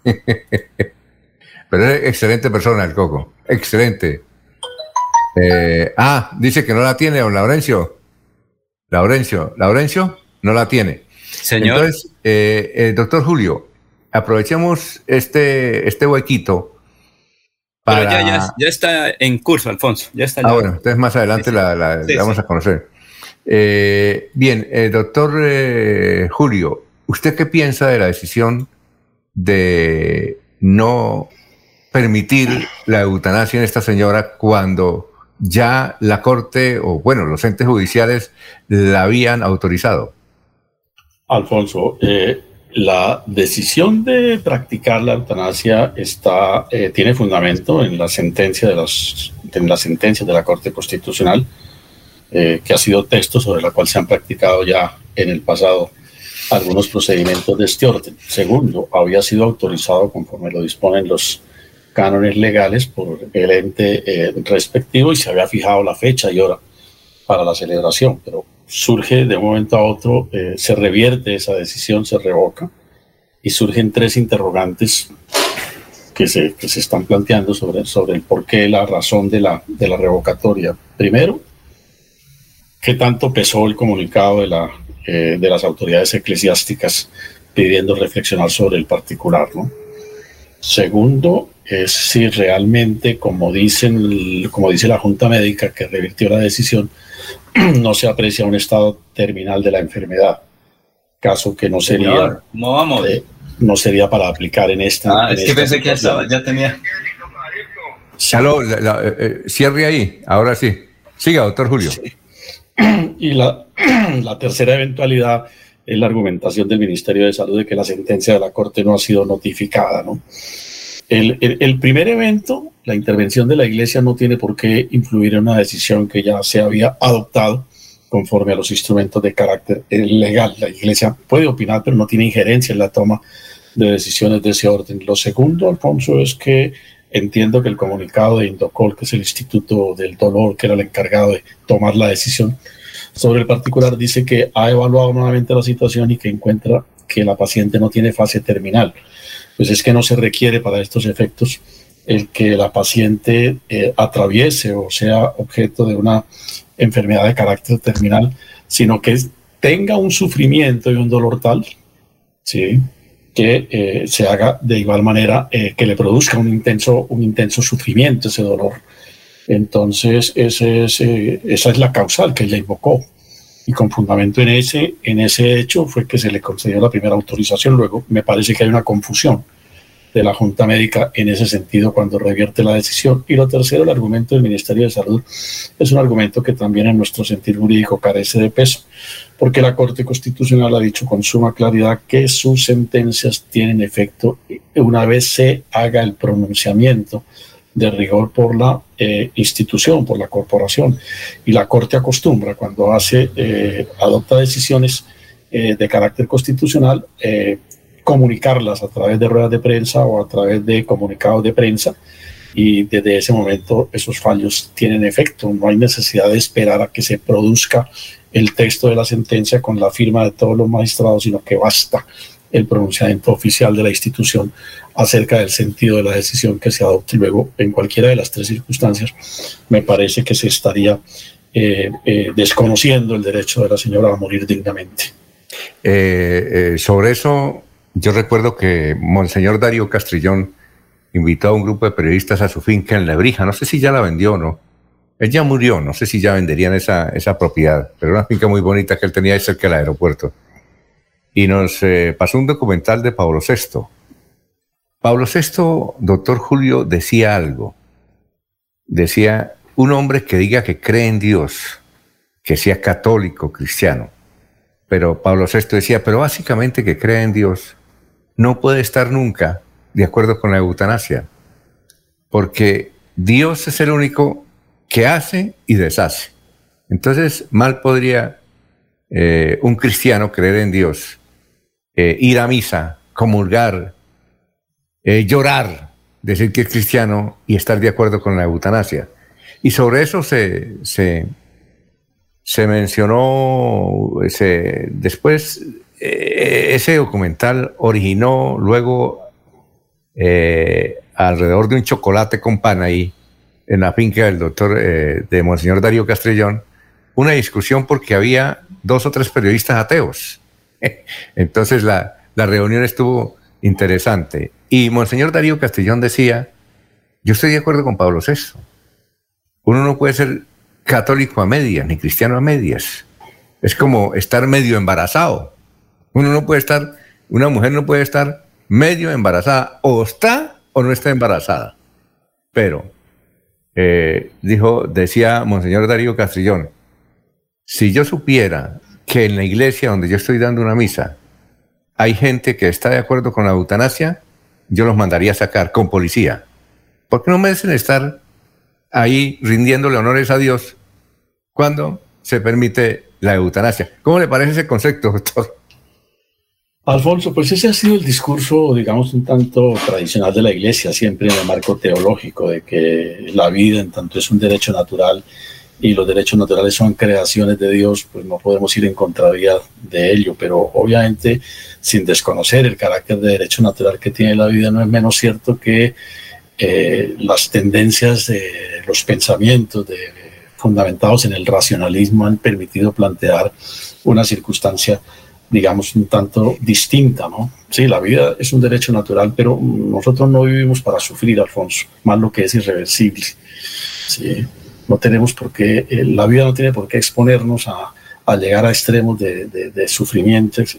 Pero es excelente persona el Coco. Excelente. Eh, ah, dice que no la tiene, don Laurencio. Laurencio, Laurencio no la tiene. Señor. Entonces, eh, eh, doctor Julio, aprovechemos este, este huequito. Para... Pero ya, ya, ya está en curso, Alfonso. Ya está ah, bueno, entonces más adelante sí, la, la, sí, la vamos sí. a conocer. Eh, bien, eh, doctor eh, Julio, ¿usted qué piensa de la decisión de no permitir la eutanasia en esta señora cuando ya la Corte, o bueno, los entes judiciales la habían autorizado? Alfonso, eh, la decisión de practicar la eutanasia está, eh, tiene fundamento en la sentencia de las, en la sentencia de la Corte Constitucional, eh, que ha sido texto sobre la cual se han practicado ya en el pasado algunos procedimientos de este orden. Segundo, había sido autorizado conforme lo disponen los cánones legales por el ente eh, respectivo y se había fijado la fecha y hora para la celebración, pero surge de un momento a otro, eh, se revierte esa decisión, se revoca y surgen tres interrogantes que se, que se están planteando sobre, sobre el porqué, la razón de la, de la revocatoria. Primero, ¿qué tanto pesó el comunicado de, la, eh, de las autoridades eclesiásticas pidiendo reflexionar sobre el particular, ¿no? Segundo, es si realmente, como, dicen, como dice la Junta Médica que revirtió la decisión, no se aprecia un estado terminal de la enfermedad, caso que no sería, Señor, ¿cómo vamos? Eh, no sería para aplicar en esta. Ah, en es que esta pensé que ya situación. estaba, ya tenía. Aló, la, la, eh, cierre ahí, ahora sí. Siga, doctor Julio. Sí. Y la, la tercera eventualidad es la argumentación del Ministerio de Salud de que la sentencia de la Corte no ha sido notificada, ¿no? El, el, el primer evento, la intervención de la Iglesia, no tiene por qué influir en una decisión que ya se había adoptado conforme a los instrumentos de carácter legal. La Iglesia puede opinar, pero no tiene injerencia en la toma de decisiones de ese orden. Lo segundo, Alfonso, es que entiendo que el comunicado de Indocol, que es el Instituto del Dolor, que era el encargado de tomar la decisión sobre el particular, dice que ha evaluado nuevamente la situación y que encuentra que la paciente no tiene fase terminal. Pues es que no se requiere para estos efectos el que la paciente eh, atraviese o sea objeto de una enfermedad de carácter terminal, sino que tenga un sufrimiento y un dolor tal, ¿sí?, que eh, se haga de igual manera, eh, que le produzca un intenso, un intenso sufrimiento ese dolor. Entonces, ese es, eh, esa es la causal que ella invocó. Y con fundamento en ese, en ese hecho fue que se le concedió la primera autorización. Luego me parece que hay una confusión de la Junta Médica en ese sentido cuando revierte la decisión. Y lo tercero, el argumento del Ministerio de Salud, es un argumento que también en nuestro sentido jurídico carece de peso, porque la Corte Constitucional ha dicho con suma claridad que sus sentencias tienen efecto una vez se haga el pronunciamiento de rigor por la eh, institución, por la corporación. Y la Corte acostumbra, cuando hace, eh, adopta decisiones eh, de carácter constitucional, eh, comunicarlas a través de ruedas de prensa o a través de comunicados de prensa, y desde ese momento esos fallos tienen efecto. No hay necesidad de esperar a que se produzca el texto de la sentencia con la firma de todos los magistrados, sino que basta el pronunciamiento oficial de la institución acerca del sentido de la decisión que se adopte. Luego, en cualquiera de las tres circunstancias, me parece que se estaría eh, eh, desconociendo el derecho de la señora a morir dignamente. Eh, eh, sobre eso, yo recuerdo que Monseñor Darío Castrillón invitó a un grupo de periodistas a su finca en Lebrija. No sé si ya la vendió o no. Él ya murió, no sé si ya venderían esa, esa propiedad, pero una finca muy bonita que él tenía ahí cerca del aeropuerto. Y nos eh, pasó un documental de Pablo sexto. Pablo sexto, doctor Julio, decía algo. Decía, un hombre que diga que cree en Dios, que sea católico, cristiano. Pero Pablo sexto decía, pero básicamente que cree en Dios, no puede estar nunca de acuerdo con la eutanasia. Porque Dios es el único que hace y deshace. Entonces, mal podría eh, un cristiano creer en Dios, Eh, ir a misa, comulgar, eh, llorar, decir que es cristiano y estar de acuerdo con la eutanasia. Y sobre eso se, se, se mencionó, se, después eh, ese documental originó luego eh, alrededor de un chocolate con pan ahí, en la finca del doctor, eh, de Monseñor Darío Castrillón, una discusión porque había dos o tres periodistas ateos. Entonces la, la reunión estuvo interesante. Y Monseñor Darío Castrillón decía, yo estoy de acuerdo con Pablo sexto. Uno no puede ser católico a medias, ni cristiano a medias. Es como estar medio embarazado. Uno no puede estar, una mujer no puede estar medio embarazada, o está o no está embarazada. Pero, eh, dijo, decía Monseñor Darío Castrillón, si yo supiera que en la iglesia donde yo estoy dando una misa hay gente que está de acuerdo con la eutanasia, yo los mandaría a sacar con policía. ¿Por qué no merecen estar ahí rindiéndole honores a Dios cuando se permite la eutanasia? ¿Cómo le parece ese concepto, doctor? Alfonso, pues ese ha sido el discurso, digamos, un tanto tradicional de la Iglesia, siempre en el marco teológico, de que la vida, en tanto es un derecho natural y los derechos naturales son creaciones de Dios, pues no podemos ir en contravía de ello, pero obviamente sin desconocer el carácter de derecho natural que tiene la vida, no es menos cierto que eh, las tendencias de los pensamientos de, fundamentados en el racionalismo han permitido plantear una circunstancia, digamos, un tanto distinta, ¿no? Sí, la vida es un derecho natural, pero nosotros no vivimos para sufrir, Alfonso, más lo que es irreversible. Sí, no tenemos por qué, eh, la vida no tiene por qué exponernos a, a llegar a extremos de, de, de sufrimiento eh,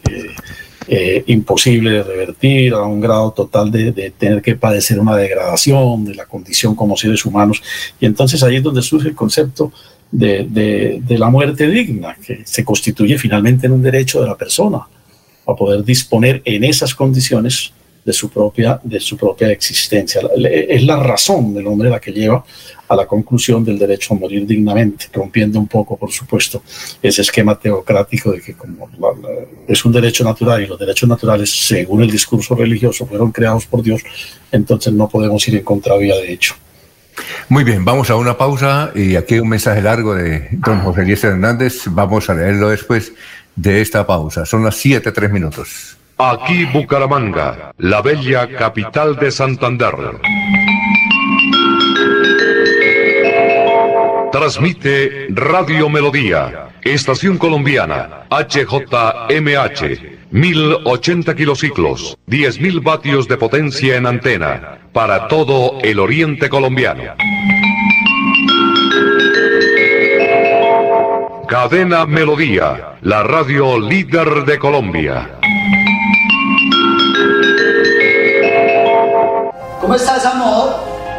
eh, imposible de revertir, a un grado total de, de tener que padecer una degradación de la condición como seres humanos. Y entonces ahí es donde surge el concepto De, de, de la muerte digna, que se constituye finalmente en un derecho de la persona a poder disponer en esas condiciones de su propia, de su propia existencia. Es la razón del hombre la que lleva a la conclusión del derecho a morir dignamente, rompiendo un poco, por supuesto, ese esquema teocrático de que como la, la, es un derecho natural y los derechos naturales, según el discurso religioso, fueron creados por Dios, entonces no podemos ir en contravía de hecho. Muy bien, vamos a una pausa y aquí hay un mensaje largo de don José Eliezer Hernández. Vamos a leerlo después de esta pausa. Son las siete, tres minutos. Aquí Bucaramanga, la bella capital de Santander. Transmite Radio Melodía, Estación Colombiana, H J M H, mil ochenta kilociclos, diez mil vatios de potencia en antena, para todo el oriente colombiano. Cadena Melodía, la radio líder de Colombia. ¿Cómo estás, amor?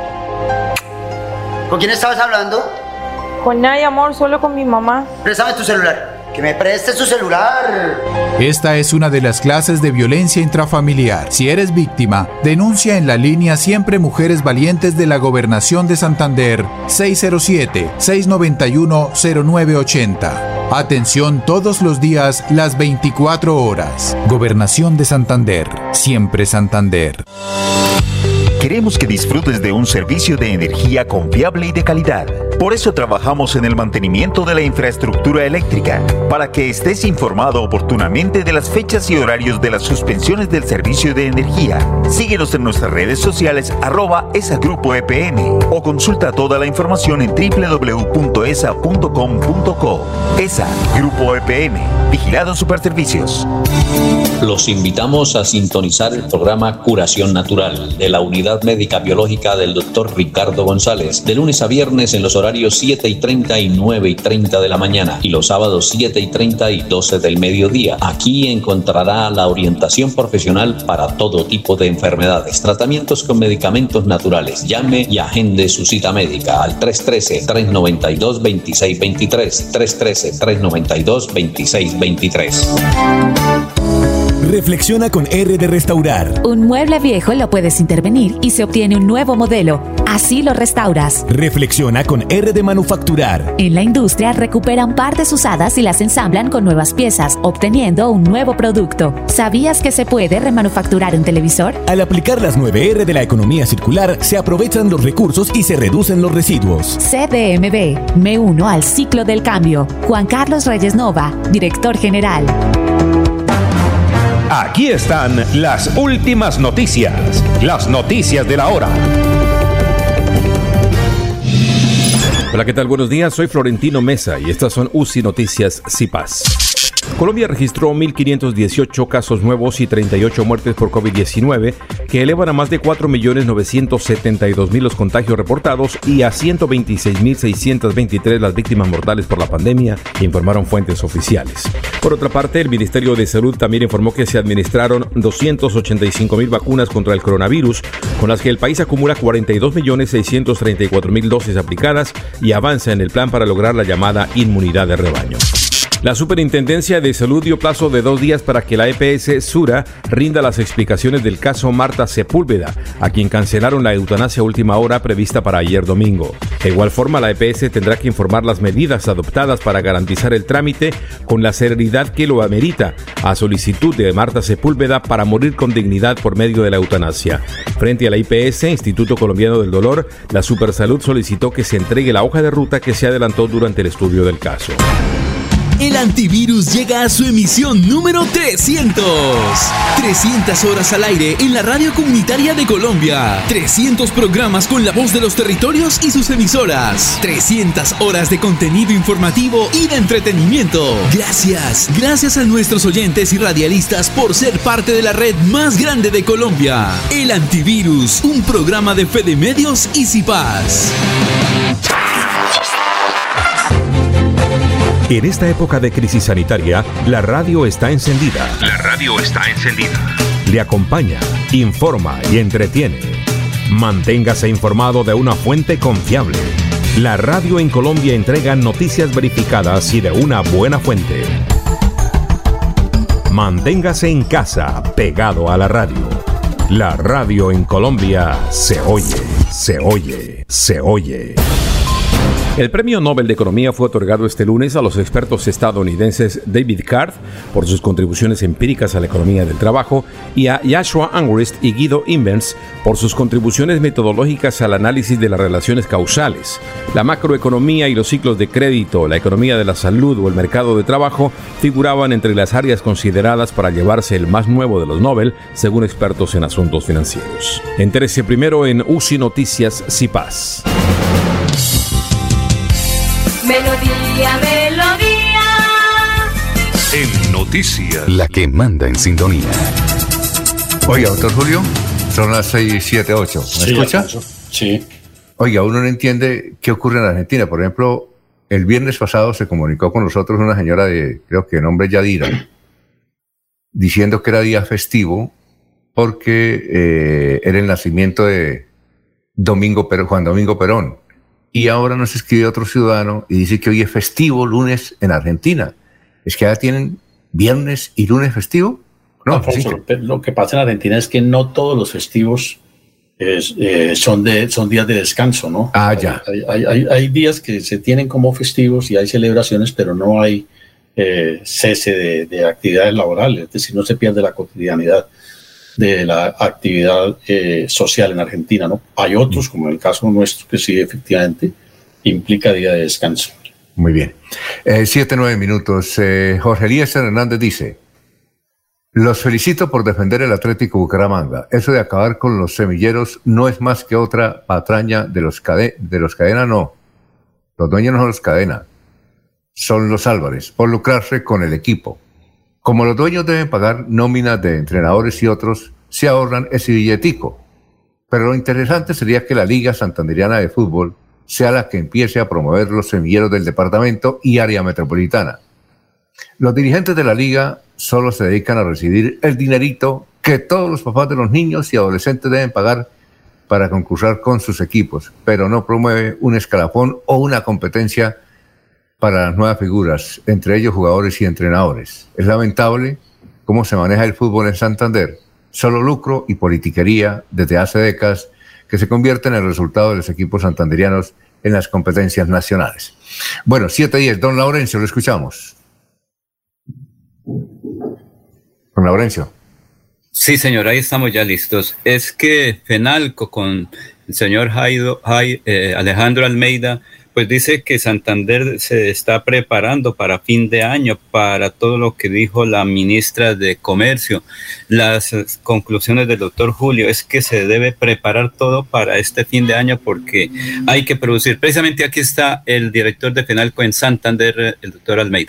¿Con quién estabas hablando? Con nadie, amor, solo con mi mamá. Préstame tu celular. ¡Que me prestes tu celular! Esta es una de las clases de violencia intrafamiliar. Si eres víctima, denuncia en la línea Siempre Mujeres Valientes de la Gobernación de Santander, seis cero siete, seis nueve uno, cero nueve ocho cero. Atención todos los días, las veinticuatro horas. Gobernación de Santander, siempre Santander. Queremos que disfrutes de un servicio de energía confiable y de calidad. Por eso trabajamos en el mantenimiento de la infraestructura eléctrica, para que estés informado oportunamente de las fechas y horarios de las suspensiones del servicio de energía. Síguenos en nuestras redes sociales arroba esa grupo E P N o consulta toda la información en doble u doble u doble u punto esa punto com punto co. ESA, Grupo E P N, Vigilado Superservicios. Los invitamos a sintonizar el programa Curación Natural de la Unidad Médica Biológica del doctor Ricardo González, de lunes a viernes en los horarios siete y treinta y nueve y treinta de la mañana y los sábados siete y treinta y doce del mediodía. Aquí encontrará la orientación profesional para todo tipo de enfermedades, tratamientos con medicamentos naturales. Llame y agende su cita médica al tres uno tres, tres nueve dos, dos seis dos tres, tres uno tres, tres nueve dos, dos seis dos tres. Reflexiona con R de Restaurar. Un mueble viejo lo puedes intervenir y se obtiene un nuevo modelo. Así lo restauras. Reflexiona con R de Manufacturar. En la industria recuperan partes usadas y las ensamblan con nuevas piezas, obteniendo un nuevo producto. ¿Sabías que se puede remanufacturar un televisor? Al aplicar las nueve R de la economía circular, se aprovechan los recursos y se reducen los residuos. C D M B. Me uno al ciclo del cambio. Juan Carlos Reyes Nova, director general. Aquí están las últimas noticias, las noticias de la hora. Hola, ¿qué tal? Buenos días, soy Florentino Mesa y estas son U C I Noticias CIPAS. Colombia registró mil quinientos dieciocho casos nuevos y treinta y ocho muertes por COVID diecinueve, que elevan a más de cuatro millones novecientos setenta y dos mil los contagios reportados y a ciento veintiséis mil seiscientos veintitrés las víctimas mortales por la pandemia, informaron fuentes oficiales. Por otra parte, el Ministerio de Salud también informó que se administraron doscientos ochenta y cinco mil vacunas contra el coronavirus, con las que el país acumula cuarenta y dos millones seiscientos treinta y cuatro mil dosis aplicadas y avanza en el plan para lograr la llamada inmunidad de rebaño. La Superintendencia de Salud dio plazo de dos días para que la E P S Sura rinda las explicaciones del caso Marta Sepúlveda, a quien cancelaron la eutanasia a última hora prevista para ayer domingo. De igual forma, la E P S tendrá que informar las medidas adoptadas para garantizar el trámite con la celeridad que lo amerita, a solicitud de Marta Sepúlveda para morir con dignidad por medio de la eutanasia. Frente a la I P S, Instituto Colombiano del Dolor, la Supersalud solicitó que se entregue la hoja de ruta que se adelantó durante el estudio del caso. El antivirus llega a su emisión número trescientos. trescientas horas al aire en la radio comunitaria de Colombia. trescientos programas con la voz de los territorios y sus emisoras. trescientas horas de contenido informativo y de entretenimiento. Gracias, gracias a nuestros oyentes y radialistas por ser parte de la red más grande de Colombia. El antivirus, un programa de Fede Medios y Cipaz. En esta época de crisis sanitaria, la radio está encendida. La radio está encendida. Le acompaña, informa y entretiene. Manténgase informado de una fuente confiable. La radio en Colombia entrega noticias verificadas y de una buena fuente. Manténgase en casa, pegado a la radio. La radio en Colombia se oye, se oye, se oye. El Premio Nobel de Economía fue otorgado este lunes a los expertos estadounidenses David Card por sus contribuciones empíricas a la economía del trabajo y a Joshua Angrist y Guido Imbens por sus contribuciones metodológicas al análisis de las relaciones causales. La macroeconomía y los ciclos de crédito, la economía de la salud o el mercado de trabajo figuraban entre las áreas consideradas para llevarse el más nuevo de los Nobel, según expertos en asuntos financieros. Entérese primero en U C I Noticias Cipaz. Melodía, melodía. En noticias, la que manda en sintonía. Oiga, doctor Julio, son las seis, siete, ocho. ¿Me sí, escucha? Alfonso. Sí. Oiga, uno no entiende qué ocurre en Argentina. Por ejemplo, el viernes pasado se comunicó con nosotros una señora de, creo que de nombre Yadira, diciendo que era día festivo porque eh, era el nacimiento de Domingo Perón, Juan Domingo Perón. Y ahora nos escribe otro ciudadano y dice que hoy es festivo lunes en Argentina. ¿Es que ya tienen viernes y lunes festivo? No, Alfonso, sí. Lo que pasa en Argentina es que no todos los festivos es, eh, son, de, son días de descanso, ¿no? Ah, ya. Hay, hay, hay, hay días que se tienen como festivos y hay celebraciones, pero no hay eh, cese de, de actividades laborales. Es decir, no se pierde la cotidianidad de la actividad eh, social en Argentina, ¿no? Hay otros, como en el caso nuestro, que sí, efectivamente, implica día de descanso. Muy bien. Eh, siete, nueve minutos. Eh, Jorge Eliezer Hernández dice: los felicito por defender el Atlético Bucaramanga. Eso de acabar con los semilleros no es más que otra patraña de los, cade de los Cadena, no. Los dueños no son los Cadena, son los Álvarez, por lucrarse con el equipo. Como los dueños deben pagar nóminas de entrenadores y otros, se ahorran ese billetico. Pero lo interesante sería que la Liga Santanderiana de Fútbol sea la que empiece a promover los semilleros del departamento y área metropolitana. Los dirigentes de la Liga solo se dedican a recibir el dinerito que todos los papás de los niños y adolescentes deben pagar para concursar con sus equipos, pero no promueve un escalafón o una competencia para las nuevas figuras, entre ellos jugadores y entrenadores. Es lamentable cómo se maneja el fútbol en Santander. Solo lucro y politiquería desde hace décadas que se convierte en el resultado de los equipos santanderianos en las competencias nacionales. Bueno, siete diez, don Laurencio, lo escuchamos. Don Laurencio. Sí, señor, ahí estamos ya listos. Es que Fenalco con el señor Jaido, Jai, eh, Alejandro Almeida, pues dice que Santander se está preparando para fin de año, para todo lo que dijo la ministra de Comercio. Las conclusiones del doctor Julio es que se debe preparar todo para este fin de año porque hay que producir. Precisamente aquí está el director de Fenalco en Santander, el doctor Almeida.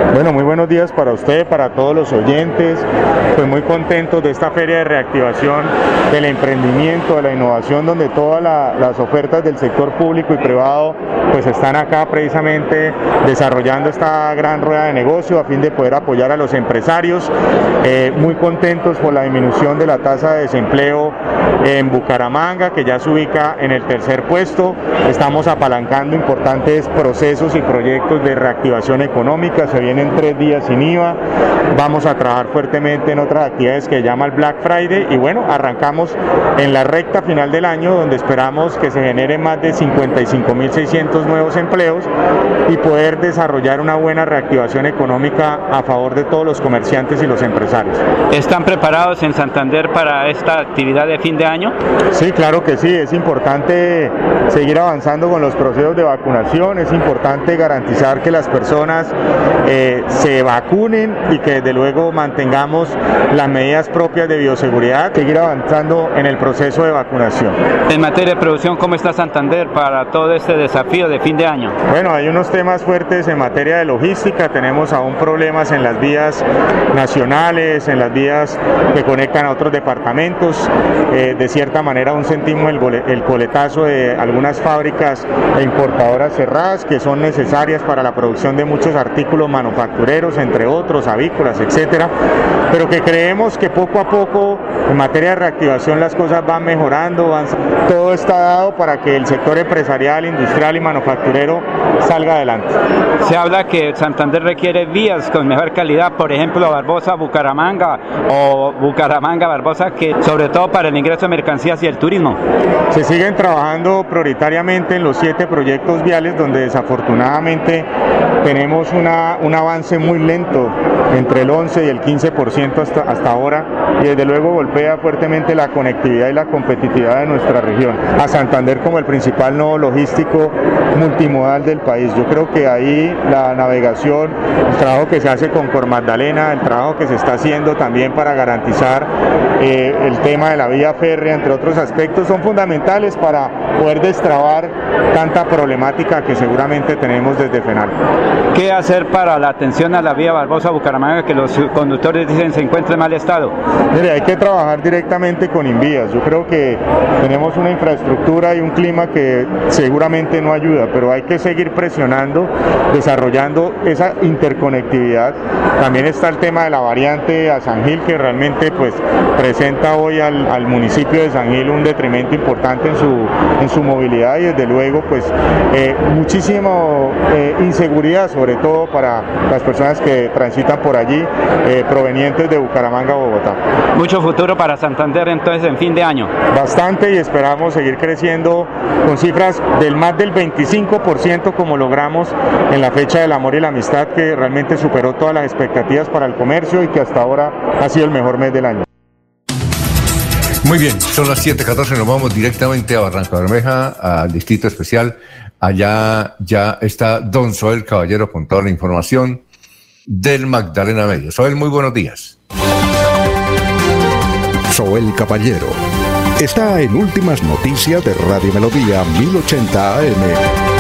Bueno, muy buenos días para usted, para todos los oyentes. Pues muy contentos de esta feria de reactivación del emprendimiento, de la innovación, donde todas la, las ofertas del sector público y privado pues están acá precisamente desarrollando esta gran rueda de negocio a fin de poder apoyar a los empresarios. Eh, muy contentos por la disminución de la tasa de desempleo en Bucaramanga, que ya se ubica en el tercer puesto. Estamos apalancando importantes procesos y proyectos de reactivación económica. Se vienen tres días sin I V A. Vamos a trabajar fuertemente en otras actividades que llama el Black Friday y bueno, arrancamos en la recta final del año, donde esperamos que se generen más de cincuenta y cinco mil seiscientos nuevos empleos y poder desarrollar una buena reactivación económica a favor de todos los comerciantes y los empresarios. ¿Están preparados en Santander para esta actividad de fin de año? Sí, claro que sí, es importante seguir avanzando con los procesos de vacunación, es importante garantizar que las personas eh, se vacunen y que desde luego mantengamos las medidas propias de bioseguridad, seguir avanzando en el proceso de vacunación. En materia de producción, ¿cómo está Santander para todo este desafío de fin de año? Bueno, hay unos temas fuertes en materia de logística, tenemos aún problemas en las vías nacionales, en las vías que conectan a otros departamentos, eh, de cierta manera aún sentimos el, bole, el coletazo de algunas fábricas e importadoras cerradas que son necesarias para la producción de muchos artículos manufactureros, entre otros, avícolas, etcétera, pero que creemos que poco a poco en materia de reactivación las cosas van mejorando, van, todo está dado para que el sector empresarial, industrial y manufacturero salga adelante. Se habla que Santander requiere vías con mejor calidad, por ejemplo Barbosa, Bucaramanga o Bucaramanga, Barbosa, que sobre todo para el ingreso de mercancías y el turismo. Se siguen trabajando prioritariamente en los siete proyectos viales donde desafortunadamente tenemos una, un avance muy lento, entre el once y el quince por ciento hasta, hasta ahora, y desde luego golpea fuertemente la conectividad y la competitividad de nuestra región. A Santander como el principal nodo logístico multimodal del país. Yo creo que ahí la navegación, el trabajo que se hace con Cor Magdalena, el trabajo que se está haciendo también para garantizar eh, el tema de la vía férrea, entre otros aspectos, son fundamentales para poder destrabar tanta problemática que seguramente tenemos desde FENALCO. ¿Qué hacer para la atención a la vía Barbosa-Bucaramanga, que los conductores dicen se encuentra en mal estado? Mire, hay que trabajar directamente con Invías. Yo creo que tenemos una infraestructura y un clima que seguramente no ayuda, pero hay que seguir presionando, desarrollando esa interconectividad. También está el tema de la variante a San Gil, que realmente pues presenta hoy al, al municipio de San Gil un detrimento importante en su, en su movilidad y desde luego pues eh, muchísima eh, inseguridad, sobre todo para las personas que transitan por allí eh, provenientes de Bucaramanga o Bogotá. Mucho futuro para Santander entonces en fin de año. Bastante, y esperamos seguir creciendo con cifras del más del veinticinco por ciento como logramos en la fecha del amor y la amistad, que realmente superó todas las expectativas para el comercio y que hasta ahora ha sido el mejor mes del año. Muy bien, son las siete catorce, nos vamos directamente a Barranca Bermeja, al Distrito Especial. Allá ya está don Soel Caballero con toda la información del Magdalena Medio. Soel, muy buenos días. Soel Caballero está en Últimas Noticias de Radio Melodía mil ochenta A M.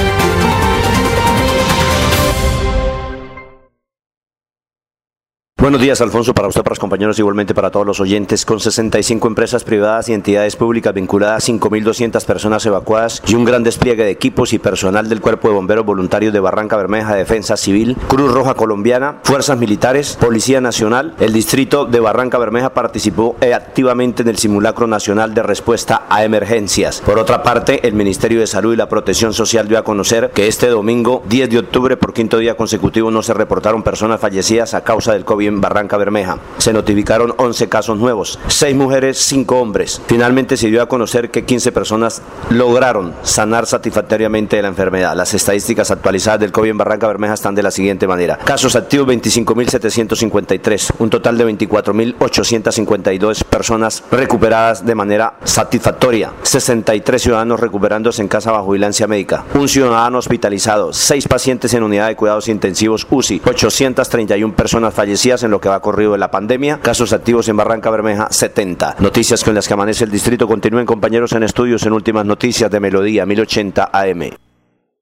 Buenos días, Alfonso, para usted, para los compañeros, igualmente para todos los oyentes. Con sesenta y cinco empresas privadas y entidades públicas vinculadas, cinco mil doscientas personas evacuadas y un gran despliegue de equipos y personal del Cuerpo de Bomberos Voluntarios de Barranca Bermeja, Defensa Civil, Cruz Roja Colombiana, Fuerzas Militares, Policía Nacional, el Distrito de Barranca Bermeja participó activamente en el Simulacro Nacional de Respuesta a Emergencias. Por otra parte, el Ministerio de Salud y la Protección Social dio a conocer que este domingo, diez de octubre, por quinto día consecutivo, no se reportaron personas fallecidas a causa del COVID en Barranca Bermeja. Se notificaron once casos nuevos, seis mujeres, cinco hombres. Finalmente se dio a conocer que quince personas lograron sanar satisfactoriamente de la enfermedad. Las estadísticas actualizadas del COVID en Barranca Bermeja están de la siguiente manera: casos activos veinticinco mil setecientos cincuenta y tres, un total de veinticuatro mil ochocientos cincuenta y dos personas recuperadas de manera satisfactoria, sesenta y tres ciudadanos recuperándose en casa bajo vigilancia médica, un ciudadano hospitalizado, seis pacientes en unidad de cuidados intensivos U C I, ochocientas treinta y una personas fallecidas en lo que va corrido de la pandemia, casos activos en Barranca Bermeja setenta. Noticias con las que amanece el distrito. Continúen, compañeros, en estudios en Últimas Noticias de Melodía mil ochenta A M.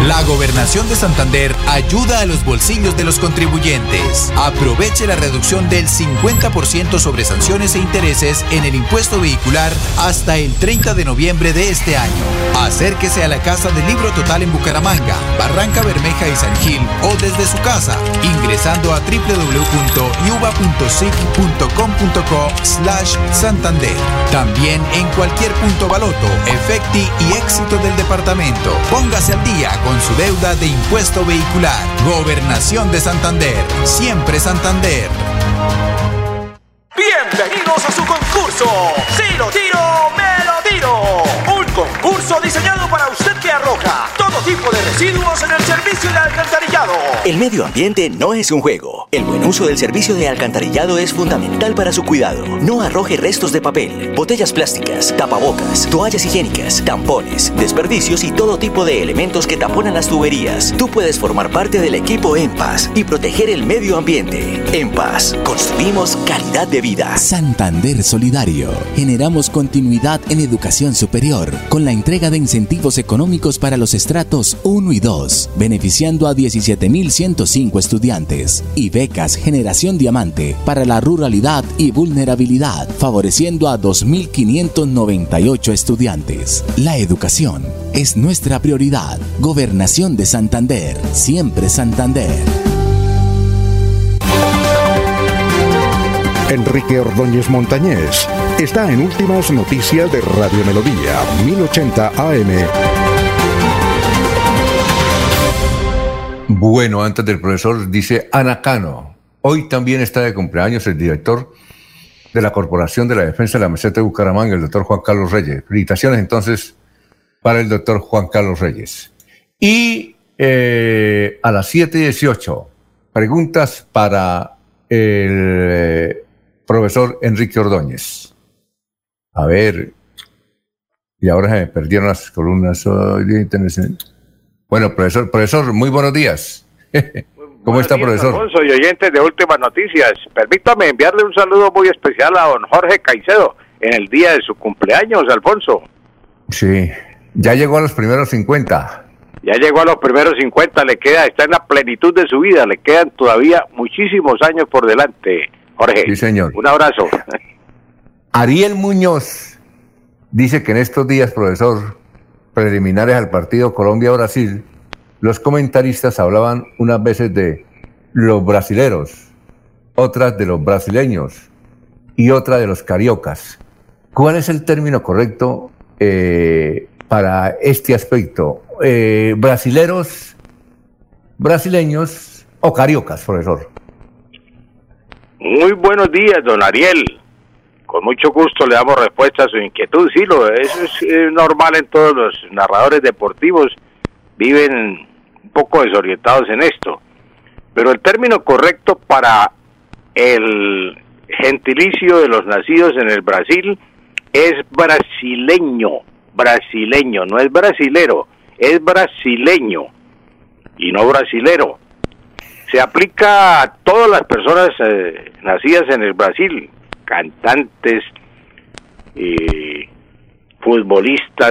La Gobernación de Santander ayuda a los bolsillos de los contribuyentes. Aproveche la reducción del cincuenta por ciento sobre sanciones e intereses en el impuesto vehicular hasta el treinta de noviembre de este año. Acérquese a la Casa del Libro Total en Bucaramanga, Barranca Bermeja y San Gil o desde su casa, ingresando a w w w punto yuba punto sic punto com punto co slash Santander. También en cualquier punto Baloto, Efecti y Éxito del departamento. Póngase al día con su deuda de impuesto vehicular. Gobernación de Santander. Siempre Santander. Bienvenidos a su concurso. Si lo tiro, me lo tiro. Un concurso diseñado para usted que arroja todo tipo de residuos en el servicio de alcantarillado. El medio ambiente no es un juego. El buen uso del servicio de alcantarillado es fundamental para su cuidado. No arroje restos de papel, botellas plásticas, tapabocas, toallas higiénicas, tampones, desperdicios y todo tipo de elementos que taponan las tuberías. Tú puedes formar parte del equipo En Paz y proteger el medio ambiente. En Paz, construimos calidad de vida. Santander Solidario. Generamos continuidad en educación superior con la entrega de incentivos económicos para los estratos uno y dos, beneficiando a diecisiete mil ciento cinco estudiantes, y becas Generación Diamante para la ruralidad y vulnerabilidad, favoreciendo a dos mil quinientos noventa y ocho estudiantes. La educación es nuestra prioridad. Gobernación de Santander, siempre Santander. Enrique Ordóñez Montañés está en Últimas Noticias de Radio Melodía, mil ochenta A M. Bueno, antes del profesor, dice Ana Cano. Hoy también está de cumpleaños el director de la Corporación de la Defensa de la Meseta de Bucaramanga, el doctor Juan Carlos Reyes. Felicitaciones entonces para el doctor Juan Carlos Reyes. Y eh, a las siete y dieciocho, preguntas para el profesor Enrique Ordóñez. A ver, y ahora se me perdieron las columnas. Bueno, profesor, profesor, muy buenos días. ¿Cómo está, días, profesor? Alfonso y oyentes de Últimas Noticias. Permítame enviarle un saludo muy especial a don Jorge Caicedo en el día de su cumpleaños, Alfonso. Sí, ya llegó a los primeros cincuenta. Ya llegó a los primeros cincuenta, le queda, está en la plenitud de su vida, le quedan todavía muchísimos años por delante, Jorge. Sí, señor. Un abrazo. Ariel Muñoz dice que en estos días, profesor, preliminares al partido Colombia-Brasil, los comentaristas hablaban unas veces de los brasileros, otras de los brasileños y otra de los cariocas. ¿Cuál es el término correcto eh, para este aspecto? Eh, ¿Brasileros, brasileños o cariocas, profesor? Muy buenos días, don Ariel. Con mucho gusto le damos respuesta a su inquietud. Sí, lo, eso es eh, normal en todos los narradores deportivos. Viven un poco desorientados en esto. Pero el término correcto para el gentilicio de los nacidos en el Brasil es brasileño. Brasileño, no es brasilero, es brasileño y no brasilero. Se aplica a todas las personas eh, nacidas en el Brasil, cantantes, eh, futbolistas,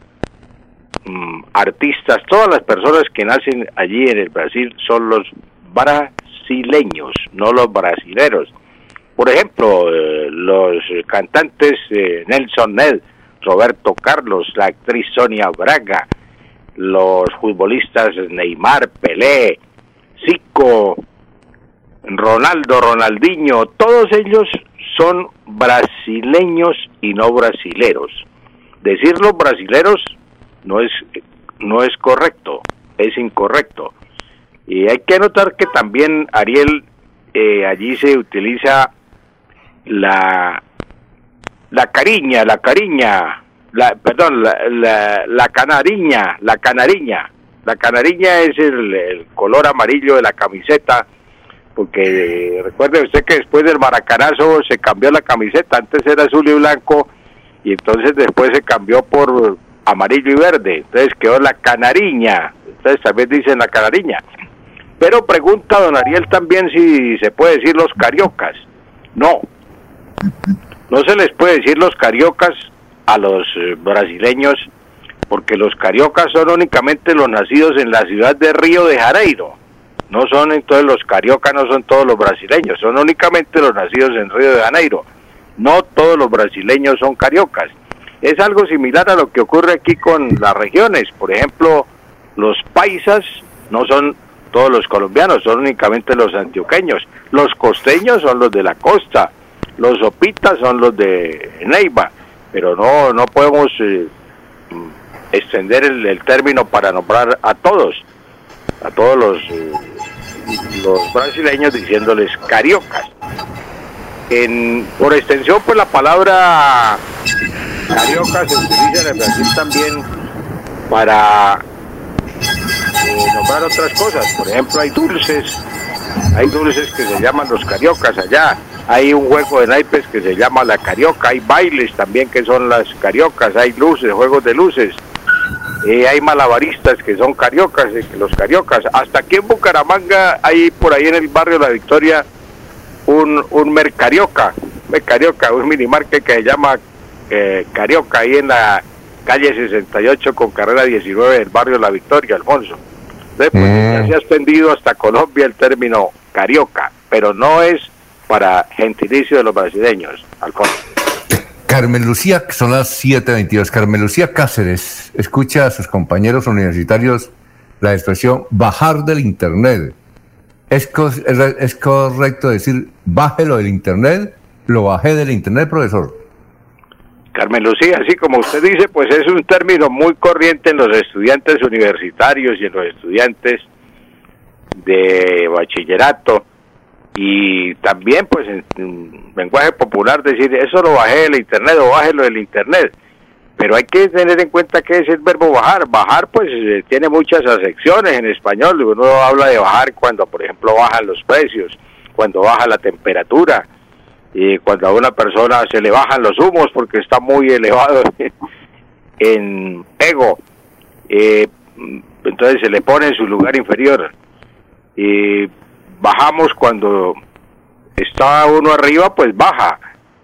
mm, artistas, todas las personas que nacen allí en el Brasil son los brasileños, no los brasileros. Por ejemplo, eh, los cantantes eh, Nelson Ned, Roberto Carlos, la actriz Sonia Braga, los futbolistas Neymar, Pelé, Zico, Ronaldo, Ronaldinho, todos ellos son brasileños y no brasileros. Decirlo brasileros no es no es correcto, es incorrecto. Y hay que notar que también, Ariel, eh, allí se utiliza la la cariña, la cariña, la perdón, la, la, la canariña, la canariña. La canariña es el, el color amarillo de la camiseta, porque eh, recuerde usted que después del maracanazo se cambió la camiseta, antes era azul y blanco, y entonces después se cambió por amarillo y verde, entonces quedó la canariña, entonces también dicen la canariña. Pero pregunta don Ariel también si se puede decir los cariocas. No, no se les puede decir los cariocas a los eh, brasileños, porque los cariocas son únicamente los nacidos en la ciudad de Río de Janeiro. No son entonces los cariocas, no son todos los brasileños, son únicamente los nacidos en Río de Janeiro. No todos los brasileños son cariocas. Es algo similar a lo que ocurre aquí con las regiones. Por ejemplo, los paisas no son todos los colombianos, son únicamente los antioqueños. Los costeños son los de la costa, los sopitas son los de Neiva, pero no no podemos eh, extender el, el término para nombrar a todos, a todos los, eh, los brasileños diciéndoles cariocas. En, por extensión, pues la palabra carioca se utiliza en el Brasil también para eh, nombrar otras cosas. Por ejemplo, hay dulces, hay dulces que se llaman los cariocas allá, hay un juego de naipes que se llama la carioca, hay bailes también que son las cariocas, hay luces, juegos de luces, eh, hay malabaristas que son cariocas, eh, los cariocas. Hasta aquí en Bucaramanga hay por ahí en el barrio La Victoria un, un mercarioca, mercarioca, un minimarket que se llama eh, Carioca, ahí en la calle sesenta y ocho con carrera diecinueve del barrio La Victoria, Alfonso. Entonces, pues, mm. ya se ha extendido hasta Colombia el término carioca, pero no es para gentilicio de los brasileños, Alfonso. Carmen Lucía, son las siete veintidós, Carmen Lucía Cáceres escucha a sus compañeros universitarios la expresión bajar del internet. ¿Es, co- es correcto decir bájelo del internet? ¿Lo bajé del internet, profesor? Carmen Lucía, así como usted dice, pues es un término muy corriente en los estudiantes universitarios y en los estudiantes de bachillerato, y también pues en, en lenguaje popular decir eso lo bajé del internet o bájelo del internet, pero hay que tener en cuenta que es el verbo bajar. Bajar pues eh, tiene muchas acepciones en español. Uno habla de bajar cuando por ejemplo bajan los precios, cuando baja la temperatura, y cuando a una persona se le bajan los humos porque está muy elevado en ego, eh, entonces se le pone en su lugar inferior. Y bajamos cuando está uno arriba, pues baja.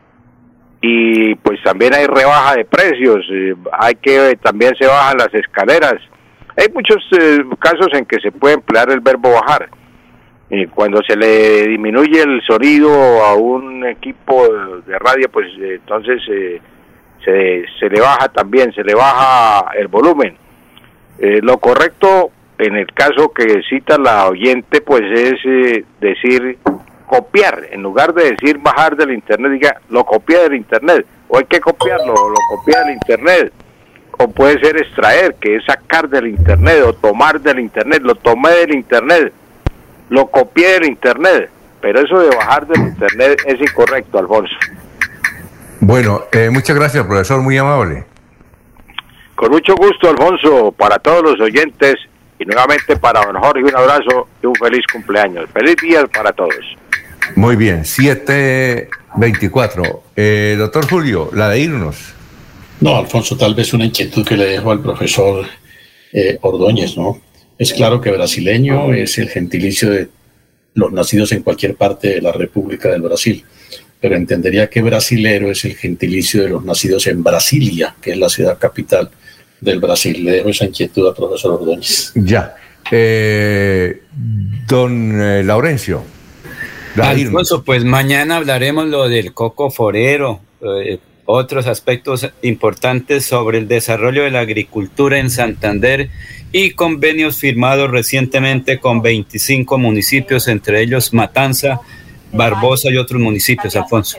Y pues también hay rebaja de precios, eh, hay que también se bajan las escaleras. Hay muchos eh, casos en que se puede emplear el verbo bajar. Eh, cuando se le disminuye el sonido a un equipo de radio, pues eh, entonces eh, se, se le baja también, se le baja el volumen. Eh, lo correcto en el caso que cita la oyente, pues es eh, decir copiar, en lugar de decir bajar del internet, diga lo copié del internet, o hay que copiarlo, lo copié del internet, o puede ser extraer, que es sacar del internet, o tomar del internet, lo tomé del internet, lo copié del internet, pero eso de bajar del internet es incorrecto, Alfonso. Bueno, eh, muchas gracias, profesor, muy amable. Con mucho gusto, Alfonso, para todos los oyentes, y nuevamente para don Jorge un abrazo y un feliz cumpleaños. Feliz día para todos. Muy bien, siete veinticuatro. Eh, doctor Julio, la de irnos. No, Alfonso, tal vez una inquietud que le dejo al profesor eh, Ordóñez, ¿no? Es claro que brasileño es el gentilicio de los nacidos en cualquier parte de la República del Brasil, pero entendería que brasilero es el gentilicio de los nacidos en Brasilia, que es la ciudad capital del Brasil. Le dejo esa inquietud al profesor Ordóñez. Ya. Eh, don eh, Laurencio. Alfonso, pues mañana hablaremos lo del coco forero, eh, otros aspectos importantes sobre el desarrollo de la agricultura en Santander y convenios firmados recientemente con veinticinco municipios, entre ellos Matanza, Barbosa y otros municipios, Alfonso.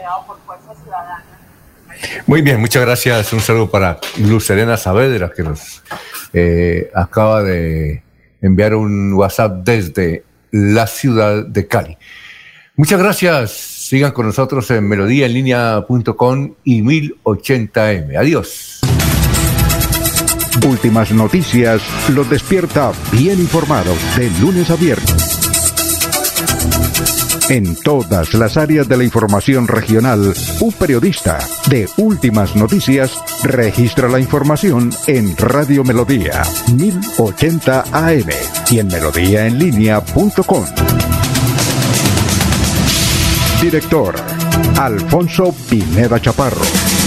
Muy bien, muchas gracias. Un saludo para Luz Serena Saavedra, que nos eh, acaba de enviar un WhatsApp desde la ciudad de Cali. Muchas gracias. Sigan con nosotros en melodía en línea punto com y mil ochenta eme. Adiós. Últimas noticias los despierta bien informados de lunes a viernes. En todas las áreas de la información regional, un periodista de Últimas Noticias registra la información en Radio Melodía mil ochenta A M y en melodía en línea punto com. Director Alfonso Pineda Chaparro.